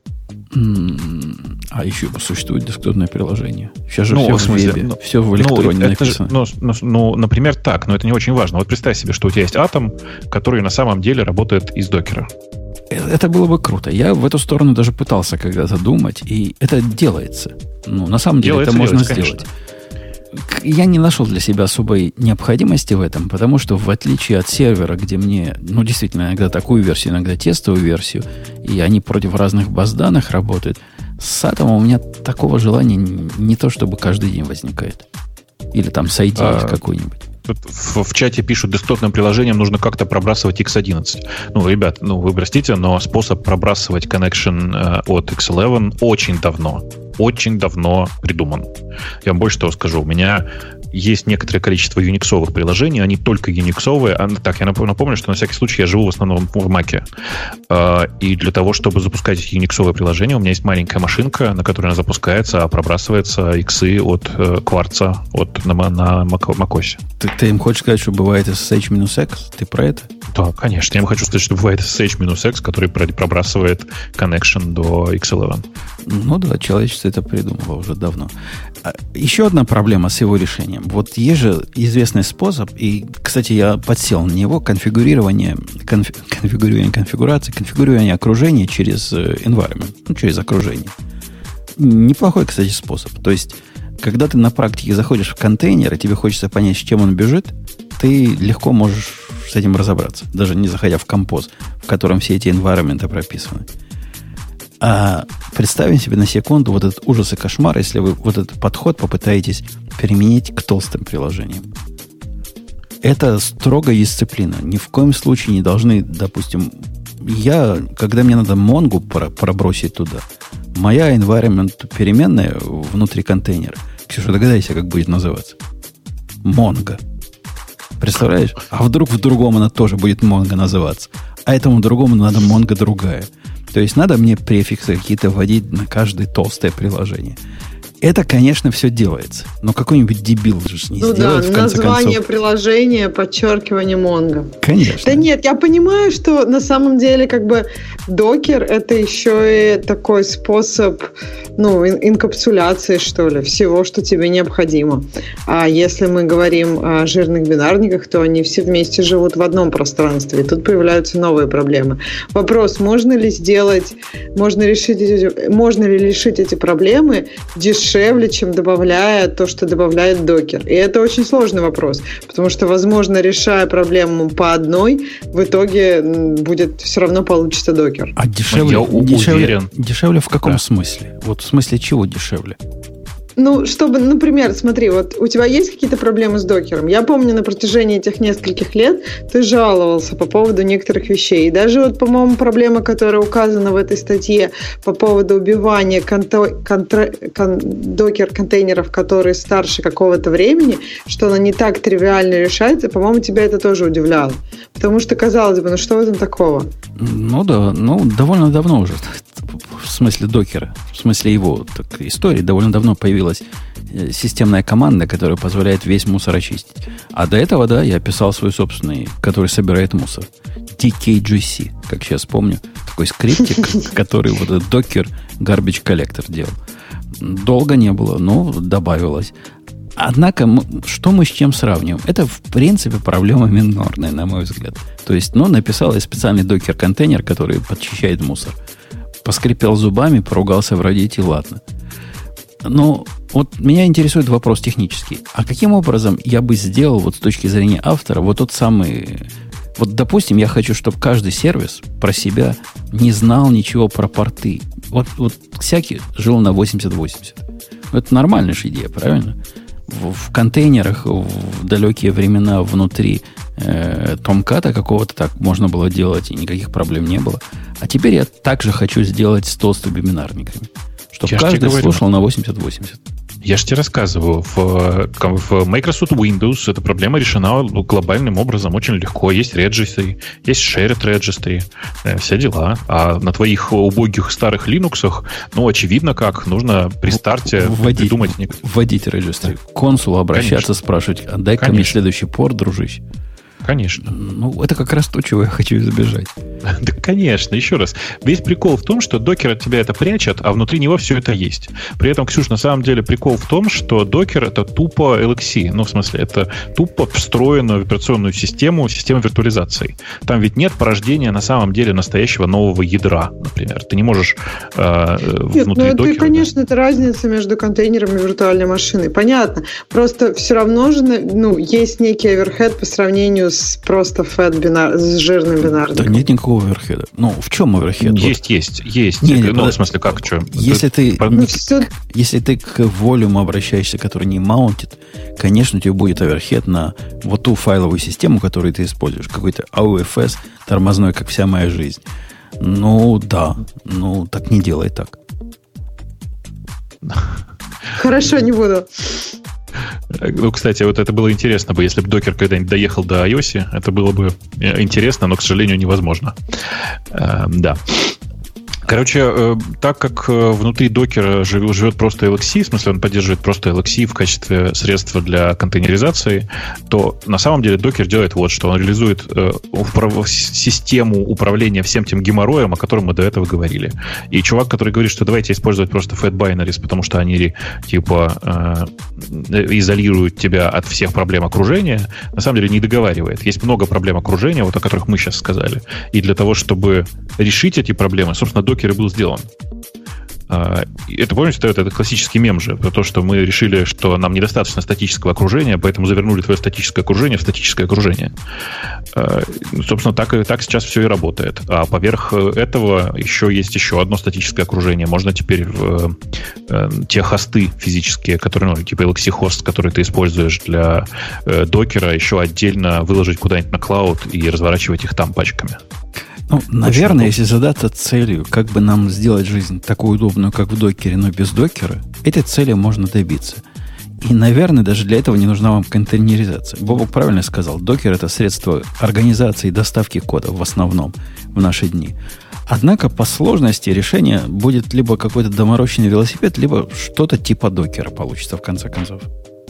А еще существует десктопное приложение. Сейчас же ну, все в смысле, в вебе, ну, все в электроне ну, написано. Же, ну, ну, ну, например, так, но это не очень важно. Вот представь себе, что у тебя есть атом, который на самом деле работает из докера. Это было бы круто. Я в эту сторону даже пытался когда-то думать, и это делается. Ну, на самом деле делается, это можно делается, сделать. Конечно. Я не нашел для себя особой необходимости в этом, потому что в отличие от сервера, где мне, ну, действительно, иногда такую версию, иногда тестовую версию, и они против разных баз данных работают, с атомом у меня такого желания не то, чтобы каждый день возникает. Или там с ай ди а, какой-нибудь. Тут в, в чате пишут, десктопным приложением нужно как-то пробрасывать икс одиннадцать. Ну, ребят, ну, вы простите, но способ пробрасывать connection э, от икс одиннадцать очень давно, очень давно придуман. Я вам больше того скажу. У меня есть некоторое количество юниксовых приложений, они только юниксовые. А, так, я напомню, что на всякий случай я живу в основном в Маке. Э, и для того, чтобы запускать эти юниксовые приложения, у меня есть маленькая машинка, на которой она запускается, а пробрасывается иксы от э, кварца от, на, на macOS. Ты, ты им хочешь сказать, что бывает эс эс эйч-X? Ты про это? Да, конечно. Я им хочу сказать, что бывает эс эс эйч-X, который пробрасывает connection до икс одиннадцать. Ну да, человечество это придумало уже давно. Еще одна проблема с его решением. Вот есть же известный способ, и, кстати, я подсел на него, конфигурирование, конфи, конфигурирование конфигурации, конфигурирование окружения через environment, ну, через окружение. Неплохой, кстати, способ. То есть, когда ты на практике заходишь в контейнер, и тебе хочется понять, с чем он бежит, ты легко можешь с этим разобраться, даже не заходя в композ, в котором все эти environment прописаны. А представим себе на секунду вот этот ужас и кошмар, если вы вот этот подход попытаетесь применить к толстым приложениям. Это строгая дисциплина. Ни в коем случае не должны, допустим, я, когда мне надо Монгу пробросить туда, моя environment переменная внутри контейнера, Ксюша, догадайся, как будет называться. Монго. Представляешь? А вдруг в другом она тоже будет Монго называться. А этому другому надо Монго другая. То есть надо мне префиксы какие-то вводить на каждое толстое приложение. Это, конечно, все делается. Но какой-нибудь дебил же не ну сделает, да, в конце название концов. приложения, подчеркивание Монго. Конечно. Да нет, я понимаю, что на самом деле как бы докер это еще и такой способ, ну, инкапсуляции, что ли, всего, что тебе необходимо. А если мы говорим о жирных бинарниках, то они все вместе живут в одном пространстве, и тут появляются новые проблемы. Вопрос, можно ли сделать, можно решить эти, можно ли решить эти проблемы дешевле, дешевле, чем добавляя то, что добавляет докер. И это очень сложный вопрос, потому что, возможно, решая проблему по одной, в итоге будет все равно получится докер. А дешевле, Я дешевле, уверен. дешевле в каком да. смысле? Вот в смысле чего дешевле? Ну, чтобы, например, смотри, вот у тебя есть какие-то проблемы с докером? Я помню, на протяжении этих нескольких лет ты жаловался по поводу некоторых вещей. И даже вот, по-моему, проблема, которая указана в этой статье по поводу убивания конто- контр- кон- докер-контейнеров, которые старше какого-то времени, что она не так тривиально решается, по-моему, тебя это тоже удивляло. Потому что, казалось бы, ну что в этом такого? Ну да, ну довольно давно уже. В смысле докера, в смысле его так, истории, довольно давно появилась системная команда, которая позволяет весь мусор очистить. А до этого, да, я писал свой собственный, который собирает мусор. ди кей джи си, как сейчас помню. Такой скриптик, который вот этот докер garbage collector делал. Долго не было, но добавилось. Однако, мы, что мы с чем сравниваем? Это, в принципе, проблема минорная, на мой взгляд. То есть, ну, написал я специальный докер-контейнер, который подчищает мусор. Поскрипел зубами, поругался в Reddit, ладно. Но вот меня интересует вопрос технический. А каким образом я бы сделал, вот с точки зрения автора, вот тот самый... Вот, допустим, я хочу, чтобы каждый сервис про себя не знал ничего про порты. Вот, вот всякий жил на восемьдесят восемьдесят. Это нормальная же идея, правильно? В, в контейнерах в далекие времена внутри э, Томката какого-то так можно было делать, и никаких проблем не было. А теперь я также хочу сделать с толстыми-бинарниками. Чтобы я каждый слушал на восемьдесят восемьдесят. Я же тебе рассказываю, в, в Microsoft Windows эта проблема решена глобальным образом очень легко. Есть registry, есть shared registry, все дела. А на твоих убогих старых Linux, ну, очевидно, как нужно при старте вводить, придумать... Вводить registry. К консулу обращаться, конечно. Спрашивать, а дай-ка Конечно. Мне следующий порт, дружище. Конечно. Ну, это как раз то, чего я хочу избежать. Да, конечно. Еще раз. Весь прикол в том, что докер от тебя это прячет, а внутри него все это есть. При этом, Ксюш, на самом деле прикол в том, что докер это тупо эл икс си. Ну, в смысле, это тупо встроенную в операционную систему, систему виртуализации. Там ведь нет порождения на самом деле настоящего нового ядра, например. Ты не можешь э, нет, внутри ну, это, докера... конечно, да. Это разница между контейнером и виртуальной машиной. Понятно. Просто все равно же, ну, есть некий оверхед по сравнению с просто фэт бинар, с жирным бинарником. Да нет никакого оверхеда. Ну, в чем оверхед? Есть, вот. есть, есть. Не, не, ну, в смысле, как, что? Если ты, ну, не, все... если ты к волюму обращаешься, который не маунтит, конечно, у тебя будет оверхед на вот ту файловую систему, которую ты используешь. Какой-то эй ю эф эс тормозной, как вся моя жизнь. Ну, да. Ну, так не делай так. Хорошо, не буду. Ну, кстати, вот это было интересно бы, если бы докер когда-нибудь доехал до iOS, это было бы интересно, но, к сожалению, невозможно. Э, да. Короче, э, так как э, внутри докера живет, живет просто эл икс си, в смысле он поддерживает просто эл икс си в качестве средства для контейнеризации, то на самом деле докер делает вот что. Он реализует э, управ... систему управления всем тем геморроем, о котором мы до этого говорили. И чувак, который говорит, что давайте использовать просто fat binaries, потому что они типа э, изолируют тебя от всех проблем окружения, на самом деле не договаривает. Есть много проблем окружения, вот о которых мы сейчас сказали. И для того, чтобы решить эти проблемы, собственно, докер и был сделан. Это, помните, это классический мем же, про то, что мы решили, что нам недостаточно статического окружения, поэтому завернули твое статическое окружение в статическое окружение. Собственно, так, так сейчас все и работает. А поверх этого еще есть еще одно статическое окружение. Можно теперь в, в, те хосты физические, которые, ну, типа эл икс си-хост, который ты используешь для э, докера, еще отдельно выложить куда-нибудь на клауд и разворачивать их там пачками. Ну, наверное, если задаться целью, как бы нам сделать жизнь такую удобную, как в докере, но без докера, этой цели можно добиться. И, наверное, даже для этого не нужна вам контейнеризация. Бобок правильно сказал, докер – это средство организации и доставки кода в основном в наши дни. Однако по сложности решение будет либо какой-то доморощенный велосипед, либо что-то типа докера получится в конце концов.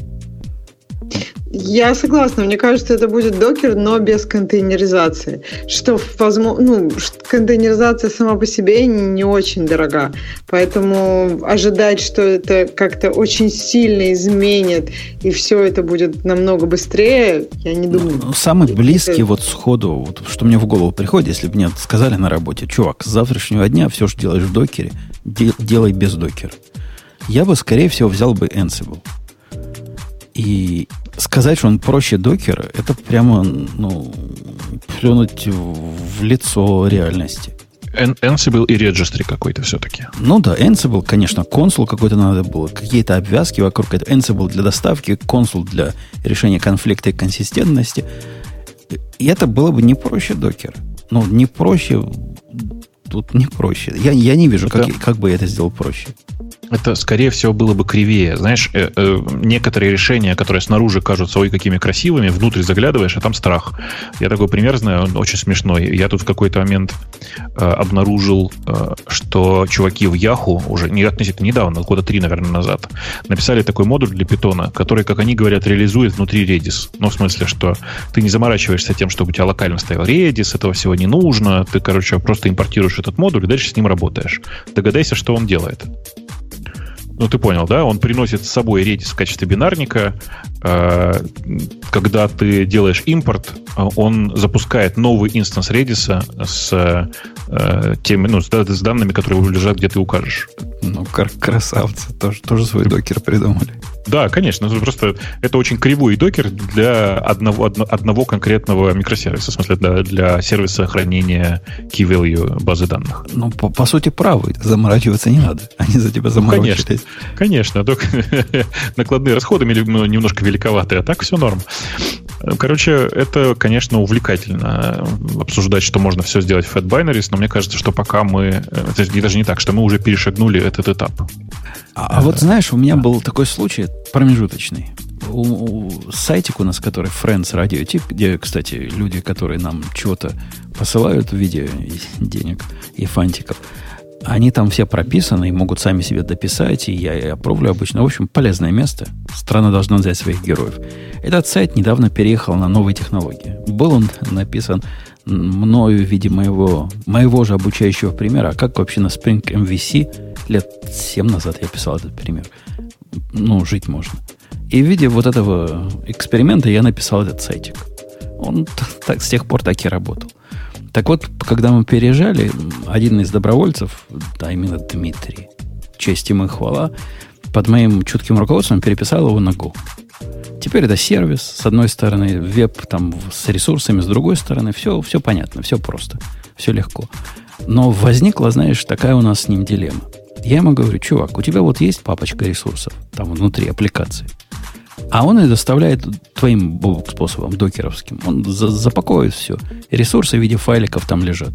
Я согласна. Мне кажется, это будет докер, но без контейнеризации. Что, возможно, ну, контейнеризация сама по себе не очень дорога. Поэтому ожидать, что это как-то очень сильно изменит, и все это будет намного быстрее, я не думаю. Ну, самый близкий это... вот сходу, вот, что мне в голову приходит, если бы мне сказали на работе, чувак, с завтрашнего дня все, что делаешь в докере, де- делай без докера. Я бы, скорее всего, взял бы Ansible. И сказать, что он проще докера, это прямо, ну, плюнуть в лицо реальности. Ansible и Registry какой-то все-таки. Ну да, Ansible, конечно, консул какой-то надо было, какие-то обвязки вокруг этого. Ansible для доставки, консул для решения конфликта и консистентности. И это было бы не проще докера. Ну, не проще, тут не проще. Я, я не вижу, это... как, как бы я это сделал проще. Это, скорее всего, было бы кривее. Знаешь, э, э, некоторые решения, которые снаружи кажутся ой какими красивыми, внутрь заглядываешь, а там страх. Я такой пример знаю, он очень смешной. Я тут в какой-то момент э, обнаружил, э, что чуваки в Yahoo уже не относительно недавно, года три, наверное, назад, написали такой модуль для Python, который, как они говорят, реализует внутри Redis. Ну, в смысле, что ты не заморачиваешься тем, чтобы у тебя локально стоял Redis, этого всего не нужно. Ты, короче, просто импортируешь этот модуль и дальше с ним работаешь. Догадайся, что он делает. Ну, ты понял, да? Он приносит с собой Redis в качестве бинарника. Когда ты делаешь импорт, он запускает новый инстанс Redis с теми, ну, с данными, которые лежат, где ты укажешь. Ну, красавцы. Тоже, тоже свой докер придумали. Да, конечно. Просто это очень кривой докер для одного, одного конкретного микросервиса. В смысле, для, для сервиса хранения key value базы данных. Ну, по, по сути, правы. Заморачиваться не надо. Они за тебя заморачивались. Ну, конечно. Конечно. Только накладные расходы немножко великоваты, а так все норм. Короче, это, конечно, увлекательно обсуждать, что можно все сделать в Fat-Binaries, но мне кажется, что пока мы... Это даже не так, что мы уже перешагнули этот этап. А, а вот знаешь, у меня был такой случай промежуточный. У, у, сайтик у нас, который Friends Radio Tip, где, кстати, люди, которые нам чего-то посылают в виде денег и фантиков, они там все прописаны и могут сами себе дописать, и я и опровлю обычно. В общем, полезное место. Страна должна взять своих героев. Этот сайт недавно переехал на новые технологии. Был он написан мною в виде моего, моего же обучающего примера. А как вообще на Spring эм ви си лет семь назад я писал этот пример. Ну, жить можно. И в виде вот этого эксперимента я написал этот сайтик. Он так, с тех пор так и работал. Так вот, когда мы переезжали, один из добровольцев, да, именно Дмитрий, честь ему и хвала, под моим чутким руководством переписал его на Go. Теперь это сервис, с одной стороны, веб там с ресурсами, с другой стороны, все, все понятно, все просто, все легко. Но возникла, знаешь, такая у нас с ним дилемма. Я ему говорю: чувак, у тебя вот есть папочка ресурсов, там внутри аппликации, а он и доставляет твоим способом, докеровским. Он за- запаковывает все. Ресурсы в виде файликов там лежат.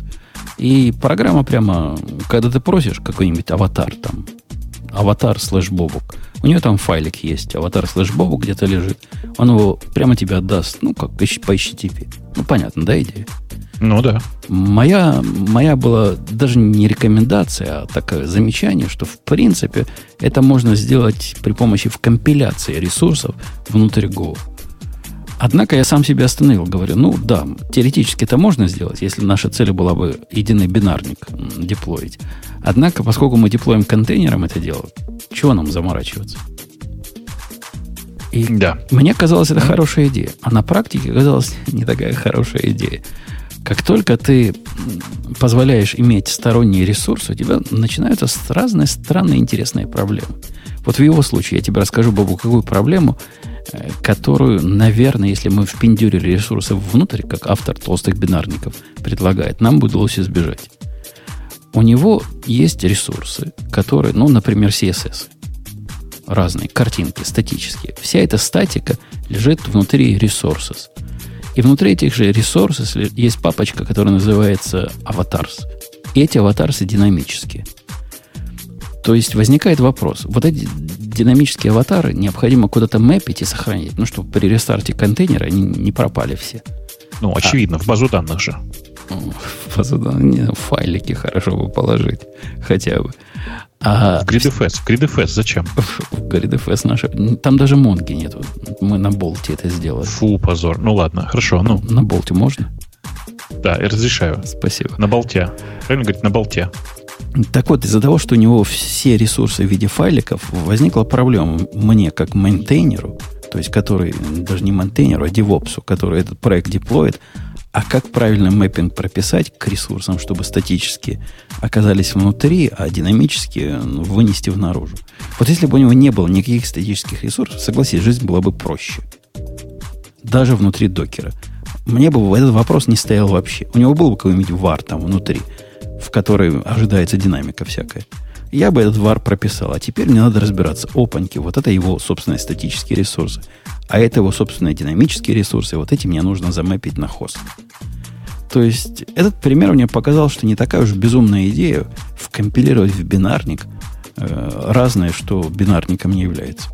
И программа прямо, когда ты просишь какой-нибудь аватар, там, аватар слэш бобук, у нее там файлик есть, аватар слэш бобук где-то лежит. Он его прямо тебе отдаст, ну, как по эйч ти ти пи. Ну, понятно, да, идея? Ну, да. Моя, моя была даже не рекомендация, а такое замечание, что, в принципе, это можно сделать при помощи в компиляции ресурсов внутрь Go. Однако я сам себя остановил, говорю, ну да, теоретически это можно сделать, если наша цель была бы единый бинарник деплоить. Однако, поскольку мы деплоим контейнером это дело, чего нам заморачиваться? И да. Мне казалось, это хорошая идея. А на практике казалось не такая хорошая идея. Как только ты позволяешь иметь сторонние ресурсы, у тебя начинаются разные странные интересные проблемы. Вот в его случае я тебе расскажу, Бобу, какую проблему, которую, наверное, если мы впендюрили ресурсы внутрь, как автор толстых бинарников предлагает, нам бы удалось избежать. У него есть ресурсы, которые, ну, например, си эс эс. Разные картинки, статические. Вся эта статика лежит внутри resources. И внутри этих же resources есть папочка, которая называется avatars. И эти аватарсы динамические. То есть возникает вопрос. Вот эти динамические аватары необходимо куда-то мэпить и сохранить. Ну, чтобы при рестарте контейнера они не пропали все. Ну, очевидно, а, в базу данных же. В базу данных, в файлики хорошо бы положить. Хотя бы. А в GridFS. В GridFS зачем? В GridFS наши... Там даже Монги нету. Мы на болте это сделали. Фу, позор. Ну ладно, хорошо. Ну. На болте можно? Да, я разрешаю. Спасибо. На болте. Правильно говорить, на болте. Так вот, из-за того, что у него все ресурсы в виде файликов, возникла проблема мне, как мейнтейнеру, то есть который, даже не мейнтейнеру, а девопсу, который этот проект деплоит, а как правильно мэппинг прописать к ресурсам, чтобы статические оказались внутри, а динамические вынести наружу. Вот если бы у него не было никаких статических ресурсов, согласись, жизнь была бы проще. Даже внутри докера. Мне бы этот вопрос не стоял вообще. У него был бы какой-нибудь вар там внутри, в который ожидается динамика всякая. Я бы этот вар прописал. А теперь мне надо разбираться. Опаньки, вот это его собственные статические ресурсы. А это его собственные динамические ресурсы. Вот эти мне нужно замэпить на хост. То есть, этот пример мне показал, что не такая уж безумная идея вкомпилировать в бинарник э, разное, что бинарником не является.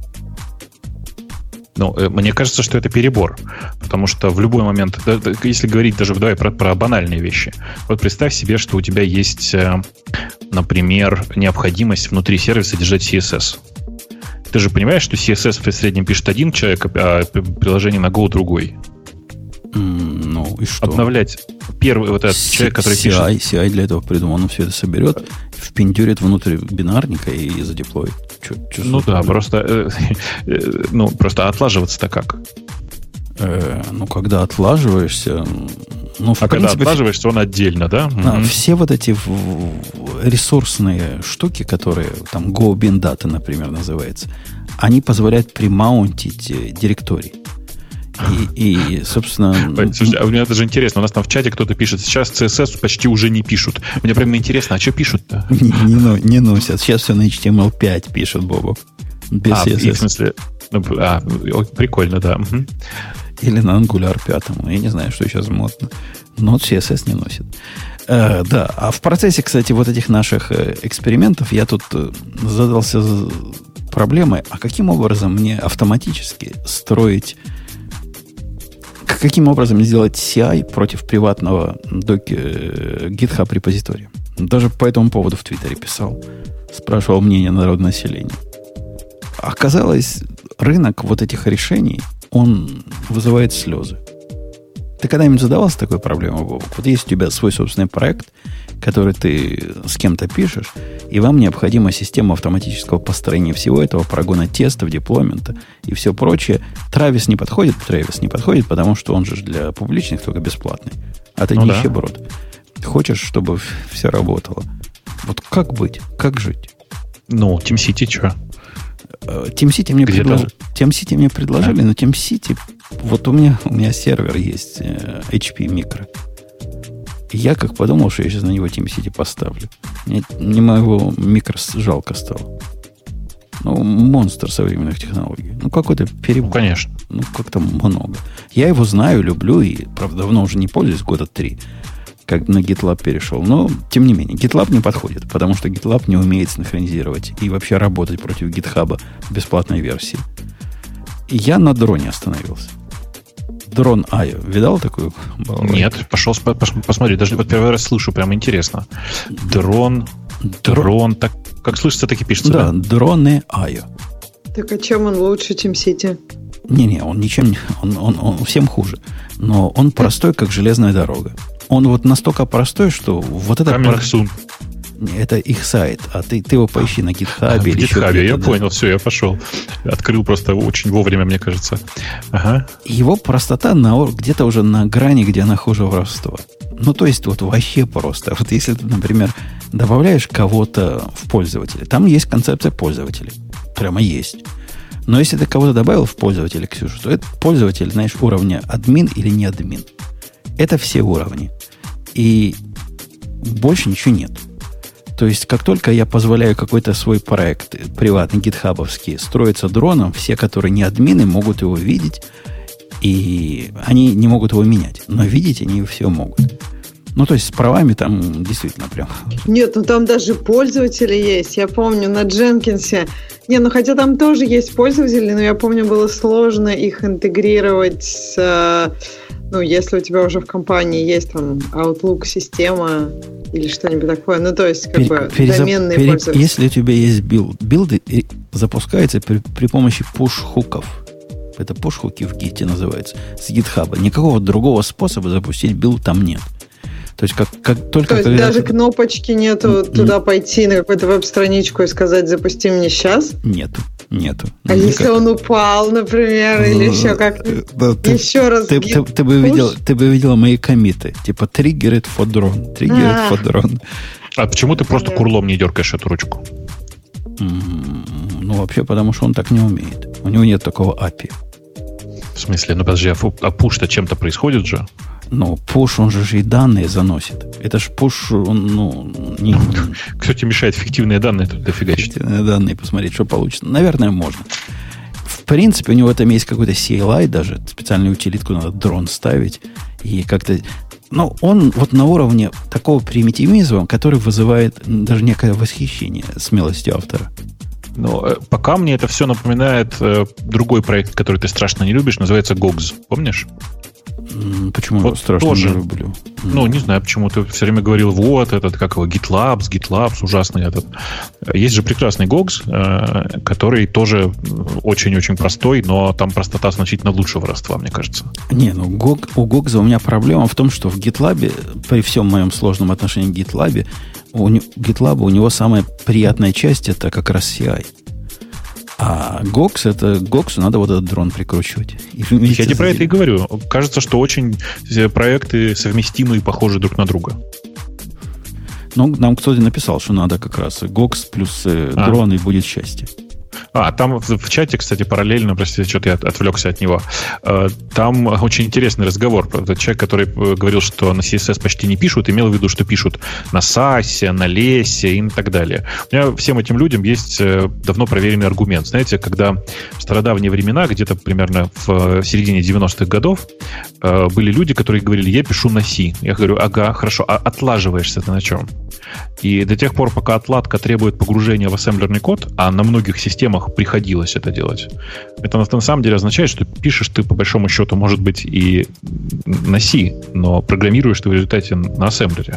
Ну, мне кажется, что это перебор. Потому что в любой момент, если говорить даже давай про, про банальные вещи, вот представь себе, что у тебя есть, например, необходимость внутри сервиса держать си эс эс. Ты же понимаешь, что си эс эс в среднем пишет один человек, а приложение на Go другой. Mm, ну, и что? Обновлять первый вот этот C- человек, который си ай, пишет. си ай для этого придумал. Он все это соберет, впендюрит внутрь бинарника и задеплоит. Чё, чё ну да, просто, э, э, ну, просто отлаживаться-то как? Э, ну, когда отлаживаешься... Ну, в а принципе, когда отлаживаешься, он отдельно, да? А, угу. Все вот эти ресурсные штуки, которые, там, GoBinData, например, называется, они позволяют примаунтить директорий. И, и, собственно... Слушайте, а у меня даже интересно, у нас там в чате кто-то пишет, сейчас си эс эс почти уже не пишут. Мне прямо интересно, а что пишут-то? Не, не, не носят. Сейчас все на эйч ти эм эл пять пишут, Бобок. Без а, си эс эс. В смысле... Ну, а, прикольно, да. Угу. Или на Angular пять. Я не знаю, что сейчас модно. Но си эс эс не носит. Э, да, а в процессе, кстати, вот этих наших экспериментов я тут задался проблемой, а каким образом мне автоматически строить... Каким образом сделать си ай против приватного доки, GitHub репозитория? Даже по этому поводу в Твиттере писал. Спрашивал мнение народного населения. Оказалось, рынок вот этих решений, он вызывает слезы. Ты когда-нибудь задавался такой проблемой, Бобок? Вот есть у тебя свой собственный проект, который ты с кем-то пишешь, и вам необходима система автоматического построения всего этого, прогона тестов, деплоймента и все прочее. Травис не подходит, Трэвис не подходит, потому что он же для публичных только бесплатный. А ты ну нищеброд. Да. Хочешь, чтобы все работало. Вот как быть? Как жить? Ну, TeamCity что? TeamCity мне, предлож... TeamCity мне предложили, а? но TeamCity... Вот у меня, у меня сервер есть эйч пи Micro. Я как подумал, что я сейчас на него TeamCity поставлю. Мне, мне моего микро жалко стало. Ну, монстр современных технологий. Ну, какой-то перебор. Ну, конечно. Ну, как-то много. Я его знаю, люблю, и, правда, давно уже не пользуюсь, года три, как на GitLab перешел. Но, тем не менее, GitLab не подходит, потому что GitLab не умеет синхронизировать и вообще работать против GitHub в бесплатной версии. И я на дроне остановился. Дрон Айо. Видал такую? Нет, пошел посмотреть. Даже вот первый раз слышу, прям интересно. Дрон, дрон, так как слышится, так и пишется. Да, да? Дроны Айо. Так а чем он лучше, чем Сити? Не-не, он ничем, он, он, он всем хуже. Но он простой, как железная дорога. Он вот настолько простой, что вот это... Coming soon. Это их сайт, а ты, ты его поищи на GitHub. А, в или GitHub, я да. понял, все, я пошел. Открыл просто очень вовремя, мне кажется. Ага. Его простота на, где-то уже на грани, где она хуже воровства. Ну, то есть, вот вообще просто. Вот если ты, например, добавляешь кого-то в пользователя, там есть концепция пользователей. Прямо есть. Но если ты кого-то добавил в пользователя, Ксюша, то это пользователь, знаешь, уровня админ или не админ. Это все уровни. И больше ничего нет. То есть, как только я позволяю какой-то свой проект, приватный, гитхабовский, строиться дроном, все, которые не админы, могут его видеть, и они не могут его менять. Но видеть они все могут. Ну, то есть, с правами там действительно прям... Нет, ну там даже пользователи есть. Я помню, на Дженкинсе... Не, ну хотя там тоже есть пользователи, но я помню, было сложно их интегрировать с... Ну, если у тебя уже в компании есть там Outlook-система или что-нибудь такое. Ну, то есть, как Пере, бы, перезап, доменные пере, пользователи. Если у тебя есть билд, билды, запускаются при, при помощи push-хуков. Это push-хуки в гите называется. С гитхаба. Никакого другого способа запустить билд там нет. То есть, как, как только... То есть, даже ты... кнопочки нету mm-hmm. туда пойти на какую-то веб-страничку и сказать «запусти мне сейчас»? Нету. Нету. А никак. Если он упал, например, или ну, еще как да, ты, еще раз ты, ты, ты, бы видел, ты бы видела мои коммиты. Типа triggered for drone. Triggered for drone. А почему ты просто курлом не дергаешь эту ручку? Mm, ну, вообще, потому что он так не умеет. У него нет такого эй пи ай. В смысле? Ну, подожди, а пуш-то чем-то происходит же? Ну, пуш, он же и данные заносит. Это ж пуш, он, ну... Не... Кто тебе мешает фиктивные данные тут дофигачить? Фиктивные данные, посмотреть, что получится. Наверное, можно. В принципе, у него там есть какой-то си эл ай даже, специальную утилитку, надо дрон ставить. И как-то... Ну, он вот на уровне такого примитивизма, который вызывает даже некое восхищение смелостью автора. Но пока мне это все напоминает э, другой проект, который ты страшно не любишь, называется Gogs. Помнишь? Почему вот страшно тоже, не люблю? Ну, не знаю, почему ты все время говорил, вот этот, как его, GitLabs, GitLabs, ужасный этот. Есть же прекрасный Gogs, э, который тоже очень-очень простой, но там простота значительно лучшего родства, мне кажется. Не, ну Gog, у Gogs у меня проблема в том, что в GitLab, при всем моем сложном отношении к GitLab, у GitLab у него самая приятная часть это как раз си ай. А Gogs, это Gogs, надо вот этот дрон прикручивать. Я тебе про это и говорю. Кажется, что очень проекты совместимы и похожи друг на друга. Ну, нам кто-то написал, что надо как раз Gogs плюс а. дрон, и будет счастье. А, там в, в чате, кстати, параллельно, простите, что-то я отвлекся от него, там очень интересный разговор. Человек, который говорил, что на си эс эс почти не пишут, имел в виду, что пишут на сасе, на лесе и так далее. У меня всем этим людям есть давно проверенный аргумент. Знаете, когда в стародавние времена, где-то примерно в середине девяностых годов, были люди, которые говорили, я пишу на C. Я говорю, ага, хорошо, а отлаживаешься ты на чем? И до тех пор, пока отладка требует погружения в ассемблерный код, а на многих системах приходилось это делать, это на, на самом деле означает, что пишешь ты, по большому счету, может быть, и на C, но программируешь ты в результате на ассемблере.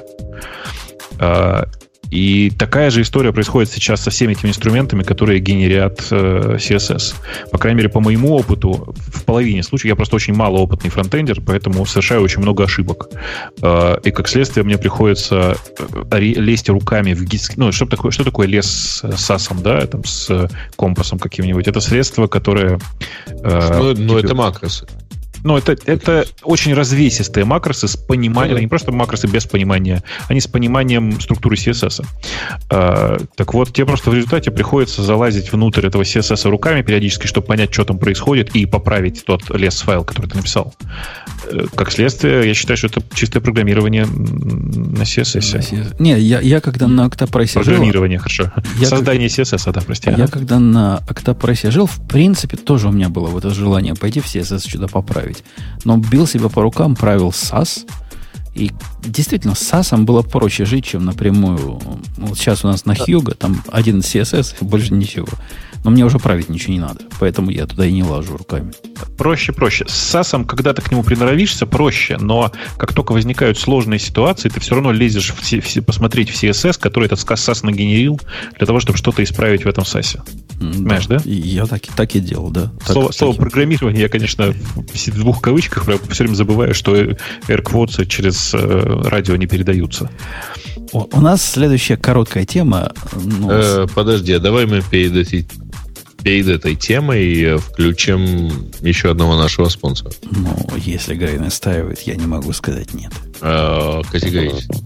И такая же история происходит сейчас со всеми этими инструментами, которые генерят э, си эс эс. По крайней мере, по моему опыту, в половине случаев, я просто очень малоопытный фронтендер, поэтому совершаю очень много ошибок. Э, и как следствие мне приходится лезть руками в гид... Ну, что такое, что такое лес с сасом, да, там, с компасом каким-нибудь? Это средство, которое... Э, ну, ну, это макросы. Ну, это, это очень развесистые макросы с пониманием, mm-hmm. не просто макросы без понимания, они с пониманием структуры си эс эс. А, так вот, тебе просто в результате приходится залазить внутрь этого си эс эс руками периодически, чтобы понять, что там происходит, и поправить тот лес-файл, который ты написал. Как следствие, я считаю, что это чистое программирование на си эс эс. Не, я, я когда на Octopress жил... Программирование, хорошо. Я Создание как... си эс эс, да, прости. Я ага. когда на Octopress жил, в принципе, тоже у меня было вот это желание пойти в си эс эс что-то поправить. Но бил себя по рукам, правил сас. И действительно, с сасом было проще жить, чем напрямую. Вот сейчас у нас на Hugo, там один си эс эс, больше ничего. Но мне уже править ничего не надо. Поэтому я туда и не лажу руками. Проще, проще. С сасом, когда ты к нему приноровишься, проще. Но как только возникают сложные ситуации, ты все равно лезешь в си, в, посмотреть в си эс эс, который этот сас нагенерил, для того, чтобы что-то исправить в этом сасе. Да. Понимаешь, да? Я так, так и делал, да. Слово, так, слово так программирование, я, конечно, в двух кавычках все время забываю, что AirQuotes через э, радио не передаются. О, у нас следующая короткая тема. Ну, э, подожди, а давай мы перед этой, перед этой темой включим еще одного нашего спонсора. Ну, если Грей настаивает, я не могу сказать нет. Э, категорически.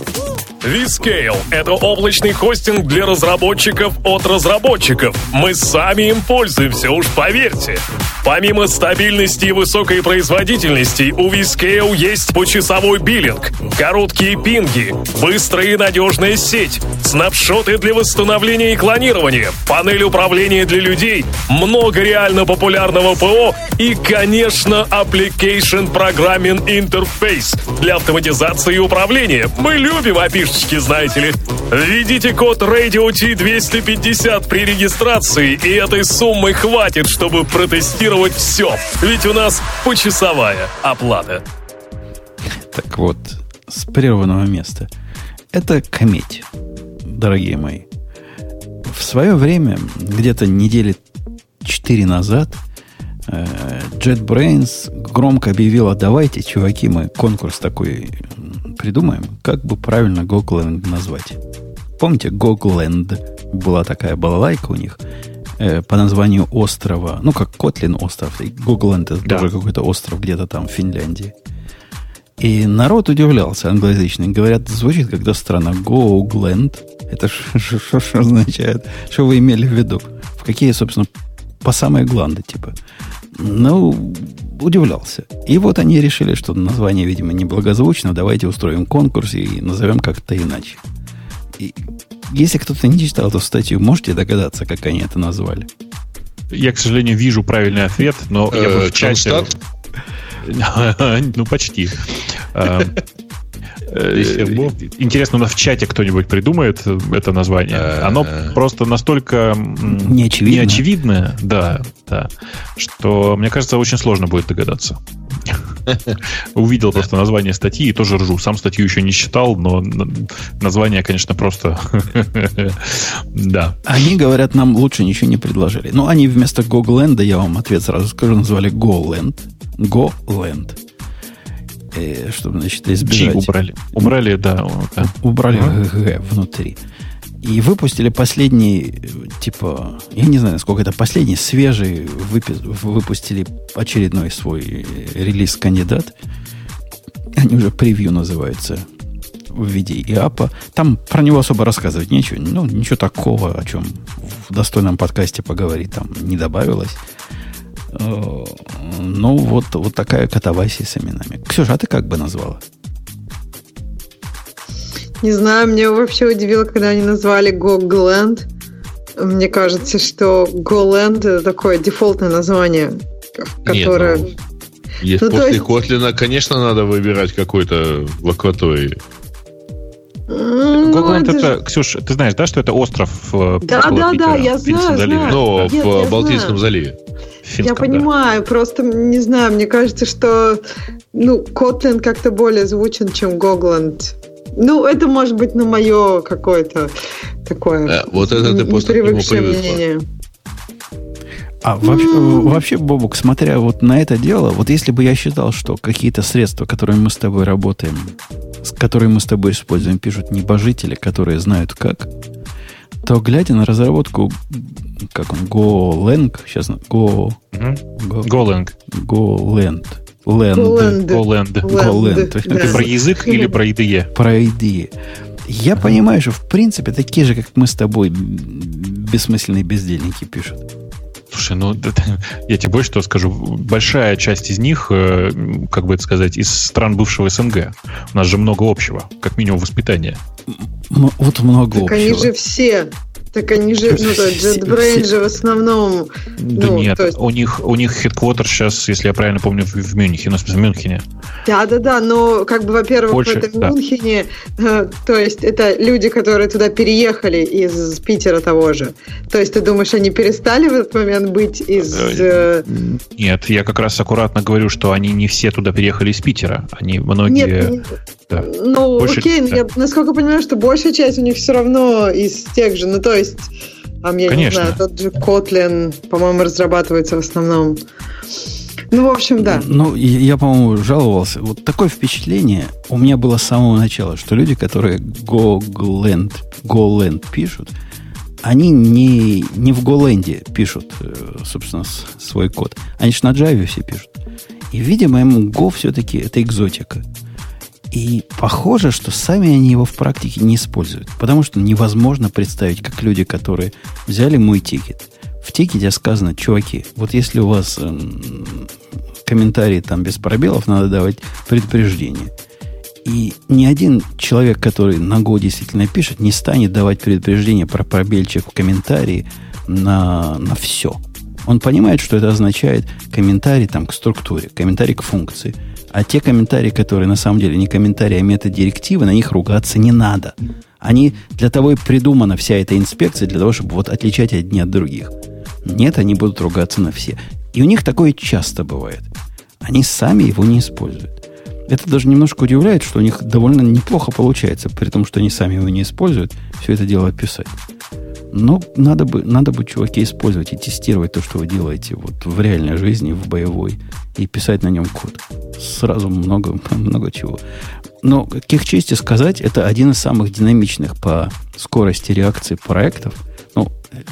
vScale – это облачный хостинг для разработчиков от разработчиков. Мы сами им пользуемся, уж поверьте. Помимо стабильности и высокой производительности, у vScale есть почасовой биллинг, короткие пинги, быстрая и надежная сеть, снапшоты для восстановления и клонирования, панель управления для людей, много реально популярного ПО и, конечно, Application Programming Interface для автоматизации и управления. Мы любим опишечки, знаете ли. Введите код радио ти двести пятьдесят при регистрации, и этой суммы хватит, чтобы протестировать все. Ведь у нас почасовая оплата. Так вот, с прерванного места. Это комедия, дорогие мои. В свое время, где-то недели четыре назад, JetBrains громко объявила: давайте, чуваки, мы конкурс такой придумаем, как бы правильно Gogland назвать. Помните, Gogland? Была такая балалайка у них э, по названию острова. Ну, как Котлин остров. И Gogland это да. тоже какой-то остров где-то там в Финляндии. И народ удивлялся, англоязычный. Говорят, звучит как-то странно. Gogland. Это что означает? Что вы имели в виду? В какие, собственно, по самые гланды, типа. Ну, удивлялся. И вот они решили, что название, видимо, неблагозвучно. Давайте устроим конкурс и назовем как-то иначе. И если кто-то не читал эту статью, можете догадаться, как они это назвали? Я, к сожалению, вижу правильный ответ, но я бы в чате... Ну, почти. Интересно, у нас в чате кто-нибудь придумает это название. Оно просто настолько неочевидно. неочевидное, да, да, что, мне кажется, очень сложно будет догадаться. Увидел просто название статьи и тоже ржу. Сам статью еще не читал, но название, конечно, просто... Да. Они говорят, нам лучше ничего не предложили. Но они вместо GoGoLand, я вам ответ сразу скажу, назвали GoLand. GoLand. Э, чтобы, значит, избежать... G убрали. Убрали, да. да. Убрали Г внутри. И выпустили последний, типа, я не знаю, насколько это последний, свежий, выпи- выпустили очередной свой релиз-кандидат. Они уже превью называются в виде ИАПа. Там про него особо рассказывать нечего. Ну, ничего такого, о чем в достойном подкасте поговорить там не добавилось. Ну, вот, вот такая катавасия с именами. Ксюша, а ты как бы назвала? Не знаю, меня вообще удивило, когда они назвали GoGoLand. Мне кажется, что GoLand — это такое дефолтное название, которое... Нет, ну, есть ну, после есть... Kotlin, конечно, надо выбирать какой-то в акватории. Ну, GoGoLand это, это, Ксюш, ты знаешь, да, что это остров в Да, да, да, я знаю, знаю. Но Нет, в Балтийском знаю. заливе. Финском, я понимаю, да. Просто, не знаю, мне кажется, что ну, Kotlin как-то более звучен, чем GoGoLand. Ну, это может быть, ну, мое какое-то такое а, вот это ты после мнение. А вообще, mm. вообще, Бобук, смотря вот на это дело, вот если бы я считал, что какие-то средства, которые мы с тобой работаем, с которыми мы с тобой используем, пишут небожители, которые знают как, то, глядя на разработку, как он, GoLang, сейчас, Go... Mm-hmm. GoLang. GoLand. Land. GoLand. GoLand. Это про язык или про ай ди и? Про ай ди и. Я uh-huh. понимаю, что, в принципе, такие же, как мы с тобой, бессмысленные бездельники пишут. Слушай, ну, я тебе больше что скажу. Большая часть из них, как бы это сказать, из стран бывшего СНГ. У нас же много общего, как минимум воспитания. М- вот много так общего. Они же все... Так они же, ну, то JetBrains же в основном... Да ну, нет, есть... у них у них хедквотер сейчас, если я правильно помню, в, в Мюнхене, ну, в смысле, в Мюнхене. Да-да-да, но, как бы, во-первых, Больше, в этом да. Мюнхене, э, то есть это люди, которые туда переехали из Питера того же. То есть ты думаешь, они перестали в этот момент быть из... Э... Нет, я как раз аккуратно говорю, что они не все туда переехали из Питера. Они многие... Нет, да. ну, Больше... окей, да. я насколько понимаю, что большая часть у них все равно из тех же, ну, то есть А я Конечно. не знаю, тот же Kotlin, по-моему, разрабатывается в основном. Ну, в общем, да. Ну, я, я, по-моему, жаловался. Вот такое впечатление у меня было с самого начала, что люди, которые GoLand, GoLand пишут, они не, не в GoLand пишут, собственно, свой код. Они же на Java все пишут. И, видимо, им Go все-таки это экзотика. И похоже, что сами они его в практике не используют. Потому что невозможно представить, как люди, которые взяли мой тикет. В тикете сказано: чуваки, вот если у вас эм, комментарии там без пробелов, надо давать предупреждение. И ни один человек, который на Go действительно пишет, не станет давать предупреждение про пробельчик в комментарии на, на все. Он понимает, что это означает комментарий там, к структуре, комментарий к функции. А те комментарии, которые на самом деле не комментарии, а метадирективы, на них ругаться не надо. Они для того и придумана вся эта инспекция, для того, чтобы вот отличать одни от других. Нет, они будут ругаться на все. И у них такое часто бывает. Они сами его не используют. Это даже немножко удивляет, что у них довольно неплохо получается, при том, что они сами его не используют, все это дело описать. Но надо бы, надо бы, чуваки, использовать и тестировать то, что вы делаете вот в реальной жизни, в боевой, и писать на нем код. Сразу много, много чего. Но, к их чести сказать, это один из самых динамичных по скорости реакции проектов. Ну,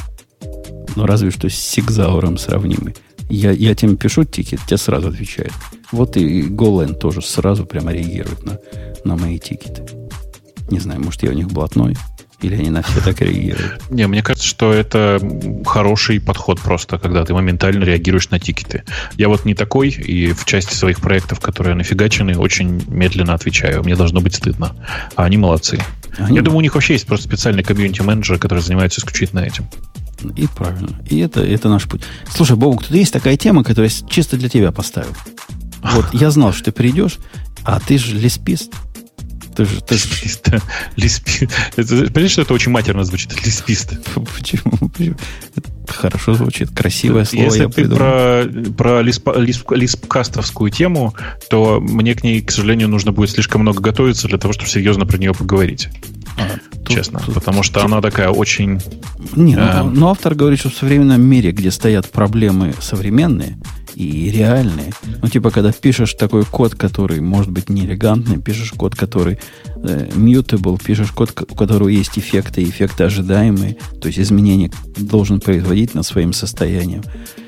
ну разве что с Сигзауром сравнимый. Я, я тебе пишу тикет, тебе сразу отвечает. Вот и GoLand тоже сразу прямо реагирует на, на мои тикеты. Не знаю, может, я у них блатной. Или они на все так реагируют? Не, мне кажется, что это хороший подход просто, когда ты моментально реагируешь на тикеты. Я вот не такой, и в части своих проектов, которые нафигачены, очень медленно отвечаю. Мне должно быть стыдно. А они молодцы. Они... Я думаю, у них вообще есть просто специальный комьюнити-менеджер, который занимается исключительно этим. И правильно. И это, это наш путь. Слушай, Бобук, тут есть такая тема, которую я чисто для тебя поставил. Вот я знал, что ты придешь, а ты же леспист. Ты же, ты же... Лисписта. Лиспи... Понимаешь, что это очень матерно звучит? Лисписта. Почему? Почему? Это хорошо звучит. Красивое слово Если я ты придумал. про, про лисп, лисп, лиспкастовскую тему, то мне к ней, к сожалению, нужно будет слишком много готовиться для того, чтобы серьезно про нее поговорить. А, тут, честно. Тут, потому что тут... она такая очень... Не, э... ну, но автор говорит, что в современном мире, где стоят проблемы современные и реальные, ну, типа, когда пишешь такой код, который может быть неэлегантный, пишешь код, который э, mutable, пишешь код, у которого есть эффекты, эффекты ожидаемые, то есть изменения должен производить над своим состоянием.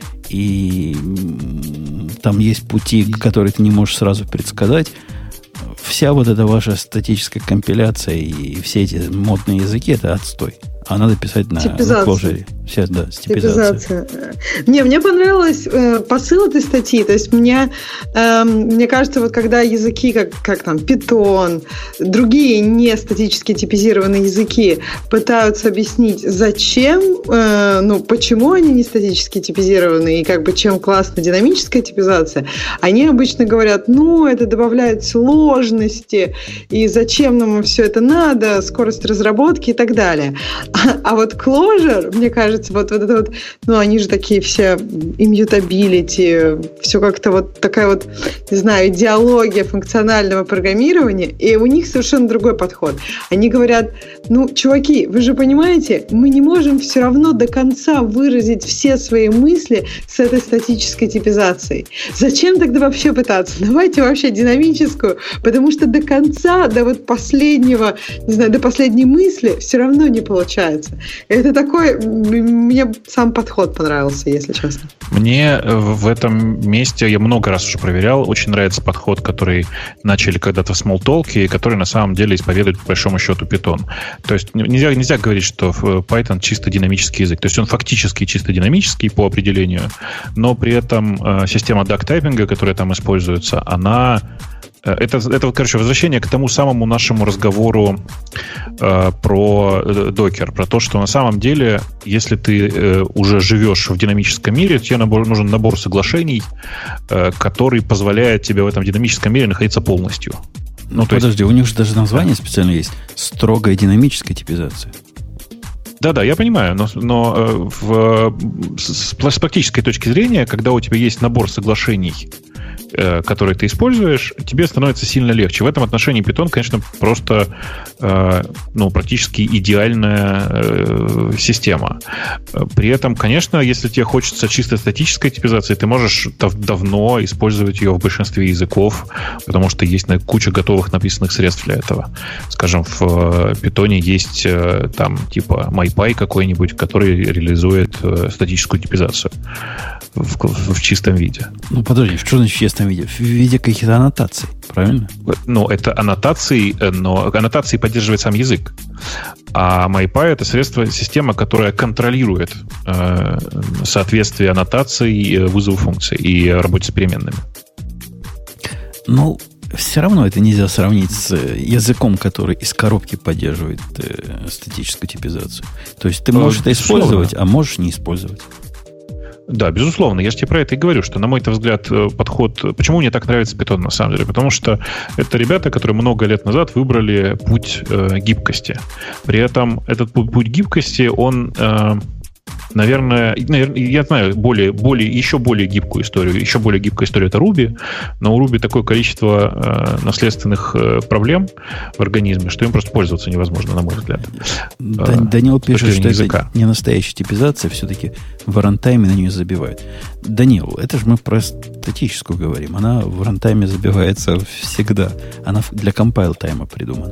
И там есть пути, которые ты не можешь сразу предсказать. Вся вот эта ваша статическая компиляция и все эти модные языки — это отстой. А надо писать на Clojure. Сейчас, да, стипизация. стипизация. Не, мне понравилось э, посыл этой статьи. То есть мне, э, мне кажется, вот когда языки, как, как там Python, другие не статически типизированные языки пытаются объяснить, зачем, э, ну, почему они не статически типизированы и как бы чем классна динамическая типизация, они обычно говорят, ну, это добавляет сложности, и зачем нам все это надо, скорость разработки и так далее. А, а вот Clojure, мне кажется, вот, вот это вот, ну, они же такие все immutability, все как-то вот такая вот, не знаю, идеология функционального программирования, и у них совершенно другой подход. Они говорят, ну, чуваки, вы же понимаете, мы не можем все равно до конца выразить все свои мысли с этой статической типизацией. Зачем тогда вообще пытаться? Давайте вообще динамическую, потому что до конца, до вот последнего, не знаю, до последней мысли все равно не получается. Это такой... Мне сам подход понравился, если честно. Мне в этом месте, я много раз уже проверял, очень нравится подход, который начали когда-то в Smalltalk, и который на самом деле исповедует, по большому счету, Python. То есть нельзя, нельзя говорить, что Python чисто динамический язык. То есть он фактически чисто динамический по определению, но при этом э, система дак-тайпинга, которая там используется, она... Это, это, короче, возвращение к тому самому нашему разговору э, про докер, про то, что на самом деле, если ты э, уже живешь в динамическом мире, тебе набор, нужен набор соглашений, э, который позволяет тебе в этом динамическом мире находиться полностью. Ну, ну подожди, есть... у них же даже название специально есть. Строгая динамическая типизация. Да-да, я понимаю, но, но э, в, с, с практической точки зрения, когда у тебя есть набор соглашений, э, которые ты используешь, тебе становится сильно легче. В этом отношении Python, конечно, просто э, ну, практически идеальная э, система. При этом, конечно, если тебе хочется чисто статической типизации, ты можешь дав- давно использовать ее в большинстве языков, потому что есть куча готовых написанных средств для этого. Скажем, в э, Python есть э, там типа MyPy какой-нибудь, который реализует э, статическую типизацию в, в, в чистом виде. Ну, подожди, что значит в чистом виде? В виде каких-то аннотаций, правильно? Ну, это аннотации, но аннотации поддерживает сам язык. А MyPy — это средство, система, которая контролирует э, соответствие аннотаций, вызову функций и работе с переменными. Ну, все равно это нельзя сравнить с языком, который из коробки поддерживает э, статическую типизацию. То есть ты можешь это использовать, а можешь не использовать. Да, безусловно. Я же тебе про это и говорю, что, на мой взгляд, подход... Почему мне так нравится Python, на самом деле? Потому что это ребята, которые много лет назад выбрали путь э, гибкости. При этом этот путь гибкости, он... Э, Наверное, я знаю более, более, еще более гибкую историю. Еще более гибкая история — это Ruby. Но у Ruby такое количество э, наследственных э, проблем в организме, что им просто пользоваться невозможно, на мой взгляд. Да, э, Данил пишет, что языка. Это не настоящая типизация, все-таки в рантайме на нее забивают. Данил, это же мы про статическую говорим. Она в рантайме забивается всегда. Она для компайл-тайма придумана.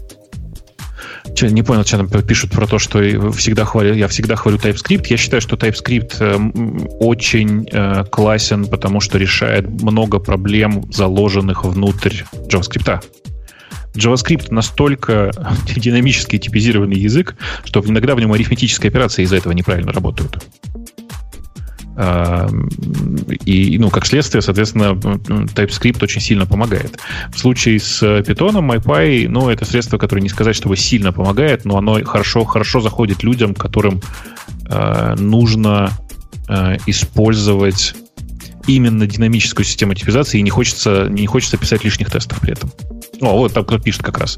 Че, не понял, что там пишут про то, что всегда хвалю, я всегда хвалю TypeScript. Я считаю, что TypeScript э, очень э, классен, потому что решает много проблем, заложенных внутрь JavaScript. JavaScript настолько динамически типизированный язык, что иногда в нем арифметические операции из-за этого неправильно работают. И, ну, как следствие, соответственно, TypeScript очень сильно помогает. В случае с Python, MyPy, ну, это средство, которое не сказать, чтобы сильно помогает, но оно хорошо, хорошо заходит людям, которым э, нужно э, использовать именно динамическую систему типизации, и не хочется, не хочется писать лишних тестов при этом. О, вот там кто пишет как раз.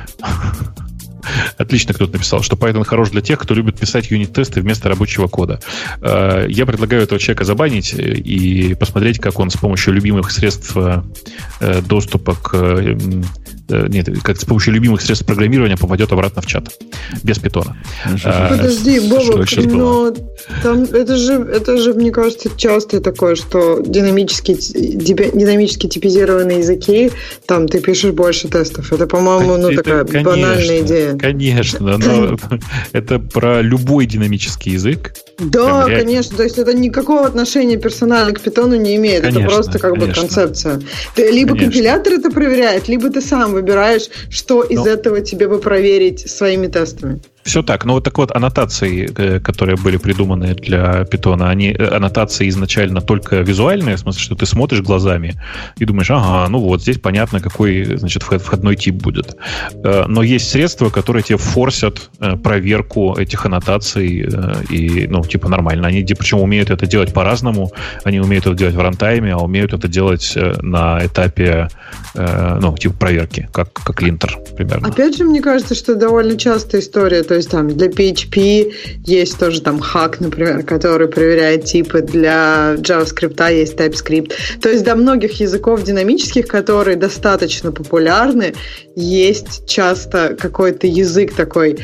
Отлично кто-то написал, что Python хорош для тех, кто любит писать юнит-тесты вместо рабочего кода. Я предлагаю этого человека забанить и посмотреть, как он с помощью любимых средств доступа к... Нет, как с помощью любимых средств программирования попадет обратно в чат. Без питона. Подожди, Бобок, но там это же, это же, мне кажется, часто такое, что динамически, динамически типизированные языки, там ты пишешь больше тестов. Это, по-моему, ну, это, такая конечно, банальная идея. Конечно, но это про любой динамический язык. Да, конечно. То есть это никакого отношения персонально к питону не имеет. Конечно, это просто как конечно. бы концепция. Ты либо конечно. компилятор это проверяет, либо ты сам выбираешь, что из но... этого тебе бы проверить своими тестами. Все так. Ну, вот так вот, аннотации, которые были придуманы для питона, они аннотации изначально только визуальные, в смысле, что ты смотришь глазами и думаешь, ага, ну вот, здесь понятно, какой, значит, входной тип будет. Но есть средства, которые тебе форсят проверку этих аннотаций и, ну, типа, нормально. Они, причем, умеют это делать по-разному. Они умеют это делать в рантайме, а умеют это делать на этапе, ну, типа, проверки, как, как линтер, примерно. Опять же, мне кажется, что довольно частая история. То есть там для пи эйч пи есть тоже там хак, например, который проверяет типы, для JavaScript есть TypeScript. То есть до многих языков динамических, которые достаточно популярны, есть часто какой-то язык такой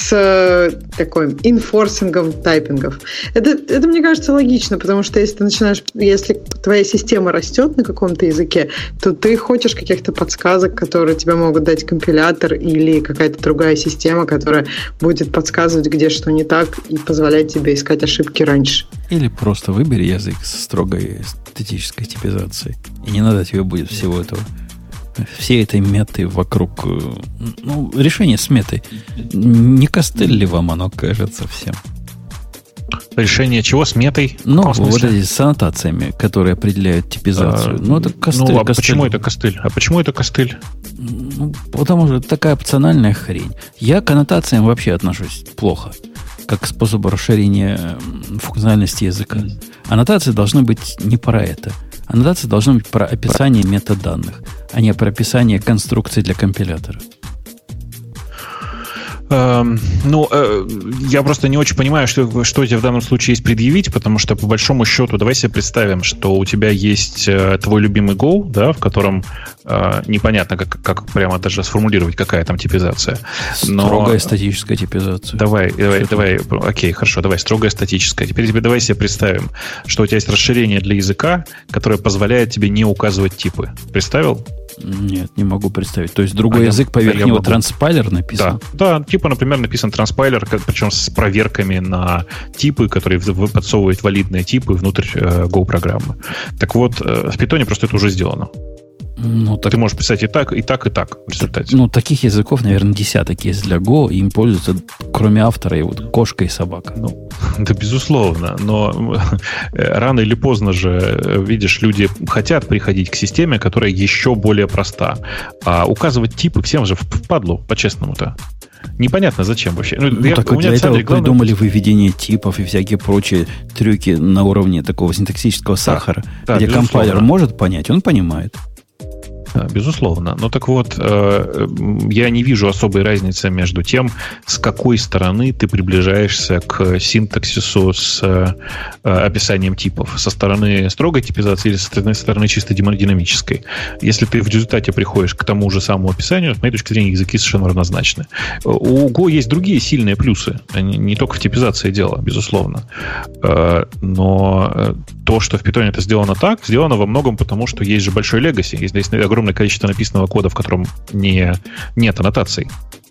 с такой инфорсингом тайпингов. Это, это, мне кажется, логично, потому что если ты начинаешь, если твоя система растет на каком-то языке, то ты хочешь каких-то подсказок, которые тебе могут дать компилятор или какая-то другая система, которая будет подсказывать, где что не так, и позволять тебе искать ошибки раньше. Или просто выбери язык с строгой эстетической типизацией. И не надо тебе будет всего этого. Все этой меты вокруг... Ну, решение с метой. Не костыль ли вам оно кажется всем? Решение чего? С метой? Ну, вот эти с аннотациями, которые определяют типизацию. А, ну, это костыль. Ну, а костыль. Почему это костыль? А почему это костыль? Ну, потому что это такая опциональная хрень. Я к аннотациям вообще отношусь плохо, как к способу расширения функциональности языка. Аннотации должны быть не про это. Аннотации должны быть про описание метаданных, а не про описание конструкций для компилятора. Ну, я просто не очень понимаю, что, что тебе в данном случае есть предъявить, потому что, по большому счету, давай себе представим, что у тебя есть твой любимый Go, да, в котором э, непонятно, как, как прямо даже сформулировать, какая там типизация. Но... Строгая статическая типизация. Давай, давай, давай, окей, хорошо, давай, строгая статическая. Теперь тебе давай себе представим, что у тебя есть расширение для языка, которое позволяет тебе не указывать типы. Представил? Нет, не могу представить. То есть другой а язык я, поверх него транспайлер написан? Да, да, типа, например, написан транспайлер, причем с проверками на типы, которые подсовывают валидные типы внутрь э, Go-программы. Так вот, э, в Python просто это уже сделано. Ну, так... Ты можешь писать и так, и так, и так в результате. Ну, таких языков, наверное, десяток есть для Go, и им пользуются, кроме автора, и вот кошка и собака. Ну, да, безусловно. Но рано или поздно же, видишь, люди хотят приходить к системе, которая еще более проста. А указывать типы всем же впадлу, по-честному-то. Непонятно, зачем вообще. Ну, ну я, так для этого придумали выведение типов и всякие прочие трюки на уровне такого синтаксического сахара, да, где да, компайлер может понять, он понимает. Да, безусловно. Но так вот, э, я не вижу особой разницы между тем, с какой стороны ты приближаешься к синтаксису с э, описанием типов. Со стороны строгой типизации или со стороны, со стороны чисто динамической. Если ты в результате приходишь к тому же самому описанию, с моей точки зрения, языки совершенно равнозначны. У Go есть другие сильные плюсы. Они не только в типизации дело, безусловно. Э, но то, что в Python это сделано так, сделано во многом потому, что есть же большой legacy. Есть, есть огромное количество написанного кода, в котором не, нет аннотаций.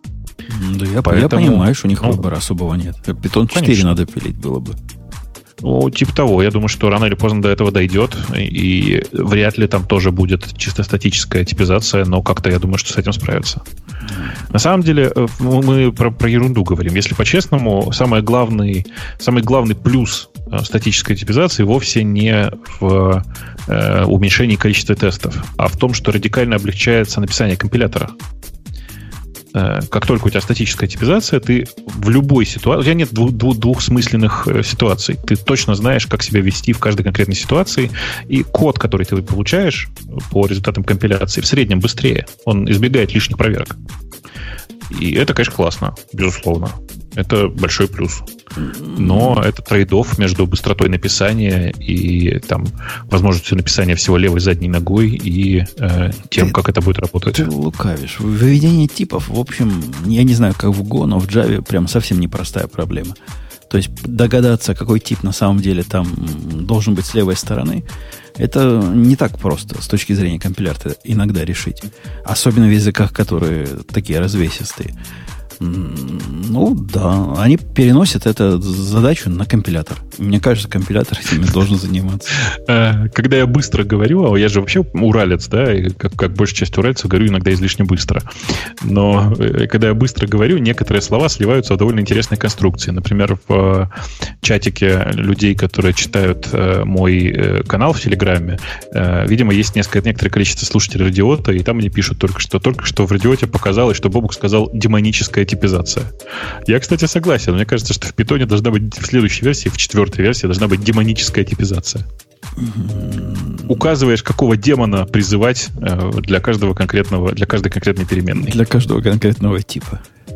Да я, Поэтому, я понимаю, что у них ну, выбора особого нет. Python четыре конечно. Надо пилить было бы. Ну, типа того. Я думаю, что рано или поздно до этого дойдет, и вряд ли там тоже будет чисто статическая типизация, но как-то я думаю, что с этим справятся. На самом деле, мы про, про ерунду говорим. Если по-честному, самый главный, самый главный плюс статической типизации вовсе не в э, уменьшении количества тестов, а в том, что радикально облегчается написание компилятора. как только у тебя статическая типизация, ты в любой ситуации... У тебя нет двух, двух, двухсмысленных ситуаций. Ты точно знаешь, как себя вести в каждой конкретной ситуации. И код, который ты получаешь по результатам компиляции, в среднем быстрее. Он избегает лишних проверок. И это, конечно, классно, безусловно. Это большой плюс. Но это трейд-офф между быстротой написания и там, возможностью написания всего левой задней ногой и э, тем, ты, как это будет работать. Ты лукавишь. Выведение типов, в общем, я не знаю, как в Go, но в Java прям совсем непростая проблема. То есть догадаться, какой тип на самом деле там должен быть с левой стороны, это не так просто с точки зрения компилятора иногда решить. Особенно в языках, которые такие развесистые. Ну, да, они переносят эту задачу на компилятор. Мне кажется, компилятор этим должен заниматься. Когда я быстро говорю, а я же вообще уралец, да, и как, как большая часть уральцев говорю иногда излишне быстро. Но когда я быстро говорю, некоторые слова сливаются в довольно интересные конструкции. Например, в чатике людей, которые читают мой канал в Телеграме, видимо, есть несколько, некоторое количество слушателей Радиота, и там мне пишут только что, только что в Радиоте показалось, что Бобук сказал демоническая типизация. Я, кстати, согласен. Мне кажется, что в Python должна быть в следующей версии, в четвертой версии, должна быть демоническая типизация. Mm-hmm. Указываешь, какого демона призывать э, для каждого конкретного, для каждой конкретной переменной. Для каждого конкретного типа.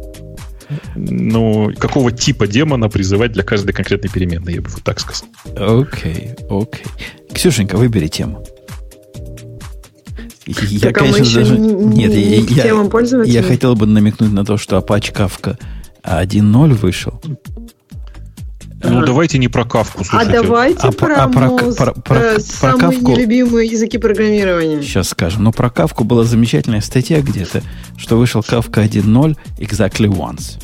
Ну, какого типа демона призывать для каждой конкретной переменной, я бы вот так сказал. Окей, окей. Ксюшенька, выбери тему. Я, так, конечно, а даже... Нет, я, я, я хотел бы намекнуть на то, что Apache Kafka один ноль вышел. Ну, а. давайте не про Кавку, слушайте. А давайте а, про, а, про, про, про, про, э, самые про Kafka... нелюбимые языки программирования. Сейчас скажем. Но про Kafka была замечательная статья где-то, что вышел Kafka один ноль exactly once.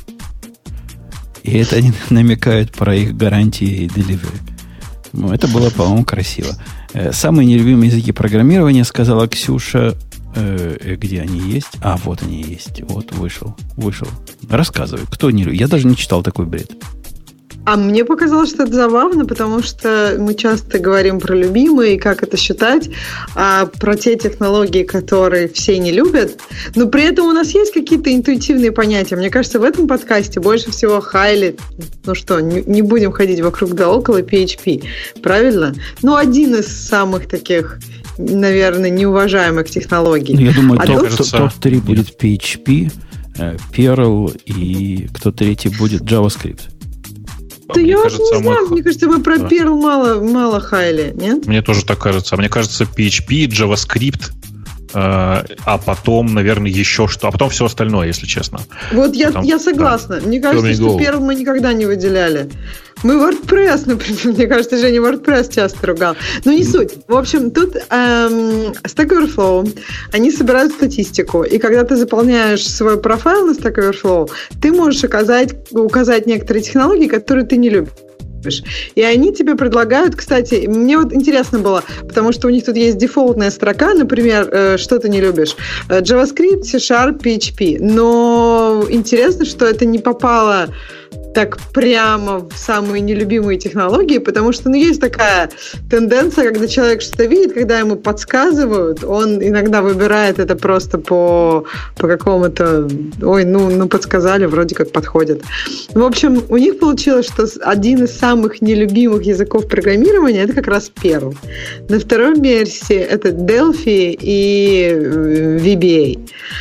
И это они намекают про их гарантии и delivery. Ну, это было, по-моему, красиво. Самые нелюбимые языки программирования, сказала Ксюша. Э, где они есть? А, вот они есть. Вот, вышел. Вышел. Рассказывай, кто не любит. Я даже не читал такой бред. А мне показалось, что это забавно, потому что мы часто говорим про любимые, как это считать, а про те технологии, которые все не любят. Но при этом у нас есть какие-то интуитивные понятия. Мне кажется, в этом подкасте больше всего хайлит, ну что, не, не будем ходить вокруг да около, пи эйч пи. Правильно? Ну, один из самых таких, наверное, неуважаемых технологий. Ну, я думаю, а топ, кажется, топ-три будет пи эйч пи, Perl и кто третий будет JavaScript. Да мне я кажется, не знаю, мы... мне кажется, мы про да. Perl мало, мало хайли, нет? Мне тоже так кажется. Мне кажется, пи эйч пи, JavaScript, э, а потом, наверное, еще что. А потом все остальное, если честно. Вот я, потом, я согласна. Да. Мне кажется, что Perl мы никогда не выделяли. Мы WordPress, например, мне кажется, Женя WordPress часто ругал. Но не суть. В общем, тут эм, Stack Overflow, они собирают статистику, и когда ты заполняешь свой профайл на Stack Overflow, ты можешь указать, указать некоторые технологии, которые ты не любишь. И они тебе предлагают, кстати, мне вот интересно было, потому что у них тут есть дефолтная строка, например, э, что ты не любишь, JavaScript, C-Sharp, пи эйч пи. Но интересно, что это не попало так прямо в самые нелюбимые технологии, потому что, ну, есть такая тенденция, когда человек что-то видит, когда ему подсказывают, он иногда выбирает это просто по, по какому-то, ой, ну, ну, подсказали, вроде как подходит. В общем, у них получилось, что один из самых нелюбимых языков программирования это как раз Perl. На второй версии это Delphi и ви би эй.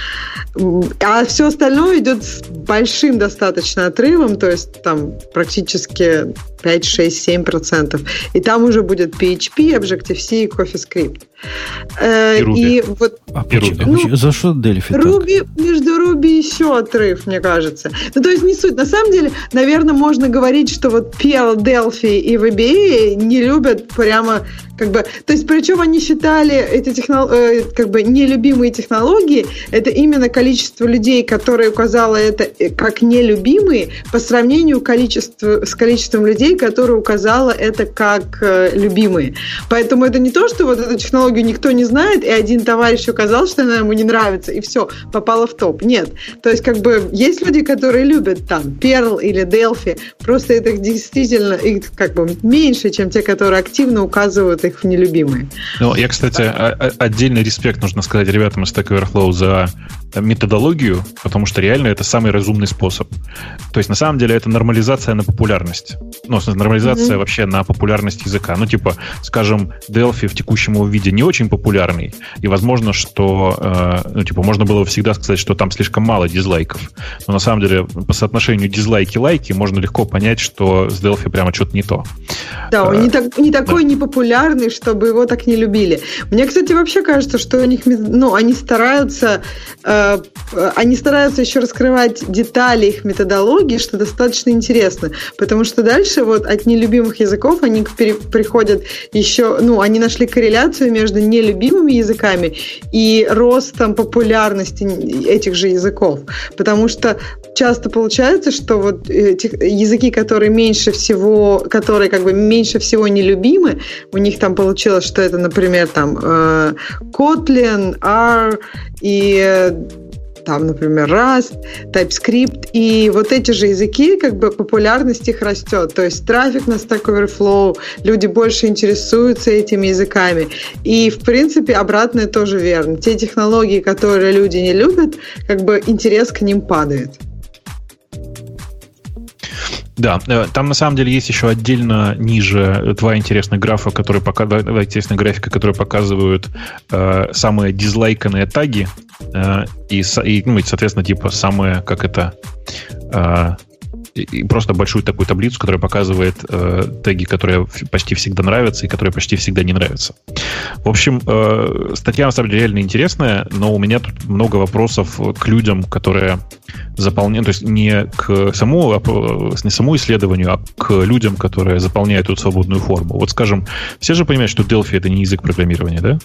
А все остальное идет с большим достаточно отрывом, то есть там практически пять, шесть, семь процентов. И там уже будет пи эйч пи, Objective-C и CoffeeScript. И Ruby. И вот, а почему? Ну, за что Delphi Ruby, между Ruby еще отрыв, мне кажется. Ну, то есть не суть. На самом деле, наверное, можно говорить, что вот Perl, Delphi и ви би эй не любят прямо как бы... То есть причем они считали эти технологии, как бы нелюбимые технологии, это именно количество людей, которые указало это как нелюбимые по сравнению количество, с количеством людей, которые указало это как э, любимые. Поэтому это не то, что вот эту технологию никто не знает, и один товарищ указал, что она ему не нравится, и все, попала в топ. Нет. То есть как бы есть люди, которые любят там Perl или Delphi, просто это действительно их как бы меньше, чем те, которые активно указывают их их в нелюбимые. Ну, я, кстати, отдельный респект нужно сказать ребятам из Stack Overflow за методологию, потому что реально это самый разумный способ. То есть, на самом деле, это нормализация на популярность. Ну, нормализация mm-hmm. вообще на популярность языка. Ну, типа, скажем, Delphi в текущем его виде не очень популярный, и возможно, что, э, ну, типа, можно было всегда сказать, что там слишком мало дизлайков. Но, на самом деле, по соотношению дизлайки-лайки можно легко понять, что с Delphi прямо что-то не то. Да, он не, так, не такой да. непопулярный, чтобы его так не любили. Мне, кстати, вообще кажется, что у них, ну, они стараются... Э, они стараются еще раскрывать детали их методологии, что достаточно интересно, потому что дальше вот от нелюбимых языков они пере- приходят еще, ну, они нашли корреляцию между нелюбимыми языками и ростом популярности этих же языков, потому что часто получается, что вот эти языки, которые меньше всего, которые как бы меньше всего нелюбимы, у них там получилось, что это, например, там Kotlin, R и там, например, Rust, TypeScript, и вот эти же языки, как бы популярность их растет, то есть трафик на Stack Overflow, люди больше интересуются этими языками, и, в принципе, обратное тоже верно. Те технологии, которые люди не любят, как бы интерес к ним падает. Да, там на самом деле есть еще отдельно ниже два интересных графа, которые пока, два интересных графика, которые показывают э, самые дизлайканные таги э, и, и, ну, и, соответственно, типа самые, как это, э, и просто большую такую таблицу, которая показывает э, теги, которые почти всегда нравятся и которые почти всегда не нравятся. В общем, э, статья на самом деле реально интересная, но у меня тут много вопросов к людям, которые заполняют, то есть не к самому, не самому исследованию, а к людям, которые заполняют эту свободную форму. Вот, скажем, все же понимают, что Delphi — это не язык программирования, да?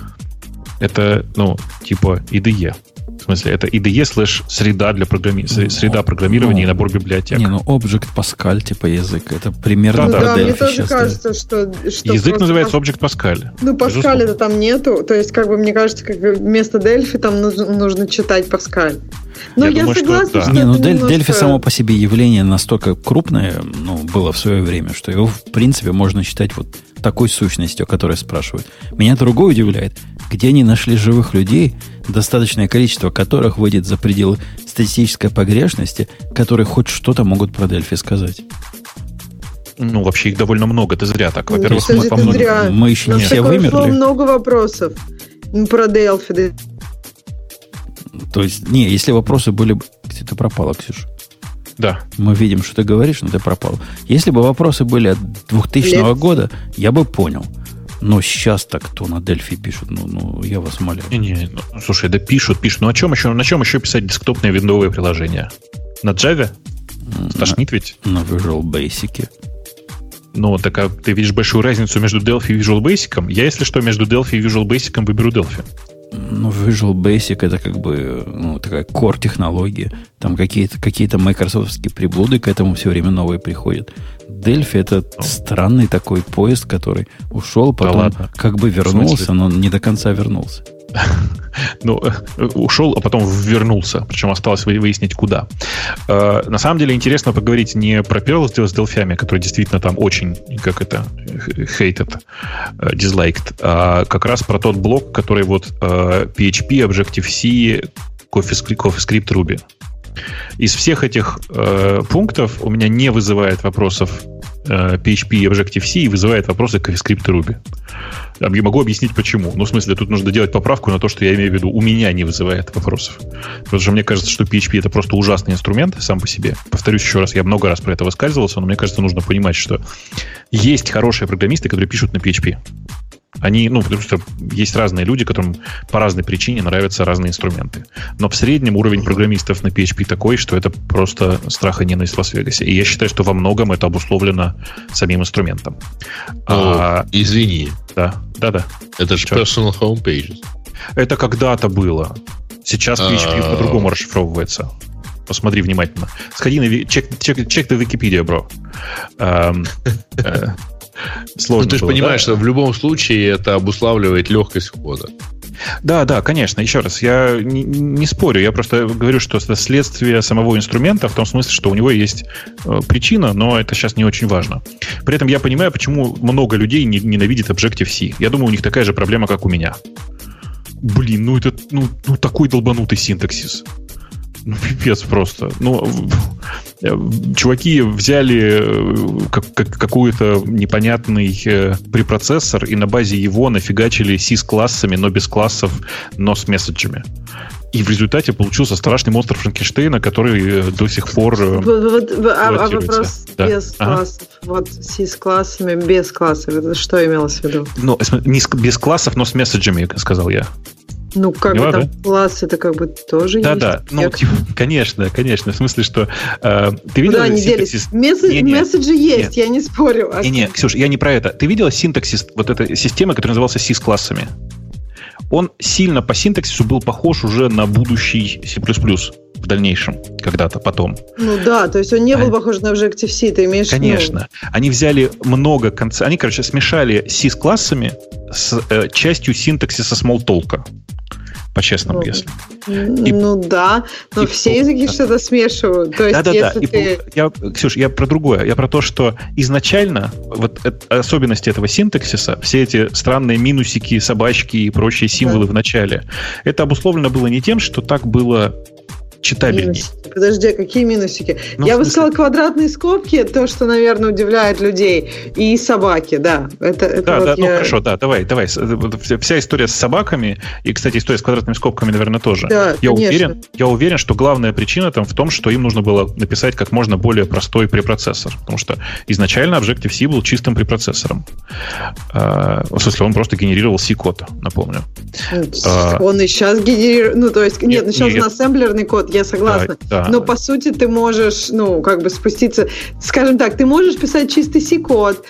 Это, ну, типа ай ди и. В смысле, это ай ди и слэш среда для программи... среда программирования ну, и набор библиотек. Не, ну Object Pascal типа язык. Это примерно да, про да, Delphi мне тоже сейчас. кажется, что, что язык называется Object Pascal. Ну, Pascal это там нету. То есть, как бы, мне кажется, как вместо Delphi там нужно, нужно читать Pascal. Но я, я думаю, согласна, что, да. что не, ну немножко... Delphi само по себе явление настолько крупное, ну, было в свое время, что его, в принципе, можно считать вот такой сущностью, о которой спрашивают. Меня другое удивляет, где они нашли живых людей, достаточное количество которых выйдет за пределы статистической погрешности, которые хоть что-то могут про Delphi сказать. Ну, вообще их довольно много, ты зря так. Во-первых, Кстати, мы, ты зря. мы еще не все вымерли. Много вопросов про Delphi. То есть, не, если вопросы были бы... Где ты пропала, Ксюша? Да. Мы видим, что ты говоришь, но ты пропал. Если бы вопросы были от двухтысячного Лет. года, я бы понял. Но сейчас-то кто на Delphi пишет? Ну, ну я вас умоляю. Не, не, ну, слушай, да пишут, пишут. Ну, о чем еще, на чем еще писать десктопные виндовые приложения? На Java? Стошнит ведь? На Visual Basic. Ну, так а ты видишь большую разницу между Delphi и Visual Basic? Я, если что, между Delphi и Visual Basic выберу Delphi. Ну, Visual Basic это как бы ну, такая core-технология. Там какие-то, какие-то майкрософтские приблуды к этому все время новые приходят. Delphi это ну. странный такой поезд, который ушел, потом да как бы вернулся, но не до конца вернулся. Ну, ушел, а потом вернулся. Причем осталось выяснить, куда. На самом деле интересно поговорить не про Perl с Delphi, который действительно там очень, как это, hated, disliked, а как раз про тот блок, который вот пи эйч пи, Objective-C, CoffeeScript, Ruby. Из всех этих э, пунктов у меня не вызывает вопросов э, пи эйч пи и Objective-C и вызывает вопросы CoffeeScript и Ruby. Я могу объяснить, почему. Ну, в смысле, тут нужно делать поправку на то, что я имею в виду. У меня не вызывает вопросов. Потому что мне кажется, что пи эйч пи это просто ужасный инструмент сам по себе. Повторюсь еще раз, я много раз про это высказывался, но мне кажется, нужно понимать, что есть хорошие программисты, которые пишут на пи эйч пи. Они, ну, потому что есть разные люди, которым по разной причине нравятся разные инструменты. Но в среднем уровень программистов на пи эйч пи такой, что это просто страх и ненависть в Лас-Вегасе. И я считаю, что во многом это обусловлено самим инструментом. О, а, извини. Да, да, да. Это же personal home pages. Это когда-то было. Сейчас пи эйч пи по-другому расшифровывается. Посмотри внимательно. Сходи на чек, чек, чек на Википедию, бро. Сложно ну, ты же понимаешь, да? Что в любом случае это обуславливает легкость входа. Да, да, конечно. Еще раз, я не, не спорю. Я просто говорю, что это следствие самого инструмента в том смысле, что у него есть э, причина, но это сейчас не очень важно. При этом я понимаю, почему много людей не, ненавидит Objective-C. Я думаю, у них такая же проблема, как у меня. Блин, ну это ну, ну такой долбанутый синтаксис. Ну, пипец просто. Ну, чуваки взяли как, как, какой-то непонятный препроцессор и на базе его нафигачили C с классами, но без классов, но с месседжами. И в результате получился страшный монстр Франкенштейна, который до сих пор вот, вот, а, а вопрос да. без ага. классов. Вот C с классами, без классов. Это что имелось в виду? Ну, не с, без классов, но с месседжами, сказал я. Ну, как Поняла, бы там да? класс, это как бы тоже да, есть. Да, да, ну, типа, конечно, конечно, в смысле, что э, ты видела Куда синтаксис... Месседж, не, не, месседжи есть, нет. Я не спорю. Не, не, Ксюш, я не про это. Ты видела синтаксис вот этой системы, которая назывался C с классами? Он сильно по синтаксису был похож уже на будущий C++ в дальнейшем, когда-то потом. Ну да, то есть он не был а... похож на Objective-C, ты имеешь в виду? Конечно. Они взяли много концепций, они, короче, смешали C с классами с э, частью синтаксиса Smalltalk. По-честному, ну, если. И, ну да, но и, все языки да. что-то смешивают. То есть, да, да, если да. ты... Я, Ксюш, я про другое. Я про то, что изначально вот это, особенности этого синтаксиса, все эти странные минусики, собачки и прочие символы да. в начале, это обусловлено было не тем, что так было читабельней. Минусики. Подожди, а какие минусики? Ну, я бы сказала, квадратные скобки, то, что, наверное, удивляет людей, и собаки, да. Это, это да, вот да, я... ну хорошо, да, давай, давай. Вся история с собаками, и, кстати, история с квадратными скобками, наверное, тоже. Да, я, конечно. уверен, я уверен, что главная причина там в том, что им нужно было написать как можно более простой препроцессор, потому что изначально Objective-C был чистым препроцессором. В смысле, он просто генерировал C-код, напомню. Он и сейчас генерирует, ну, то есть, нет, нет сейчас нет. на ассемблерный код, я согласна. Да, да. Но по сути ты можешь, ну, как бы спуститься, скажем так, ты можешь писать чистый C-код,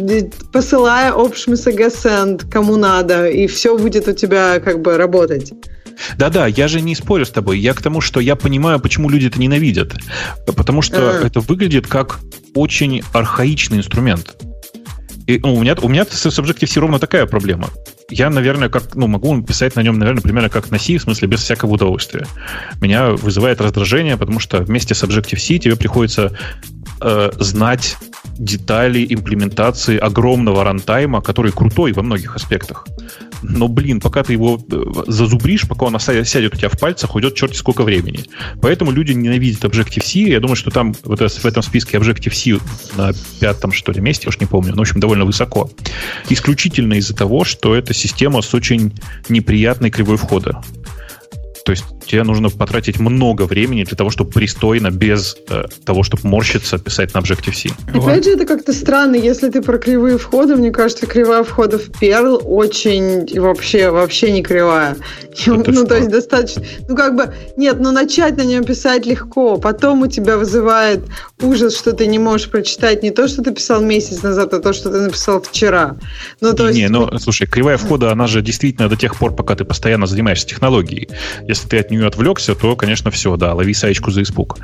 посылая options send кому надо, и все будет у тебя как бы работать. Да-да, я же не спорю с тобой. Я к тому, что я понимаю, почему люди это ненавидят. Потому что а. это выглядит как очень архаичный инструмент. И, ну, у меня, у меня с Objective-C ровно такая проблема. Я, наверное, как, ну, могу писать на нем, наверное, примерно как на C, в смысле без всякого удовольствия. Меня вызывает раздражение, потому что вместе с Objective-C тебе приходится э, знать детали имплементации огромного рантайма, который крутой во многих аспектах. Но, блин, пока ты его зазубришь, пока он сядет у тебя в пальцах, уйдет черти сколько времени. Поэтому люди ненавидят Objective-C. Я думаю, что там вот в этом списке Objective-C на пятом, что ли, месте, я уж не помню, но, в общем, довольно высоко. Исключительно из-за того, что это система с очень неприятной кривой входа. То есть тебе нужно потратить много времени для того, чтобы пристойно, без э, того, чтобы морщиться, писать на Objective-C. Опять же, это как-то странно. Если ты про кривые входы, мне кажется, кривая входа в Perl очень вообще, вообще не кривая. Это ну, что? То есть достаточно... Ну, как бы... Нет, ну, начать на нем писать легко. Потом у тебя вызывает ужас, что ты не можешь прочитать не то, что ты писал месяц назад, а то, что ты написал вчера. Ну, то не, есть... не, ну, слушай, кривая входа, она же действительно до тех пор, пока ты постоянно занимаешься технологией. Если ты от нее отвлекся, то, конечно, все, да, лови саечку за испуг.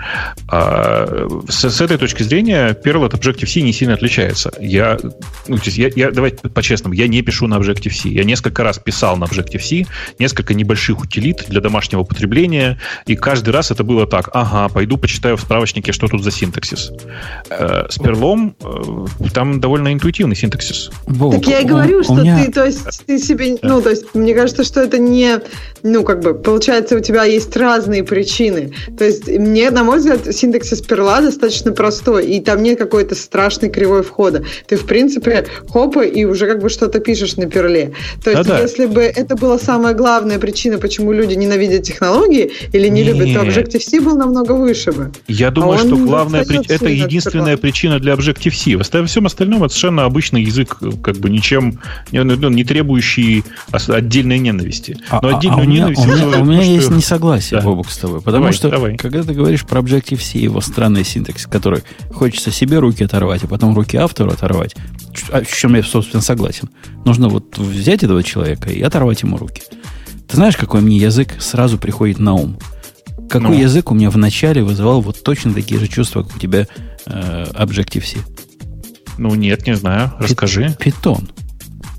А, с, с этой точки зрения Perl от Objective-C не сильно отличается. Я, ну, то есть я, я, давайте по-честному, я не пишу на Objective-C. Я несколько раз писал на Objective-C, несколько небольших утилит для домашнего потребления, и каждый раз это было так: ага, пойду почитаю в справочнике, что тут за синтаксис. Э, с Perl э, там довольно интуитивный синтаксис. Воу, так я и говорю, у, что у меня... ты, то есть, ты себе, ну, то есть, мне кажется, что это не, ну, как бы, получается, у тебя есть разные причины. То есть, мне, на мой взгляд, синтаксис Perl достаточно простой, и там нет какой-то страшной кривой входа. Ты, в принципе, хопа, и уже как бы что-то пишешь на Perl. То есть, да-да. Если бы это была самая главная причина, почему люди ненавидят технологии или не, не любят, то Objective-C был намного выше бы. Я думаю, а что главная при... это единственная причина для Objective-C. Во всем остальном это совершенно обычный язык, как бы ничем не требующий отдельной ненависти. Но а, отдельную а у меня, ненависть... У меня, у меня есть несогласие, да. Бобук, с тобой. Потому давай, что, давай. когда ты говоришь про Objective-C, его странный синтаксис, который хочется себе руки оторвать, а потом руки автору оторвать, с чем я, собственно, согласен. Нужно вот взять этого человека и оторвать ему руки. Ты знаешь, какой мне язык сразу приходит на ум? Какой ну. язык у меня вначале вызывал вот точно такие же чувства, как у тебя э, Objective-C? Ну, нет, не знаю. Расскажи. Питон.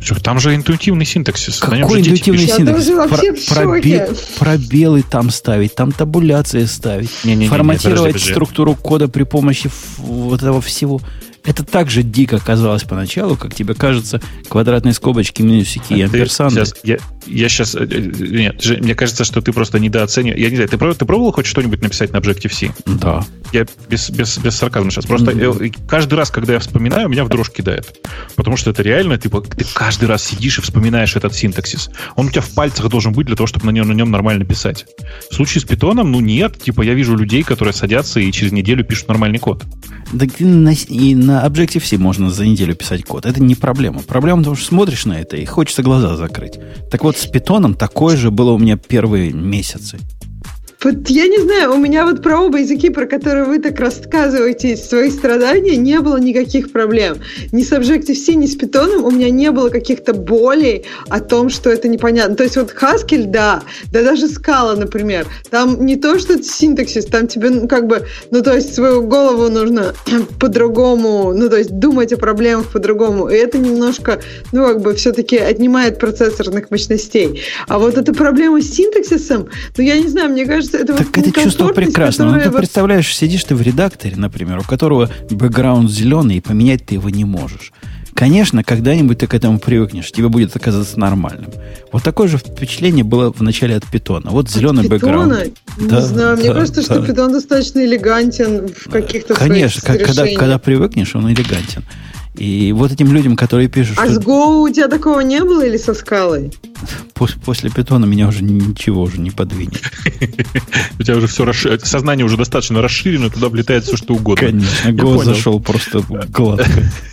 Там же интуитивный синтаксис. Какой интуитивный синтаксис? Я вообще в шоке. Пробелы там ставить, там табуляции ставить, не, не, не, форматировать не, подожди, подожди. структуру кода при помощи вот этого всего. Это так же дико казалось поначалу, как тебе кажется, квадратные скобочки, минусики и амперсанды. Сейчас, я, я сейчас... Нет, Жень, мне кажется, что ты просто недооцениваешь. Я не знаю, ты, ты пробовал хоть что-нибудь написать на Objective-C? Да. Я без, без, без сарказма сейчас. Просто mm-hmm. каждый раз, когда я вспоминаю, меня в дрожь кидает. Потому что это реально, типа, ты каждый раз сидишь и вспоминаешь этот синтаксис. Он у тебя в пальцах должен быть для того, чтобы на нем, на нем нормально писать. В случае с питоном, ну нет. Типа, я вижу людей, которые садятся и через неделю пишут нормальный код. Да и на, и на Objective-C можно за неделю писать код. Это не проблема. Проблема в том, что смотришь на это и хочется глаза закрыть. Так вот, с питоном такое же было у меня первые месяцы. Вот я не знаю, у меня вот про оба языки, про которые вы так рассказываете свои страдания, не было никаких проблем. Ни с Objective-C, ни с Python у меня не было каких-то болей о том, что это непонятно. То есть вот Haskell, да, да даже Scala, например, там не то, что это синтаксис, там тебе, ну, как бы, ну, то есть свою голову нужно по-другому, ну, то есть думать о проблемах по-другому. И это немножко, ну, как бы все-таки отнимает процессорных мощностей. А вот эта проблема с синтаксисом, ну, я не знаю, мне кажется, это так вот это чувство прекрасно. Ну, ты вот... представляешь, сидишь ты в редакторе, например, у которого бэкграунд зеленый, и поменять ты его не можешь. Конечно, когда-нибудь ты к этому привыкнешь, тебе будет оказаться нормальным. Вот такое же впечатление было в начале от питона. Вот зеленый от бэкграунд. Не да, знаю, да, мне кажется, да. что питон достаточно элегантен в каких-то Конечно, своих когда, решениях. когда привыкнешь, он элегантен. И вот этим людям, которые пишут... А что... с Go у тебя такого не было или со скалой? После, после питона меня уже ничего уже не подвинет. У тебя уже все расширено, сознание уже достаточно расширено, туда влетает все, что угодно. Конечно, Go зашел просто гладко.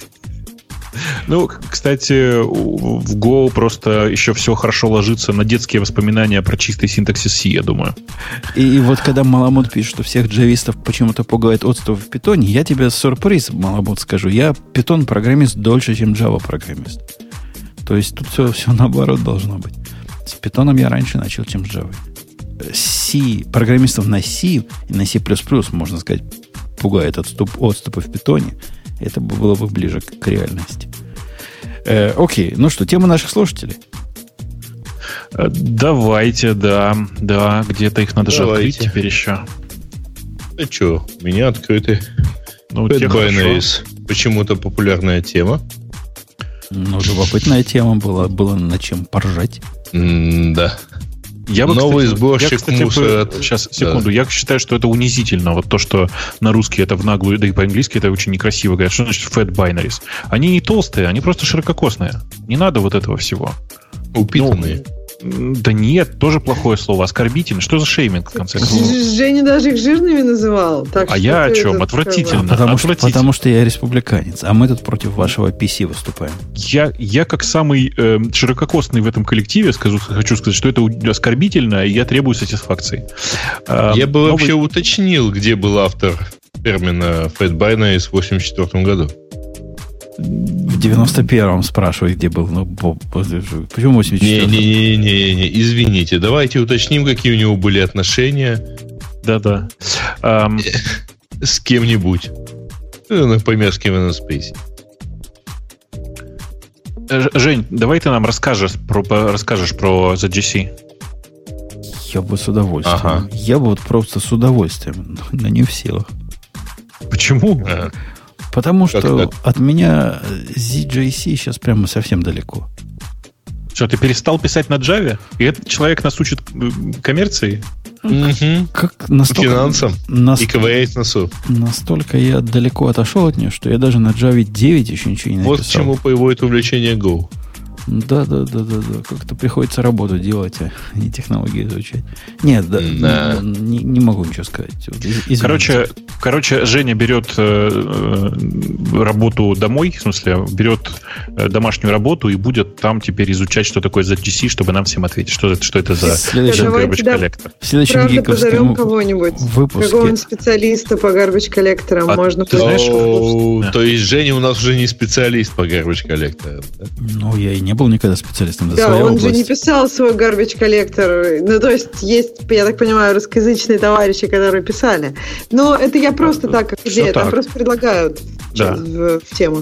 Ну, кстати, в Go просто еще все хорошо ложится на детские воспоминания про чистый синтаксис C, я думаю. И, и вот когда Маламут пишет, что всех джавистов почему-то пугает отступ в питоне, я тебе сюрприз, Маламут, скажу. Я питон-программист дольше, чем Java-программист. То есть тут все, все наоборот должно быть. С питоном я раньше начал, чем с Java. C, программистов на C и на C++, можно сказать, пугает отступ, отступы в питоне. Это было бы ближе к, к реальности. Э, окей, ну что, тема наших слушателей? Давайте, да. Да, где-то их надо Давайте. же открыть теперь еще. А что, у меня открыты. Ну, Binaries. Почему-то популярная тема. Ну, любопытная тема была. Было над чем поржать. М- да. Я бы, Новый кстати, сборщик я, кстати, мусора. Бы, сейчас, секунду. Да. Я считаю, что это унизительно. Вот то, что на русский это в наглую, да и по-английски это очень некрасиво говорят. Что значит fat binaries? Они не толстые, они просто ширококосные. Не надо вот этого всего. Упитанные. Ну, да нет, тоже плохое слово. Оскорбительно. Что за шейминг, в конце концов? Женя даже их жирными называл. Так а я о чем? Отвратительно. Потому, Отвратительно. Что, потому что я республиканец, а мы тут против вашего пи си выступаем. Я, я как самый э, ширококосный в этом коллективе скажу, хочу сказать, что это оскорбительно, и я требую сатисфакции. Э, я бы новый... вообще уточнил, где был автор термина fat binaries в восемьдесят четвёртом году. В девяносто первом спрашиваю, где был. Ну, почему восемьдесят четвёртом? Не-не-не, извините. Давайте уточним, какие у него были отношения. Да-да. Um... С кем-нибудь. Например, с Кевином Спейси. Жень, давай ты нам расскажешь про, расскажешь про зет джи си. Я бы с удовольствием. Ага. Я бы вот просто с удовольствием. Но не в силах. Почему? А. Потому как что так? От меня зет джей си сейчас прямо совсем далеко. Что, ты перестал писать на Java? И этот человек нас учит коммерции? Угу. Как настолько, финансам наст... и ковырять носу. Настолько я далеко отошел от нее, что я даже на Java девять еще ничего не написал. Вот к чему приводит увлечение Go. Да, да, да, да, да. Как-то приходится работу делать, а не технологии изучать. Нет, да, да. Не, не могу ничего сказать. Извините. Короче, короче, Женя берет э, работу домой, в смысле, берет э, домашнюю работу и будет там теперь изучать, что такое зет джи си, чтобы нам всем ответить, что это, что это за garbage collector. В следующем Правда, позовем кого-нибудь. Выпуске. Какого-нибудь специалиста по garbage коллекторам А можно ты знаешь, О, то есть Женя у нас уже не специалист по garbage коллекторам. Да? Ну, я и не был никогда специалистом за да, свою он область. же не писал свой garbage коллектор. Ну, то есть, есть, я так понимаю, русскоязычные товарищи, которые писали. Но это я просто так, как идея, там просто предлагают да. в, в темах.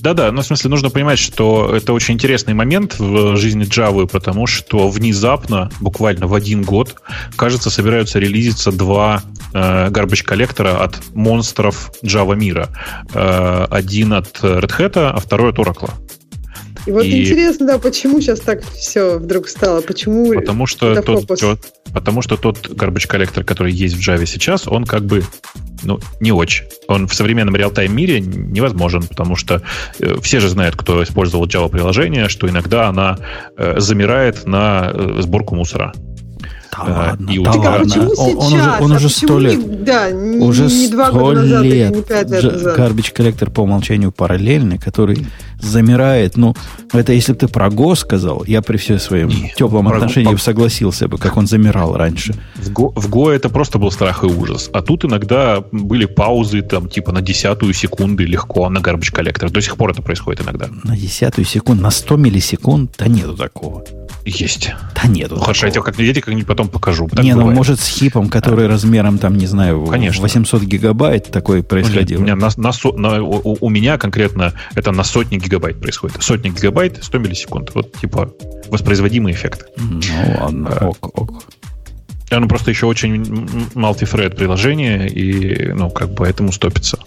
Да-да, ну, в смысле, нужно понимать, что это очень интересный момент в жизни Java, потому что внезапно, буквально в один год, кажется, собираются релизиться два э, garbage-коллектора от монстров Java мира. Э, один от Red Hat, а второй от Oracle. И вот И... интересно, да, почему сейчас так все вдруг стало? Почему потому что, тот, тот, потому что тот garbage коллектор, который есть в Java сейчас, он как бы ну, не очень. Он в современном реал-тайм мире невозможен, потому что э, все же знают, кто использовал Java-приложение, что иногда она э, замирает на э, сборку мусора. Да ладно, и да у тебя... ладно. Почему Он, сейчас? он уже, он а уже сто лет. Не, да, уже не два года назад, лет. Или не пять лет назад. Garbage коллектор по умолчанию параллельный, который замирает. Ну, это если бы ты про Go сказал, я при всем своем не, теплом отношении Go, согласился бы, как он замирал раньше. В Go, в Go это просто был страх и ужас. А тут иногда были паузы, там, типа на десятую секунды легко на Garbage коллектор. До сих пор это происходит иногда. На десятую секунду, на сто миллисекунд? Да нету такого. Есть. Да нету. Ну, хорошо, я тебе как, я тебе как-нибудь потом покажу. Так не, бывает. Ну, может, с хипом, который а. размером, там, не знаю, конечно. восемьсот гигабайт такое происходило. У меня, на, на, на, у, у меня конкретно это на сотни гигабайт происходит. Сотни гигабайт, сто миллисекунд. Вот, типа, воспроизводимый эффект. Ну, ладно, а, ок, ок. Оно просто еще очень multi-thread приложение, и, ну, как бы, этому стопится.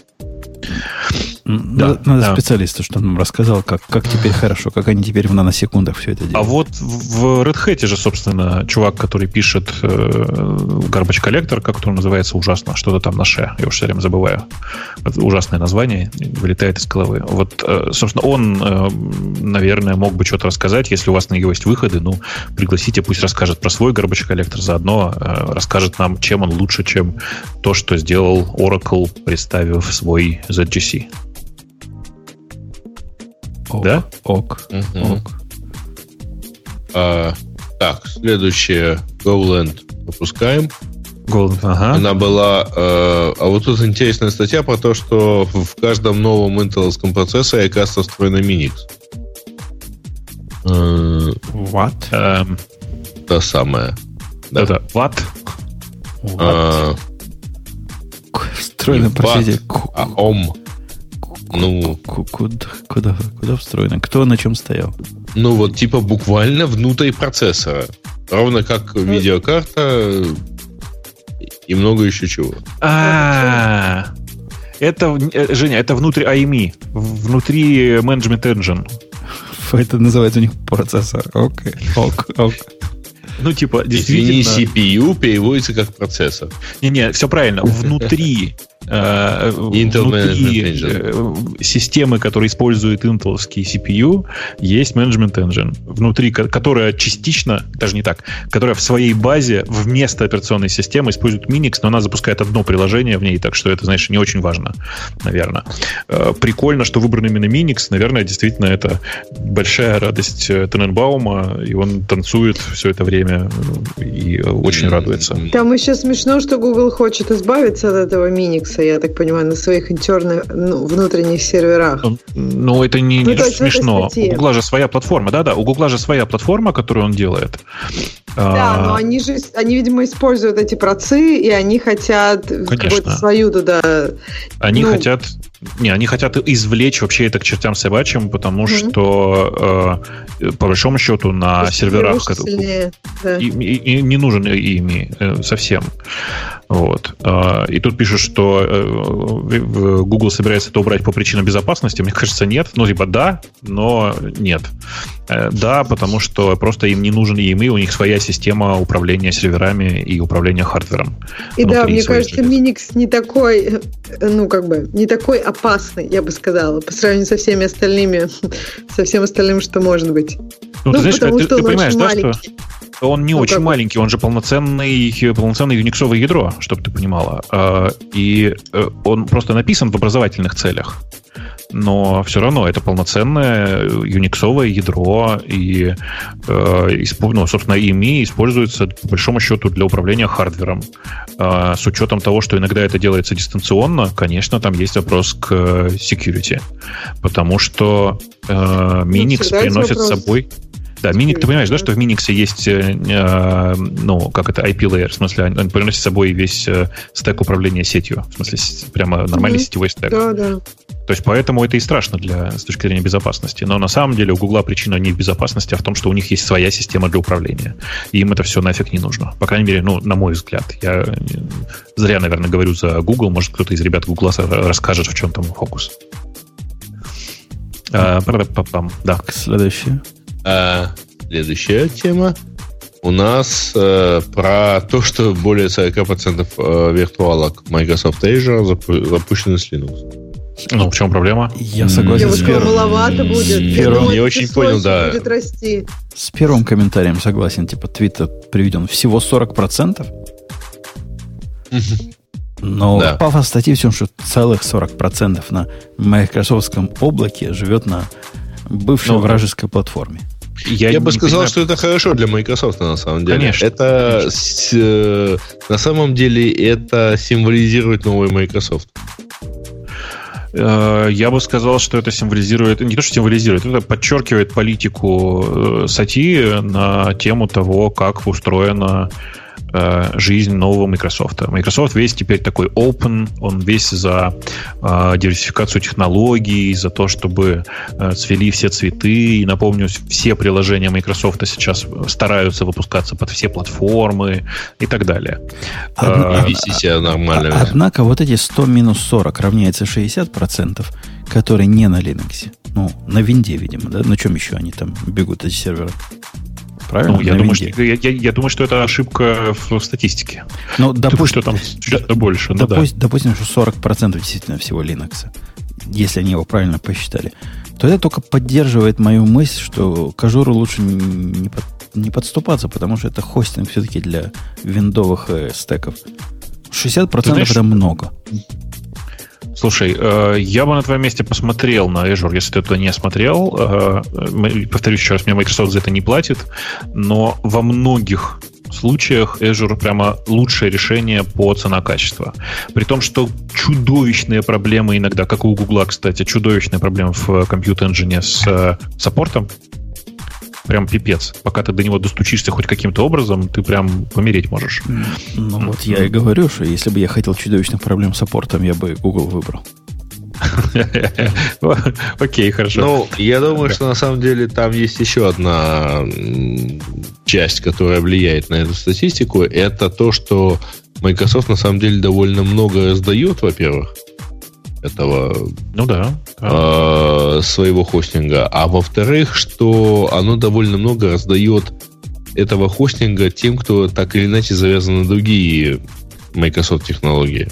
Надо, да, надо да. специалиста, что он нам рассказал, как, как теперь хорошо, как они теперь в наносекундах все это делают. А вот в Red Hat же, собственно, чувак, который пишет э, Garbage Collector, как он называется, ужасно, что-то там на ше, я уж все время забываю. Это ужасное название, вылетает из головы. Вот, э, собственно, он, э, наверное, мог бы что-то рассказать, если у вас на него есть выходы, ну, пригласите, пусть расскажет про свой Garbage Collector, заодно э, расскажет нам, чем он лучше, чем то, что сделал Oracle, представив свой зет джи си. Ок, да? Ок. Угу. Ок. А, так, следующее GoLand опускаем. GoLand, ага. Она была... Э, а вот тут интересная статья про то, что в каждом новом интеловском процессоре, оказывается, встроена Minix. Э, What? Эм, та самая. Да. Это what? What? А, встроена, простите. А ом. Ну, куда, куда, куда встроено? Кто на чем стоял? Ну, вот типа буквально внутри процессора. Ровно как видеокарта и много еще чего. А, это, Женя, это внутри эй эм и, внутри Management Engine. Это называется у них процессор. Окей, ок, ок. Ну, типа, действительно... Извини, си пи ю переводится как процессор. Не-не, все правильно. Внутри, э, внутри э, системы, которые используют интеловский си пи ю, есть Management Engine. Внутри, которая частично, даже не так, которая в своей базе вместо операционной системы использует Minix, но она запускает одно приложение в ней, так что это, знаешь, не очень важно, наверное. Э, прикольно, что выбран именно Minix. Наверное, действительно, это большая радость Тененбаума, и он танцует все это время и очень радуется. Там еще смешно, что Google хочет избавиться от этого Minix, я так понимаю, на своих интерных, ну, внутренних серверах. Ну, это не, ну, не смешно. У Google же своя платформа, да-да, у Google же своя платформа, которую он делает. Да, а... но они же, они, видимо, используют эти процы, и они хотят Конечно. какую-то свою туда... Они ну... хотят... Не, они хотят извлечь вообще это к чертям собачьим, потому mm-hmm. что, э, по большому счету, на Пусть серверах сильнее, да. и, и, и не нужен ими э, совсем. Вот. Э, и тут пишут, что э, Google собирается это убрать по причинам безопасности. Мне кажется, нет. Ну, типа, да, но нет. Э, да, потому что просто им не нужен и эм и, у них своя система управления серверами и управления хардвером. И да, мне кажется, Minix не такой, ну, как бы, не такой опасный, я бы сказала, по сравнению со всеми остальными, со всем остальным, что может быть. Ну, ну ты знаешь, потому ты, что ты он понимаешь, очень да, маленький. что он не ну, очень как... маленький, он же полноценный, полноценное юниксовое ядро, чтобы ты понимала. И он просто написан в образовательных целях. Но все равно это полноценное юниксовое ядро, и, ну, собственно, и эм и используется, по большому счету, для управления хардвером. С учетом того, что иногда это делается дистанционно, конечно, там есть вопрос к security. Потому что Minix ну, приносит с собой... Да, Minix, ты понимаешь, да, что в Minix есть, э, ну, как это, ай пи-layer, в смысле, он приносит с собой весь э, стэк управления сетью, в смысле, прямо нормальный mm-hmm. сетевой стэк. Да, да. То есть поэтому это и страшно для, с точки зрения безопасности. Но на самом деле у Гугла причина не в безопасности, а в том, что у них есть своя система для управления. И им это все нафиг не нужно. По крайней мере, ну, на мой взгляд. Я зря, наверное, говорю за Google. Может, кто-то из ребят Гугла расскажет, в чем там фокус. А, да. Следующая. А, следующая тема. У нас э, про то, что более сорок процентов э, виртуалок Microsoft Azure запу- запущены с Linux. Ну, в чем проблема? Я согласен Я с вот первым. маловато будет. С Я думаю, не очень число понял, еще да. будет расти. С первым комментарием согласен. Типа, твит приведен всего сорок процентов. Но Да. пафос статьи в том, что целых сорок процентов на майкрософтском облаке живет на бывшей Ну, вражеской платформе. Я, Я бы не сказал, понимаю. что это хорошо для Microsoft на самом деле. Конечно, Это конечно. с- э, на самом деле это символизирует новый Microsoft. Э, Я бы сказал, что это символизирует, не то, что символизирует, это подчеркивает политику э, статьи на тему того, как устроена э, жизнь нового Microsoft. Microsoft весь теперь такой open, он весь за э, диверсификацию технологий, за то, чтобы э, цвели все цветы. И напомню, все приложения Microsoft сейчас стараются выпускаться под все платформы и так далее. Одна- Э, Вести себя нормально. А- Однако вот эти сто минус сорок равняется шестьдесят процентов, которые не на Linux. Ну, на винде, видимо, да? На чем еще они там бегут, эти серверы? Правильно? Ну, я На думаю, что, винде. я, я- я думаю, что это ошибка в статистике. Ну, Допустим, допустим, что там существенно больше. Ну, да. допустим, допустим, что сорок процентов действительно всего Linux, если они его правильно посчитали, то это только поддерживает мою мысль, что к ажуру лучше не, под- не подступаться, потому что это хостинг все-таки для виндовых э, стеков. шестьдесят процентов Ты это знаешь, много. Слушай, э, я бы на твоем месте посмотрел на Azure, если ты туда не смотрел. Э, м- повторюсь еще раз, мне Microsoft за это не платит, но во многих случаях Azure прямо лучшее решение по цена-качество. При том, что чудовищные проблемы иногда, как и у Гугла, кстати, чудовищные проблемы в Compute Engine с э, саппортом. Прям пипец. Пока ты до него достучишься хоть каким-то образом, ты прям помереть можешь. Ну, вот я и говорю, что если бы я хотел чудовищных проблем с саппортом, я бы Google выбрал. Окей, хорошо. Ну, я думаю, что на самом деле там есть еще одна м, часть, которая влияет на эту статистику. Это то, что Microsoft на самом деле довольно много раздает, во-первых, этого Ну да. э, своего хостинга. А во-вторых, что оно довольно много раздает этого хостинга тем, кто так или иначе завязан на другие Microsoft технологии.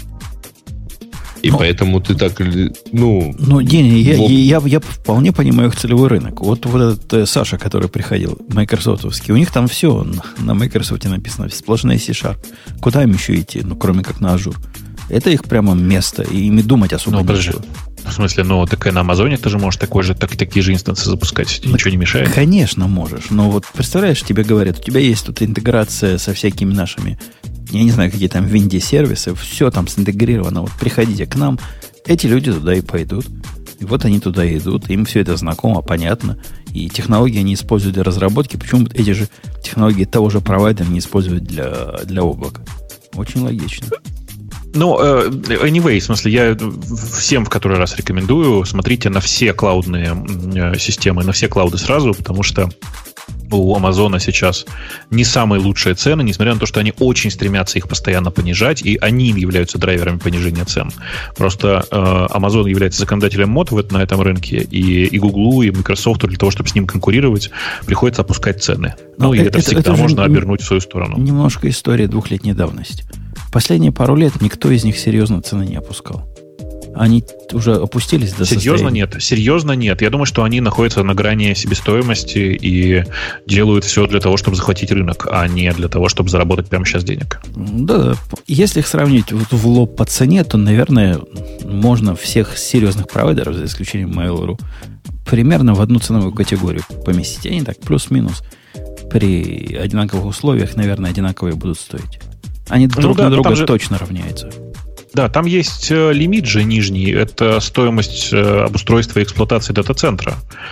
И Ну, поэтому ты так, ну... Ну, не, не, я, в- я, я вполне понимаю их целевой рынок. Вот, вот этот э, Саша, который приходил, майкрософтовский, у них там все на, на Microsoft написано, сплошная C-Sharp. Куда им еще идти, ну, кроме как на Azure? Это их прямо место, и ими думать особо Ну, подожди. нечего. В смысле, ну, так и на Амазоне ты же можешь такой же, так, такие же инстансы запускать. Тебе ничего не мешает. Конечно, можешь. Но вот представляешь, тебе говорят, у тебя есть тут интеграция со всякими нашими, я не знаю, какие там винди-сервисы, все там синтегрировано. Вот приходите к нам, эти люди туда и пойдут. И вот они туда и идут, им все это знакомо, понятно. И технологии они используют для разработки. Почему бы эти же технологии того же провайдера не использовать для, для облака? Очень логично. Ну, э, anyway, в смысле, я всем в который раз рекомендую, смотрите на все клаудные м, системы, на все клауды сразу, потому что у Амазона сейчас не самые лучшие цены, несмотря на то, что они очень стремятся их постоянно понижать, и они являются драйверами понижения цен. Просто э, Amazon является законодателем мод в, на этом рынке, и, и Google, и Microsoft для того, чтобы с ним конкурировать, приходится опускать цены. Но ну, и это- это, это- всегда это же можно не- обернуть в свою сторону. Немножко история двухлетней давности. Последние пару лет никто из них серьезно цены не опускал. Они уже опустились до Серьезно состояния. нет. Серьезно нет. Я думаю, что они находятся на грани себестоимости и делают все для того, чтобы захватить рынок, а не для того, чтобы заработать прямо сейчас денег. Да, если их сравнить вот в лоб по цене, то, наверное, можно всех серьезных провайдеров, за исключением Mail.ru, примерно в одну ценовую категорию поместить. Они так плюс-минус при одинаковых условиях, наверное, одинаковые будут стоить. Они Ну друг да, на но друга там же- точно равняются. Да, там есть э, лимит же нижний, это стоимость э, обустройства и эксплуатации дата-центра.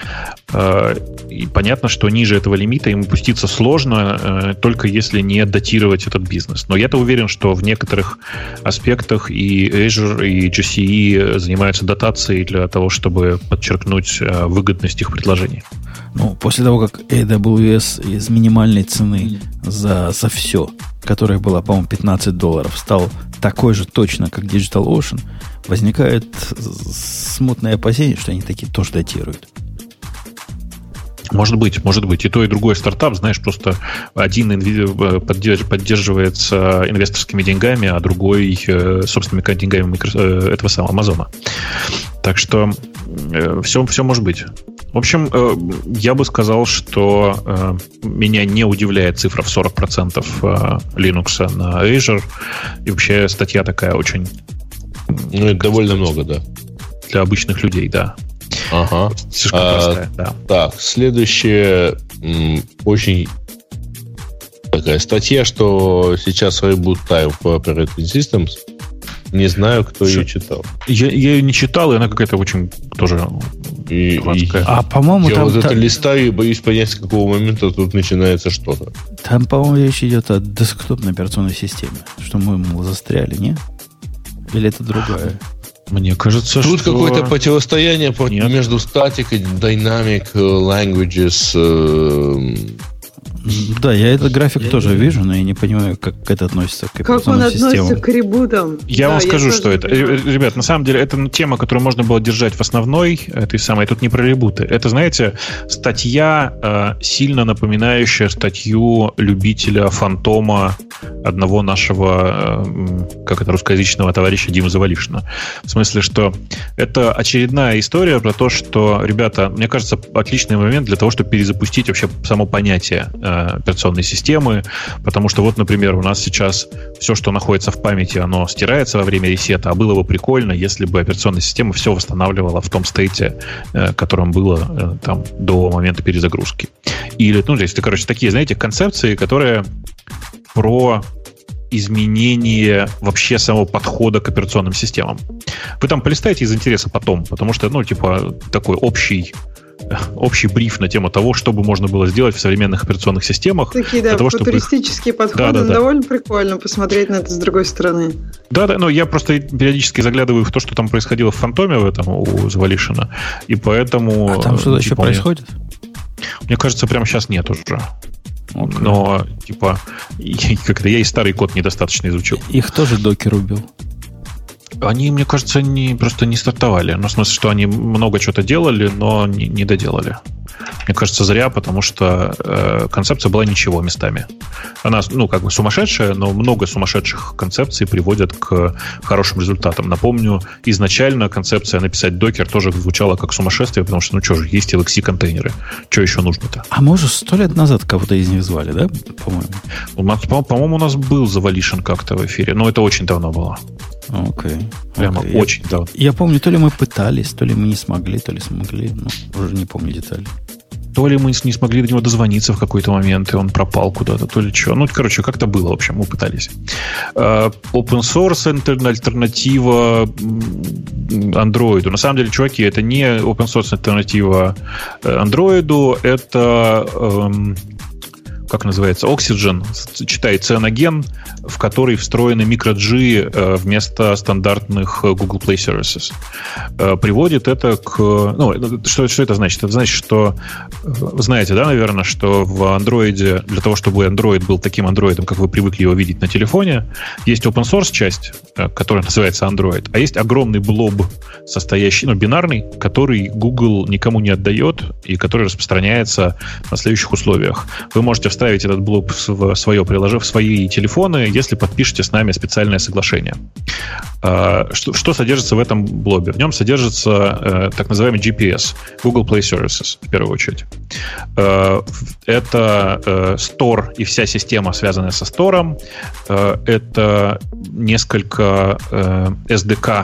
И понятно, что ниже этого лимита им пуститься сложно, только если не датировать этот бизнес. Но я-то уверен, что в некоторых аспектах и Azure, и джи си и занимаются дотацией для того, чтобы подчеркнуть выгодность их предложений. Ну, после того, как эй дабл ю эс из минимальной цены за, за все, которая была, по-моему, пятнадцать долларов, стал такой же точно, как DigitalOcean, возникает смутное опасение, что они такие тоже датируют. Может быть, может быть. И то, и другой стартап, знаешь, просто один поддерживается инвесторскими деньгами, а другой собственными деньгами этого самого Амазона. Так что все, все может быть. В общем, я бы сказал, что меня не удивляет цифра в сорок процентов Linux на Azure. И вообще статья такая очень... Ну, это довольно много, да. Для обычных людей, да. Ага. Слишком а, простая, да. Так, следующая м, очень такая статья, что сейчас reboot time for Operating Systems. Не знаю, кто Ш... ее читал. Я, я ее не читал, и она какая-то очень тоже и, и, А, по-моему, я там... вот та... это листаю и боюсь понять, с какого момента тут начинается что-то. Там, по-моему, речь идет о десктопной операционной системе. Что мы, мол, застряли, не? Или это другая? Мне кажется, тут что... какое-то противостояние Нет. между static и dynamic languages. Да, я этот график я тоже вижу, но я не понимаю, как это относится к операционным системам. Как он относится к ребутам. Я да, вам скажу, я что это. Понимаю. Ребят, на самом деле, это тема, которую можно было держать в основной этой самой. Тут не про ребуты. Это, знаете, статья, э, сильно напоминающая статью любителя фантома одного нашего, э, как это, русскоязычного товарища Димы Завалившина. В смысле, что это очередная история про то, что, ребята, мне кажется, отличный момент для того, чтобы перезапустить вообще само понятие операционной системы, потому что вот, например, у нас сейчас все, что находится в памяти, оно стирается во время ресета, а было бы прикольно, если бы операционная система все восстанавливала в том стейте, которым было там до момента перезагрузки. Или, ну, то есть, короче, такие, знаете, концепции, которые про изменение вообще самого подхода к операционным системам. Вы там полистайте из интереса потом, потому что, ну, типа, такой общий общий бриф на тему того, что бы можно было сделать в современных операционных системах. Такие, да, того, футуристические чтобы... подходы. Да, да, да. Довольно прикольно посмотреть на это с другой стороны. Да, да, но я просто периодически заглядываю в то, что там происходило в Фантоме в этом у Завалишина, и поэтому... А там что-то типа, еще происходит? Мне кажется, прямо сейчас нет уже. Okay. Но, типа, как-то я и старый код недостаточно изучил. Их тоже докер убил. Они, мне кажется, не, просто не стартовали. Ну, в смысле, что они много чего-то делали, но не, не доделали. Мне кажется, зря, потому что э, концепция была ничего местами. Она, ну, как бы сумасшедшая, но много сумасшедших концепций приводят к хорошим результатам. Напомню, изначально концепция написать докер тоже звучала как сумасшествие, потому что, ну, что же, есть эл икс си-контейнеры. Что еще нужно-то? А мы уже сто лет назад кого-то из них звали, да, по-моему? По- по-моему, у нас был Завалишин как-то в эфире, но это очень давно было. Окей. Okay. Прямо okay. очень я, давно. Я помню, то ли мы пытались, то ли мы не смогли, то ли смогли. Ну, уже не помню детали. То ли мы не смогли до него дозвониться в какой-то момент, и он пропал куда-то, то ли что. Ну, короче, как-то было, в общем, мы пытались. Uh, open source альтернатива Android. На самом деле, чуваки, это не open source альтернатива Android, это... Um, как называется, Oxygen, читай, Cyanogen, в который встроены microG вместо стандартных Google Play Services. Приводит это к... Ну, что, что это значит? Это значит, что... Знаете, да, наверное, что в Android, для того, чтобы Android был таким Android, как вы привыкли его видеть на телефоне, есть open source часть, которая называется Android, а есть огромный блоб, состоящий, ну, бинарный, который Google никому не отдает и который распространяется на следующих условиях. Вы можете вставить этот блоб в свое приложение, в свои телефоны, если подпишете с нами специальное соглашение. Что, что содержится в этом блобе? В нем содержится так называемый джи пи эс, Google Play Services, в первую очередь. Это Store и вся система, связанная со Store. Это несколько эс ди кей,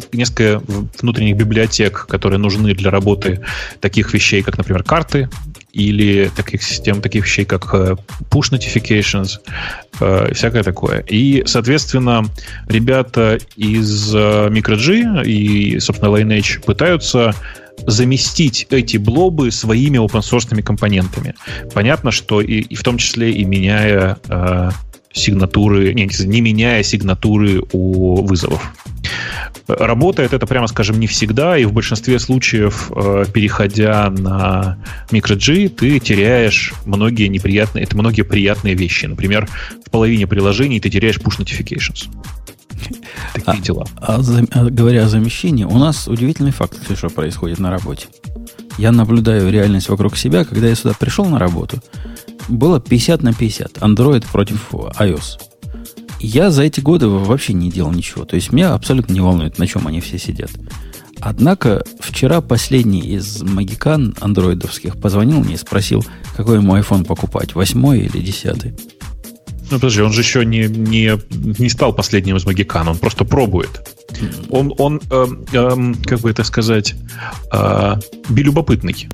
несколько внутренних библиотек, которые нужны для работы таких вещей, как, например, карты, или таких систем, таких вещей, как push notifications, всякое такое. И, соответственно, ребята из MicroG и, собственно, Lineage пытаются заместить эти блобы своими open-source компонентами. Понятно, что и, и в том числе и меняя э, сигнатуры, не, не меняя сигнатуры у вызовов. Работает это, прямо скажем, не всегда, и в большинстве случаев, э, переходя на MicroG, ты теряешь многие неприятные, это многие приятные вещи. Например, в половине приложений ты теряешь push notifications. Такие а, дела. А, а, говоря о замещении, у нас удивительный факт, что происходит на работе. Я наблюдаю реальность вокруг себя. Когда я сюда пришел на работу, было пятьдесят на пятьдесят. Android против iOS. Я за эти годы вообще не делал ничего. То есть меня абсолютно не волнует, на чем они все сидят. Однако вчера последний из магикан андроидовских позвонил мне и спросил, какой ему iPhone покупать, восьмой или десятый. Ну, подожди, он же еще не, не, не стал последним из магикан, он просто пробует. Он, он э, э, как бы это сказать, э, белюбопытный.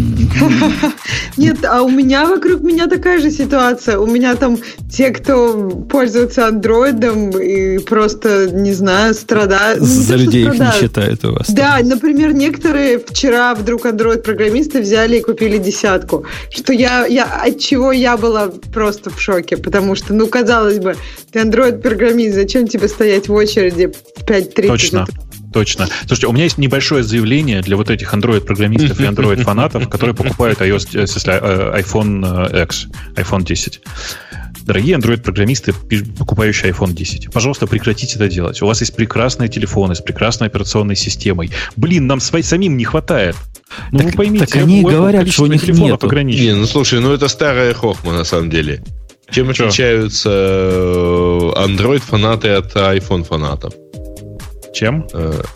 Нет, а у меня вокруг меня такая же ситуация. У меня там те, кто пользуется андроидом и просто, не знаю, страдают. За людей их не считают у вас. Да, например, некоторые вчера вдруг андроид-программисты взяли и купили десятку. Что я, я, от чего я была просто в шоке. Потому что, ну, казалось бы, ты андроид-программист, зачем тебе стоять в очереди в пять тридцать? Точно. Точно. Слушайте, у меня есть небольшое заявление для вот этих Android-программистов и Android-фанатов, которые покупают iOS, iPhone X, iPhone десять. Дорогие Android-программисты, покупающие iPhone десять, пожалуйста, прекратите это делать. У вас есть прекрасные телефоны с прекрасной операционной системой. Блин, нам самим не хватает. Ну, так, вы поймите, так они говорят, что у них нет. Не, ну слушай, ну это старая хохма на самом деле. Чем что? Отличаются Android-фанаты от iPhone-фанатов? Чем?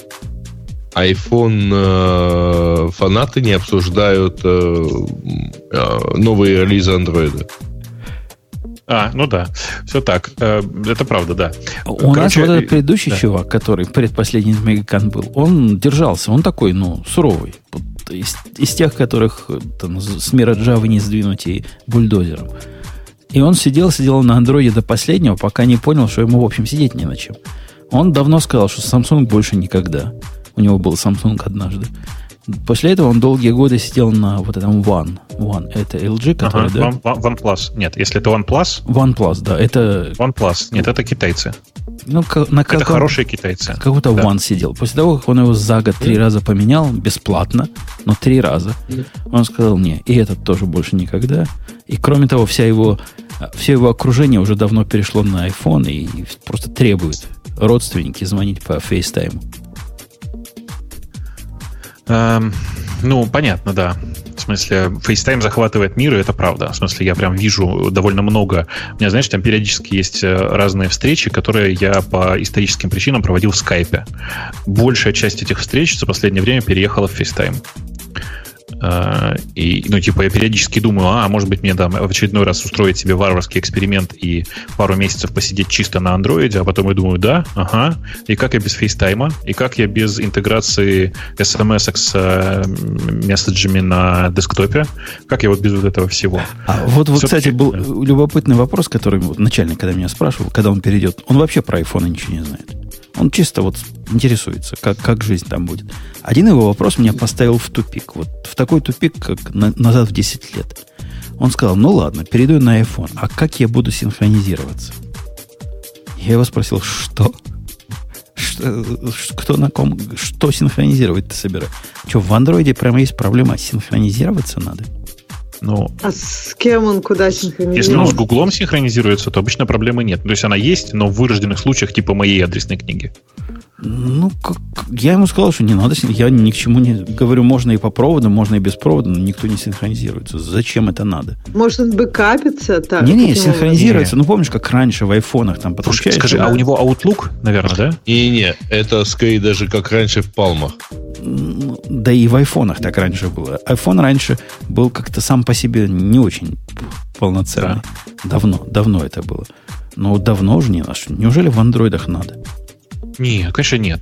iPhone фанаты не обсуждают новые релизы Android. А, ну да, все так. Это правда, да. У Короче, нас вот этот предыдущий да. чувак, который предпоследний Мегакон был, он держался, он такой, ну, суровый. Из, из тех, которых там, с мира Java не сдвинуть и бульдозером. И он сидел, сидел на андроиде до последнего, пока не понял, что ему, в общем, сидеть не на чем. Он давно сказал, что Samsung больше никогда. У него был Samsung однажды. После этого он долгие годы сидел на вот этом One. One. Это эл джи, который, ага, да? One, OnePlus. Нет, если это OnePlus... OnePlus, да. Это... OnePlus. Нет, это китайцы. Ну, на это хорошие китайцы. Какой-то да. One сидел. После того, как он его за год три раза поменял, бесплатно, но три раза, он сказал, не, и этот тоже больше никогда. И кроме того, вся его, все его окружение уже давно перешло на iPhone и просто требует родственники звонить по FaceTime. Эм, ну, понятно, да. В смысле, FaceTime захватывает мир, и это правда. В смысле, я прям вижу довольно много... У меня, знаешь, там периодически есть разные встречи, которые я по историческим причинам проводил в скайпе. Большая часть этих встреч за последнее время переехала в FaceTime. И, ну, типа, я периодически думаю, а, может быть, мне там в очередной раз устроить себе варварский эксперимент и пару месяцев посидеть чисто на андроиде, а потом я думаю, да, ага, и как я без фейстайма, и как я без интеграции эс эм эс с месседжами на десктопе, как я вот без вот этого всего. А вот, вот кстати, был любопытный вопрос, который вот, начальник, когда меня спрашивал, когда он перейдет, он вообще про iPhone ничего не знает. Он чисто вот интересуется, как, как жизнь там будет. Один его вопрос меня поставил в тупик. Вот в такой тупик, как на, назад в десять лет. Он сказал, ну ладно, перейду на iPhone. А как я буду синхронизироваться? Я его спросил, что? что кто на ком? Что синхронизировать ты собираешь? Что, в андроиде прямо есть проблема? Синхронизироваться надо? Ну, а с кем он куда синхронизируется? Если он с Гуглом синхронизируется, то обычно проблемы нет. То есть она есть, но в вырожденных случаях типа моей адресной книги. Ну, как, я ему сказал, что не надо. Я ни к чему не говорю, можно и по проводу, можно и без провода, но никто не синхронизируется. Зачем это надо? Может, он бэкапится? Так, Не-не, синхронизируется. Не. Ну, помнишь, как раньше в айфонах там подключаешь? Скажи, а у него Outlook, наверное, да? Не-не, это скорее даже как раньше в Палмах. Да и в айфонах так раньше было. iPhone раньше был как-то сам по себе не очень полноценный. Да. Давно, давно это было. Но давно уже не наш. Неужели в андроидах надо? Нет, конечно, нет.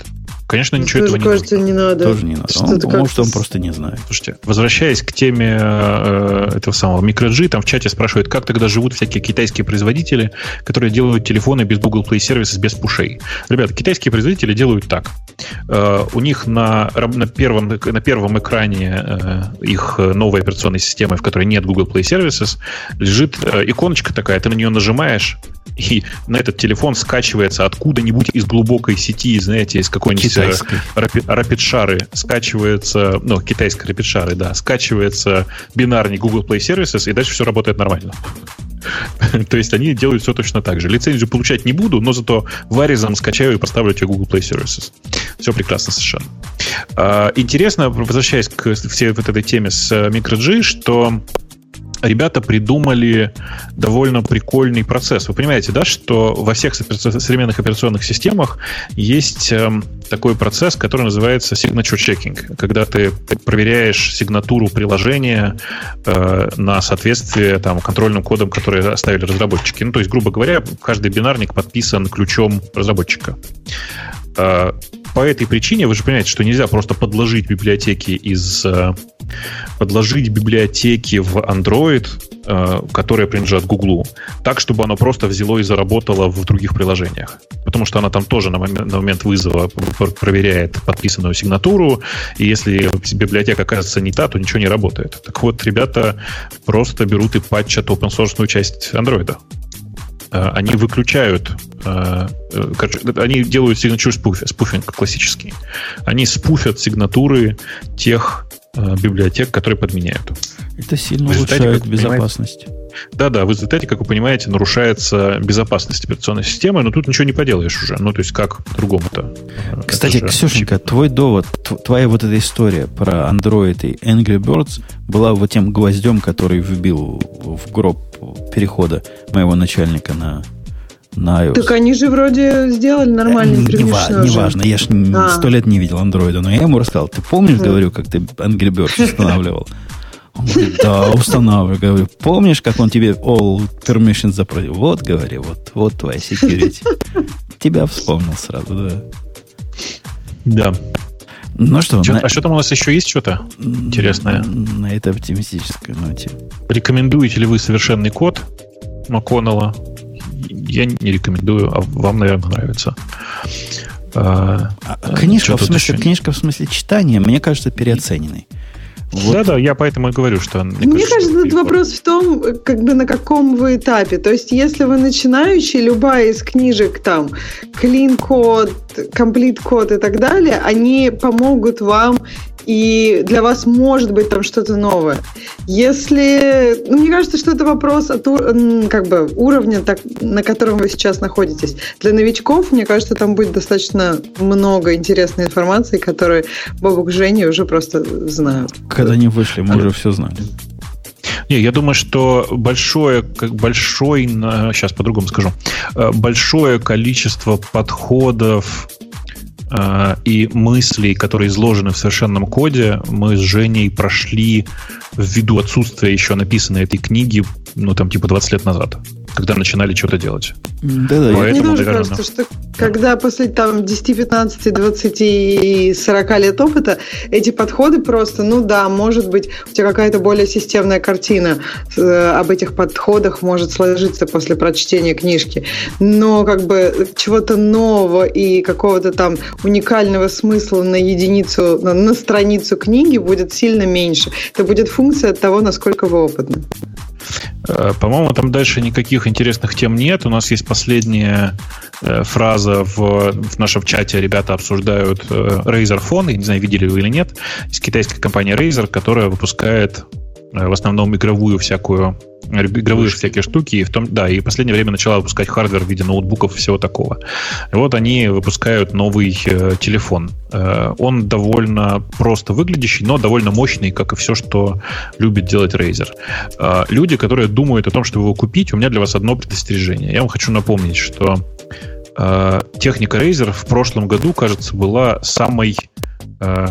Конечно, ничего тоже, этого не кажется, нужно. не надо. Тоже не надо. Он, может, он просто не знает. Слушайте, возвращаясь к теме э, этого самого микро-G, там в чате спрашивают, как тогда живут всякие китайские производители, которые делают телефоны без Google Play Services, без пушей. Ребята, китайские производители делают так. Э, у них на, на, первом, на первом экране э, их новой операционной системы, в которой нет Google Play Services, лежит э, иконочка такая, ты на нее нажимаешь, и на этот телефон скачивается откуда-нибудь из глубокой сети, знаете, из какой-нибудь RapidShare скачивается, ну, китайской RapidShare, да, скачивается бинарный Google Play Services, и дальше все работает нормально. То есть они делают все точно так же. Лицензию получать не буду, но зато варизом скачаю и поставлю тебе Google Play Services. Все прекрасно совершенно. Интересно, возвращаясь к всей вот этой теме с micro-G, что ребята придумали довольно прикольный процесс. Вы понимаете, да, что во всех современных операционных системах есть э, такой процесс, который называется signature checking, когда ты проверяешь сигнатуру приложения э, на соответствие там, контрольным кодам, которые оставили разработчики. Ну, то есть, грубо говоря, каждый бинарник подписан ключом разработчика. Э, по этой причине вы же понимаете, что нельзя просто подложить библиотеки из... Э, подложить библиотеки в Android, э, которые принадлежат Google, так, чтобы оно просто взяло и заработало в других приложениях. Потому что она там тоже на момент, на момент вызова проверяет подписанную сигнатуру, и если библиотека окажется не та, то ничего не работает. Так вот, ребята просто берут и патчат open-source часть Android. Они выключают, они делают signature спуфинг классический. Они спуфят сигнатуры тех библиотек, которые подменяют. Это сильно улучшает безопасность. Да-да, в результате, как вы понимаете, нарушается безопасность операционной системы, но тут ничего не поделаешь уже. Ну, то есть, как по-другому-то? Кстати, Ксюшенька, очевидно. Твой довод, твоя вот эта история про Android и Angry Birds была вот тем гвоздем, который вбил в гроб перехода моего начальника на, на iOS. Так они же вроде сделали нормальный перемешной. Неважно, я ж сто лет не видел Android, но я ему рассказал, ты помнишь, говорю, как ты Angry Birds устанавливал? Он говорит, да, устанавливаю. Говорю, помнишь, как он тебе all permissions запросил? Вот, говори, вот, вот твоя security. Тебя вспомнил сразу, да. Да. Ну что, что на... а что там у нас еще есть что-то интересное? На этой оптимистической ноте. Рекомендуете ли вы совершенный код МакКоннелла? Я не рекомендую, а вам, наверное, нравится. А, книжка, в смысле, книжка в смысле читания, мне кажется, переоцененной. Вот. Да-да, я поэтому и говорю, что... Мне, мне кажется, этот вопрос в том, как бы на каком вы этапе. То есть, если вы начинающий, любая из книжек, там, Clean Code, Complete Code и так далее, они помогут вам, и для вас может быть там что-то новое. Если... Ну, мне кажется, что это вопрос от как бы, уровня, так, на котором вы сейчас находитесь. Для новичков, мне кажется, там будет достаточно много интересной информации, которую Бобук и Женя уже просто знают. Когда они вышли, мы а уже все знали. Не, я думаю, что большое, как большой, сейчас по-другому скажу, большое количество подходов и мыслей, которые изложены в совершенном коде, мы с Женей прошли ввиду отсутствия еще написанной этой книги, ну, там, типа двадцать лет назад, когда начинали что-то делать. Да-да, Поэтому, мне тоже наверное, кажется, что когда после там, десять, пятнадцать, двадцать и сорок лет опыта эти подходы просто, ну да, может быть, у тебя какая-то более системная картина э, об этих подходах может сложиться после прочтения книжки, но как бы чего-то нового и какого-то там уникального смысла на единицу, на, на страницу книги будет сильно меньше. Это будет функция от того, насколько вы опытны. По-моему, там дальше никаких интересных тем нет. У нас есть последняя э, фраза в, в нашем чате. Ребята обсуждают э, Razer Phone. Я не знаю, видели вы или нет. Есть китайская компания Razer, которая выпускает э, в основном игровую всякую игровые всякие штуки, и в том, да, и в последнее время начала выпускать хардвер в виде ноутбуков и всего такого. И вот они выпускают новый э, телефон. Э, он довольно просто выглядящий, но довольно мощный, как и все, что любит делать Razer. Э, люди, которые думают о том, чтобы его купить, у меня для вас одно предостережение. Я вам хочу напомнить, что э, техника Razer в прошлом году, кажется, была самой...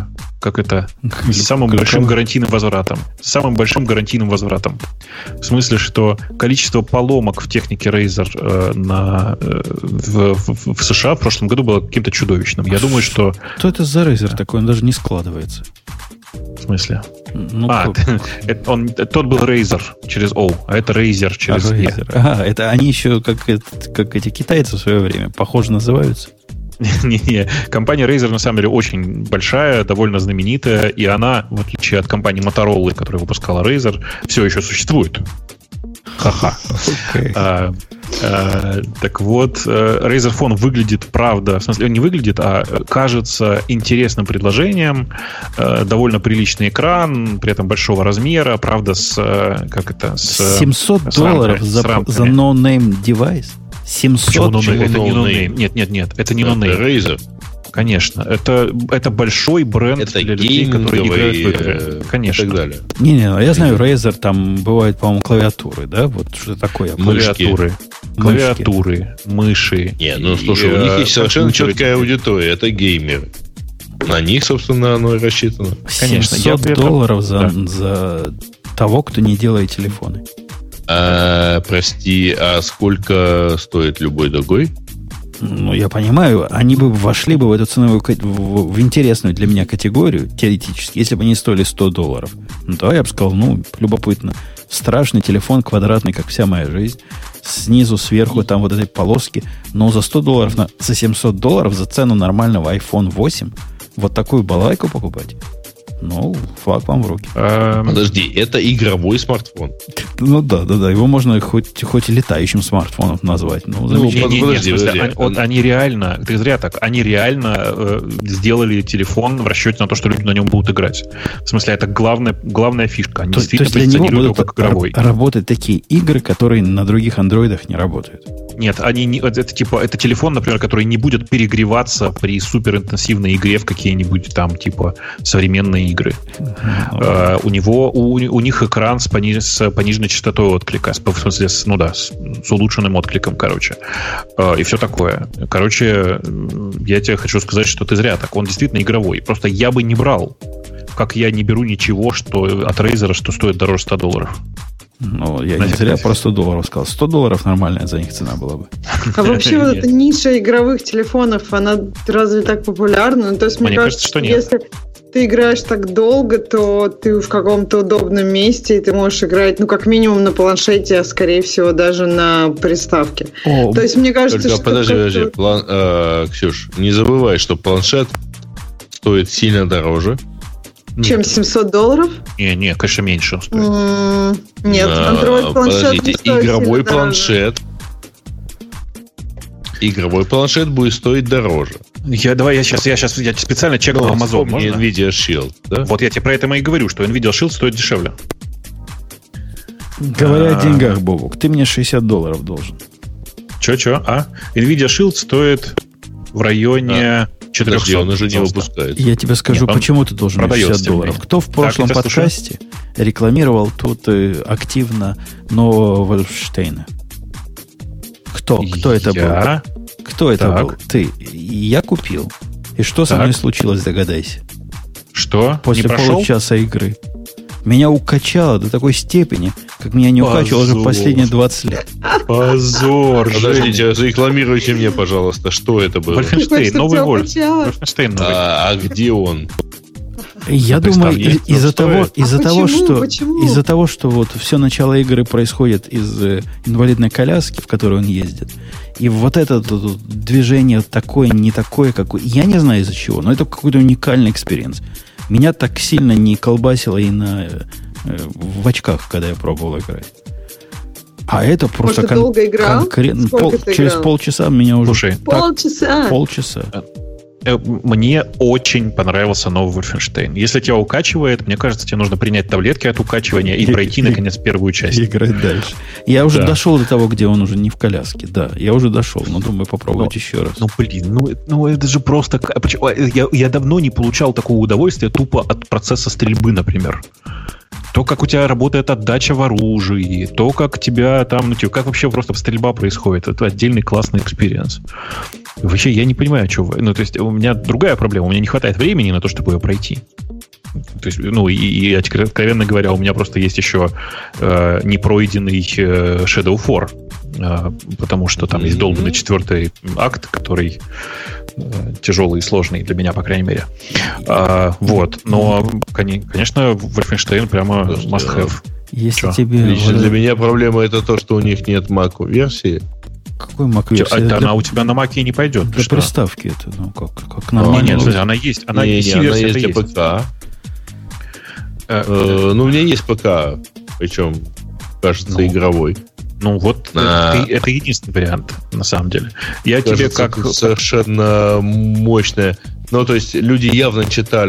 как это, с самым большим гарантийным возвратом. С самым большим гарантийным возвратом. В смысле, что количество поломок в технике Razer э, на, э, в, в, в США в прошлом году было каким-то чудовищным. Я думаю, что... Что это за Razer такой? Он даже не складывается. В смысле? Ну, а, это, он, тот был Razer через O, а это Razer через а, E. Razer. А, это они еще, как, как эти китайцы в свое время, похоже называются. Не-не, компания Razer на самом деле очень большая, довольно знаменитая, и она, в отличие от компании Motorola, которая выпускала Razer, все еще существует. Ха-ха. Okay. А, а, так вот, Razer Phone выглядит, правда, в смысле, он не выглядит, а кажется интересным предложением. Довольно приличный экран, при этом большого размера, правда, с, как это, с семьсот долларов за, за no-name девайс? семьсот? No name? Это не no-name. Нет, нет, нет, это не no-name. Это Razer. Конечно. Это, это большой бренд это для людей, которые играют в игры. Конечно. И так далее. Не-не, я знаю, Razer, там бывают, по-моему, клавиатуры, да? Вот что такое. Клавиатуры. Клавиатуры, мыши. Не, ну слушай, у них есть совершенно четкая аудитория. Это геймеры. На них, собственно, оно и рассчитано. Конечно. семьсот долларов за, да. за того, кто не делает телефоны. А, прости, а сколько стоит любой другой? Ну, я понимаю, они бы вошли бы в эту ценовую, в, в интересную для меня категорию, теоретически, если бы они стоили сто долларов. Ну, да, я бы сказал, ну, любопытно. Страшный телефон, квадратный, как вся моя жизнь. Снизу, сверху, там вот этой полоски. Но за сто долларов, на, за семьсот долларов, за цену нормального айфон восемь, вот такую балайку покупать? Ну, флаг вам в руки. Подожди, это игровой смартфон. Ну да, да, да. Его можно хоть, хоть летающим смартфоном назвать. Ну, ну, не, не, не, в смысле, они, он, они реально, ты зря так, они реально э, сделали телефон в расчете на то, что люди на нем будут играть. В смысле, это главная, главная фишка. Они то, действительно то есть для него его будут как игровой. Работать такие игры, которые на других андроидах не работают. Нет, они не, это типа это телефон, например, который не будет перегреваться при суперинтенсивной игре в какие-нибудь там типа современные игры. Uh-huh. Uh, у него у, у них экран с, пониж, с пониженной частотой отклика, с, в смысле, с, ну да, с, с улучшенным откликом, короче, uh, и все такое. Короче, я тебе хочу сказать, что ты зря так. Он действительно игровой. Просто я бы не брал, как я не беру ничего, что от Razer, что стоит дороже ста долларов. Ну, я не зря про сто долларов сказал. сто долларов нормальная за них цена была бы. А вообще вот эта ниша игровых телефонов, она разве так популярна? Ну, то есть, мне, мне кажется, что нет. Если ты играешь так долго, то ты в каком-то удобном месте, и ты можешь играть, ну, как минимум на планшете, а скорее всего даже на приставке. О, то есть, мне кажется, только, что... Подожди, подожди, План, э, Ксюш, не забывай, что планшет стоит сильно дороже. Чем семьсот долларов? Не, не, конечно, меньше стоит. Mm, нет, Android планшет не стоит игровой планшет. Игровой планшет будет стоить дороже. Я, давай я сейчас, я сейчас я специально чекнул Amazon. Можно? Nvidia Shield, да? Вот я тебе про это и говорю, что Nvidia Shield стоит дешевле. Говоря о деньгах, Бобук, ты мне шестьдесят долларов должен. Че-че? А? Nvidia Shield стоит в районе... Подожди, он уже не выпускается. Я тебе скажу, Нет, почему ты должен шестьдесят долларов. Кто в прошлом так, подкасте слушаю? рекламировал тут э, активно нового Вольфштейна? Кто? Кто это я? был? Кто это так. был? Ты. Я купил. И что так. со мной случилось, догадайся. Что? После не прошел? получаса игры. Меня укачало до такой степени, как меня не Позор. укачивало уже последние двадцать лет. Позор. Подождите, зарекламируйте мне, пожалуйста, что это было? Вольфенштейн, новый Вольф. Вольфенштейн новый. А, а где он? Я думаю, из- из-за того, из-за а того, почему? что почему? из-за того, что вот все начало игры происходит из э, инвалидной коляски, в которой он ездит, и вот это вот, движение такое, не такое, какое, я не знаю из-за чего, но это какой-то уникальный экспириенс. Меня так сильно не колбасило и на э, в очках, когда я пробовал играть. А это просто Может, кон- долго играл? конкретно пол, через полчаса меня уже Слушай, полчаса. Так, полчаса. Мне очень понравился новый Вольфенштейн. Если тебя укачивает, мне кажется, тебе нужно принять таблетки от укачивания и, и пройти, и, наконец, первую часть. И играть дальше. Я уже да. дошел до того, где он уже не в коляске. Да, я уже дошел, но думаю попробовать но, еще раз. Ну, блин, ну, ну это же просто... Я, я давно не получал такого удовольствия тупо от процесса стрельбы, например. то, как у тебя работает отдача в оружии, то, как тебя там, ну, типа, как вообще просто стрельба происходит. Это отдельный классный экспириенс. Вообще, я не понимаю, что вы... Ну, то есть, у меня другая проблема. У меня не хватает времени на то, чтобы ее пройти. То есть, ну, и, и откровенно говоря, у меня просто есть еще э, непройденный э, Shadow фор, э, потому что там mm-hmm. есть долбанный четвертый акт, который э, тяжелый и сложный для меня, по крайней мере. А, вот. Но, конечно, Wolfenstein прямо must have. Если тебе... Лично для меня проблема это то, что у них нет Mac-версии. Какой Mac-версия? А, для... Она у тебя на Mac не пойдет. Для приставки это, ну, как, как нормально. Нет, нет, она есть. Она, не, не, она есть для есть. ПК. Uh, ну, у меня есть ПК, причем, кажется, ну, игровой. Ну, вот на... это, это единственный вариант, на самом деле. Я кажется, тебе как... Совершенно мощная. Ну, то есть, люди явно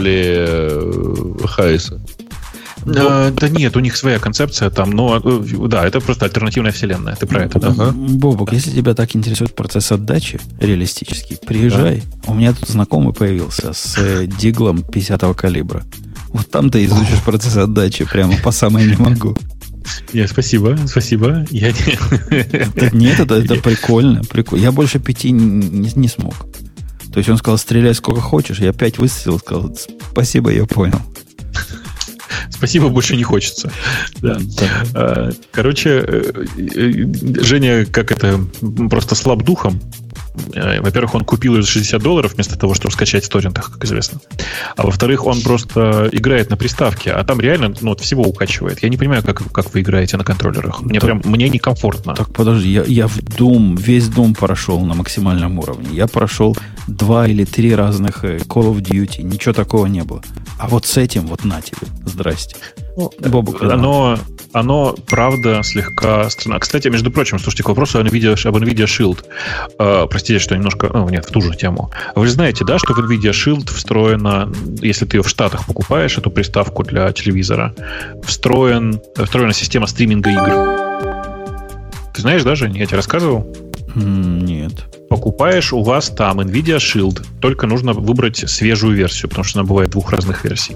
читали Харриса. А, да нет, у них своя концепция там, но да, это просто альтернативная вселенная. Ты про это, да? Ага. Бобок, если тебя так интересует процесс отдачи реалистический, приезжай. Да. У меня тут знакомый появился с диглом пятидесятого калибра. Вот там ты изучишь процесс отдачи прямо по самой не могу. Нет, спасибо, спасибо. Я не... Нет, это, это прикольно, прикольно. Я больше пяти не, не смог. То есть он сказал, стреляй сколько хочешь. Я пять выстрелил, сказал, спасибо, я понял. Спасибо, больше не хочется. Да. Да. Короче, Женя, как это, просто слаб духом. Во-первых, он купил ее за шестьдесят долларов вместо того, чтобы скачать в торрентах, как известно. А во-вторых, он просто играет на приставке, а там реально ну, от всего укачивает. Я не понимаю, как, как вы играете на контроллерах. Мне так, прям мне некомфортно. Так, подожди, я, я в Doom, весь Doom прошел на максимальном уровне. Я прошел два или три разных Call of Duty. Ничего такого не было. А вот с этим, вот на тебе. Здрасте. Ну, Бобок, оно, оно, правда, слегка странно. Кстати, между прочим, слушайте, к вопросу об NVIDIA, об NVIDIA Shield. Э, простите, что немножко... Ну, нет, в ту же тему. Вы же знаете, да, что в NVIDIA Shield встроена, если ты ее в Штатах покупаешь, эту приставку для телевизора, встроен, встроена система стриминга игр. Ты знаешь, да, Жень? Я тебе рассказывал? Нет. Покупаешь, у вас там NVIDIA Shield, только нужно выбрать свежую версию, потому что она бывает двух разных версий.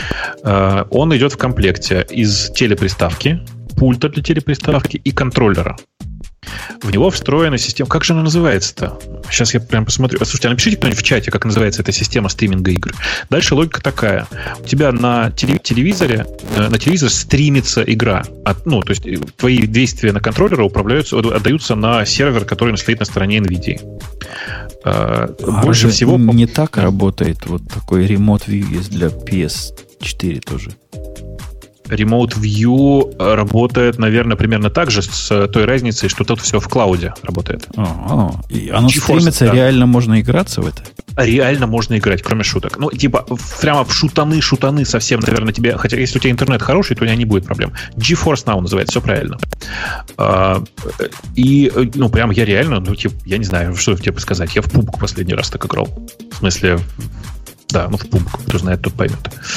Он идет в комплекте из телеприставки, пульта для телеприставки и контроллера. В него встроена система... Как же она называется-то? Сейчас я прям посмотрю. Слушайте, а напишите кто-нибудь в чате, как называется эта система стриминга игр. Дальше логика такая. У тебя на телевизоре, на телевизор стримится игра. От, ну, то есть твои действия на контроллере управляются, отдаются на сервер, который стоит на стороне NVIDIA. А Больше всего... Не так работает вот такой Remote View есть для пи эс четыре тоже. Remote View работает, наверное, примерно так же, с той разницей, что тут все в клауде работает. А, и оно GeForce, стримится, да. Реально можно играться в это? Реально можно играть, кроме шуток. Ну, типа, прямо в шутаны-шутаны совсем, наверное, тебе... Хотя, если у тебя интернет хороший, то у тебя не будет проблем. GeForce Now называется, все правильно. А, и, ну, прям я реально, ну, типа, я не знаю, что тебе сказать. Я в пубг последний раз так играл. В смысле, да, ну, в пубг. Кто знает, тот поймет.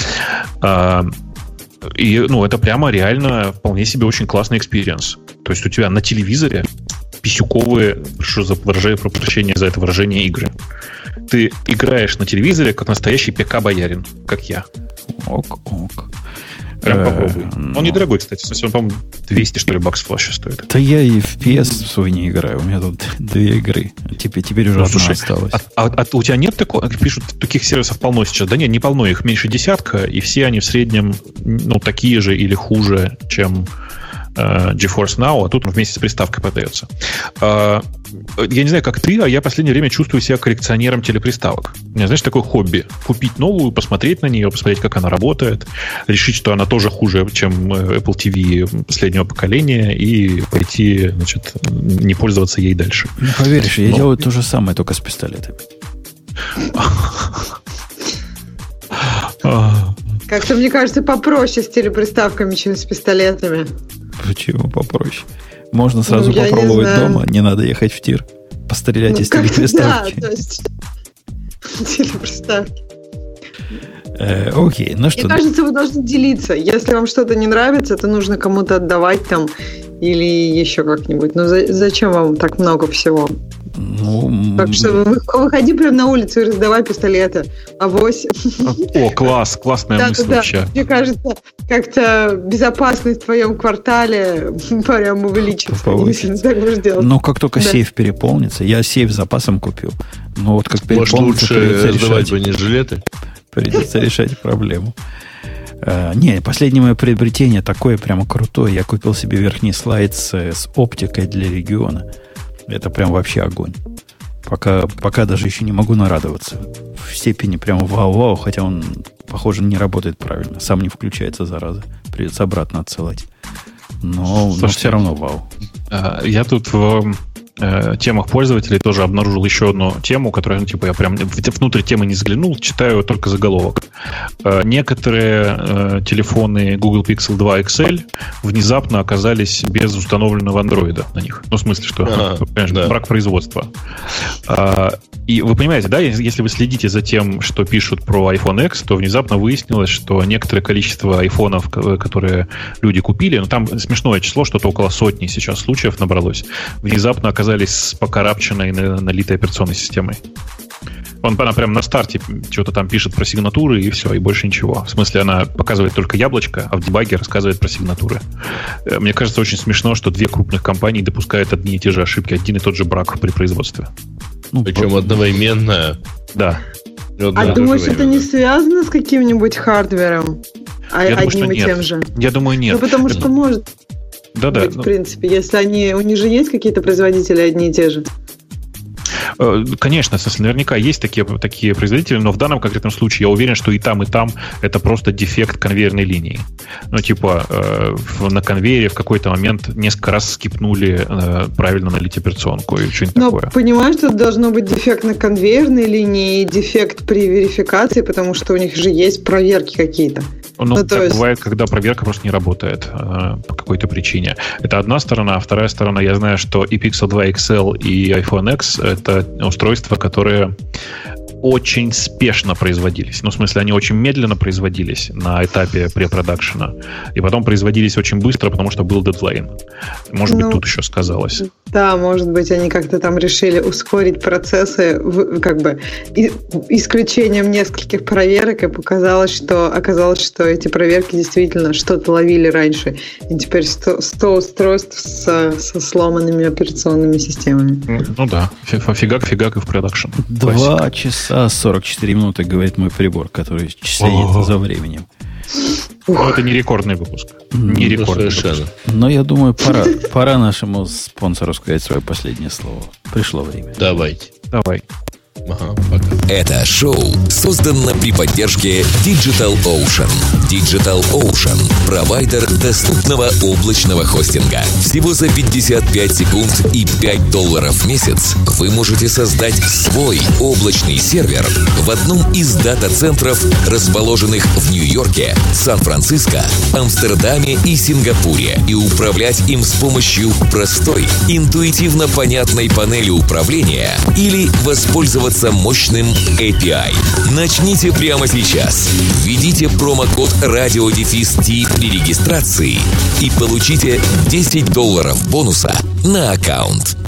А, И, ну, это прямо реально вполне себе очень классный экспириенс. То есть у тебя на телевизоре писюковые, что за выражение, про прощение за это выражение, игры. Ты играешь на телевизоре как настоящий ПК-боярин, как я. Ок, ок. Прям попробуй. Он недорогой, кстати. В смысле, он, по-моему, двести, что ли, баксов вообще стоит. Да я и в пи эс свой не играю. У меня тут две игры. Теперь, теперь уже ну, одна слушай, осталась. А, а, а у тебя нет такого? Пишут, таких сервисов полно сейчас. Да нет, не полно. Их меньше десятка. И все они в среднем ну, такие же или хуже, чем э, GeForce Now. А тут он вместе с приставкой продается. Э, я не знаю, как ты, а я в последнее время чувствую себя коллекционером телеприставок. У меня, знаешь, такое хобби. Купить новую, посмотреть на нее, посмотреть, как она работает, решить, что она тоже хуже, чем Apple ти ви последнего поколения, и пойти, значит, не пользоваться ей дальше. Ну, поверишь, я Но... делаю то же самое, только с пистолетами. Как-то, мне кажется, попроще с телеприставками, чем с пистолетами. Почему попроще? Можно сразу ну, попробовать не дома, не надо ехать в тир, пострелять ну, из телеприставки. Да, то есть телеприставки. Э, окей, ну что? Мне кажется, вы должны делиться. Если вам что-то не нравится, это нужно кому-то отдавать там или еще как-нибудь. Но за, зачем вам так много всего? Ну, так что выходи прямо на улицу и раздавай пистолеты. Авось. О, класс, классная да, мысль да, вообще. Да. Мне кажется, как-то безопасность в твоем квартале прям увеличится, если ты так будешь делать. Но как только да. сейф переполнится, я сейф с запасом купил. Но вот как переполнится, может, лучше раздавать бронежилеты? Придется решать проблему. Uh, не, последнее мое приобретение такое прямо крутое. Я купил себе верхний слайд с, с оптикой для региона. Это прям вообще огонь. Пока, пока даже еще не могу нарадоваться. В степени прям вау-вау, хотя он, похоже, не работает правильно. Сам не включается, зараза. Придется обратно отсылать. Но, но все равно вау. Я тут в э, темах пользователей тоже обнаружил еще одну тему, которая, ну, типа, я прям внутрь темы не заглянул, читаю только заголовок. Э, некоторые э, телефоны Google Pixel два икс эль внезапно оказались без установленного андроида на них. Ну, в смысле, что а, понимаешь, да. брак производства. А, и вы понимаете, да, если вы следите за тем, что пишут про iPhone X, то внезапно выяснилось, что некоторое количество айфонов, которые люди купили, ну, там смешное число, что-то около сотни сейчас случаев набралось, внезапно оказались с покарабченной налитой операционной системой. Он, она прям на старте что-то там пишет про сигнатуры, и все, и больше ничего. В смысле, она показывает только яблочко, а в дебагге рассказывает про сигнатуры. Мне кажется, очень смешно, что две крупных компании допускают одни и те же ошибки, один и тот же брак при производстве. Ну, причем по... одновременно. Да. А думаешь, это не связано с каким-нибудь хардвером? А Я одним думаю, и нет. тем же? Я думаю, нет. Ну, потому это... что может Да-да. быть, в принципе, если они... У них же есть какие-то производители одни и те же? Конечно, наверняка есть такие, такие производители, но в данном конкретном случае я уверен, что и там, и там это просто дефект конвейерной линии. Ну, типа, э, на конвейере в какой-то момент несколько раз скипнули э, правильно налить операционку и что-нибудь но такое. Понимаешь, что должно быть дефект на конвейерной линии и дефект при верификации, потому что у них же есть проверки какие-то. Ну, ну так есть... бывает, когда проверка просто не работает э, по какой-то причине. Это одна сторона, а вторая сторона, я знаю, что и Pixel два икс эл, и iPhone X — это устройства, которые очень спешно производились. Ну, в смысле, они очень медленно производились на этапе препродакшена, и потом производились очень быстро, потому что был дедлайн. Может ну, быть, тут еще сказалось. Да, может быть, они как-то там решили ускорить процессы, как бы и, исключением нескольких проверок, и показалось, что оказалось, что эти проверки действительно что-то ловили раньше, и теперь сто, сто устройств со, со сломанными операционными системами. Ну да, фигак-фигак и в продакшн. Два часа сорок четыре минуты, говорит мой прибор, который следит за временем. Но это не рекордный выпуск. Не рекордный выпуск. Но я думаю, пора, пора нашему спонсору сказать свое последнее слово. Пришло время. Давайте. Давай. Ага, пока. Это шоу создано при поддержке DigitalOcean. DigitalOcean – провайдер доступного облачного хостинга. Всего за пятьдесят пять секунд и пять долларов в месяц вы можете создать свой облачный сервер в одном из дата-центров, расположенных в Нью-Йорке, Сан-Франциско, Амстердаме и Сингапуре, и управлять им с помощью простой, интуитивно понятной панели управления или воспользоваться мощным эй пи ай. Начните прямо сейчас. Введите промокод радиодефис-ти при регистрации и получите десять долларов бонуса на аккаунт.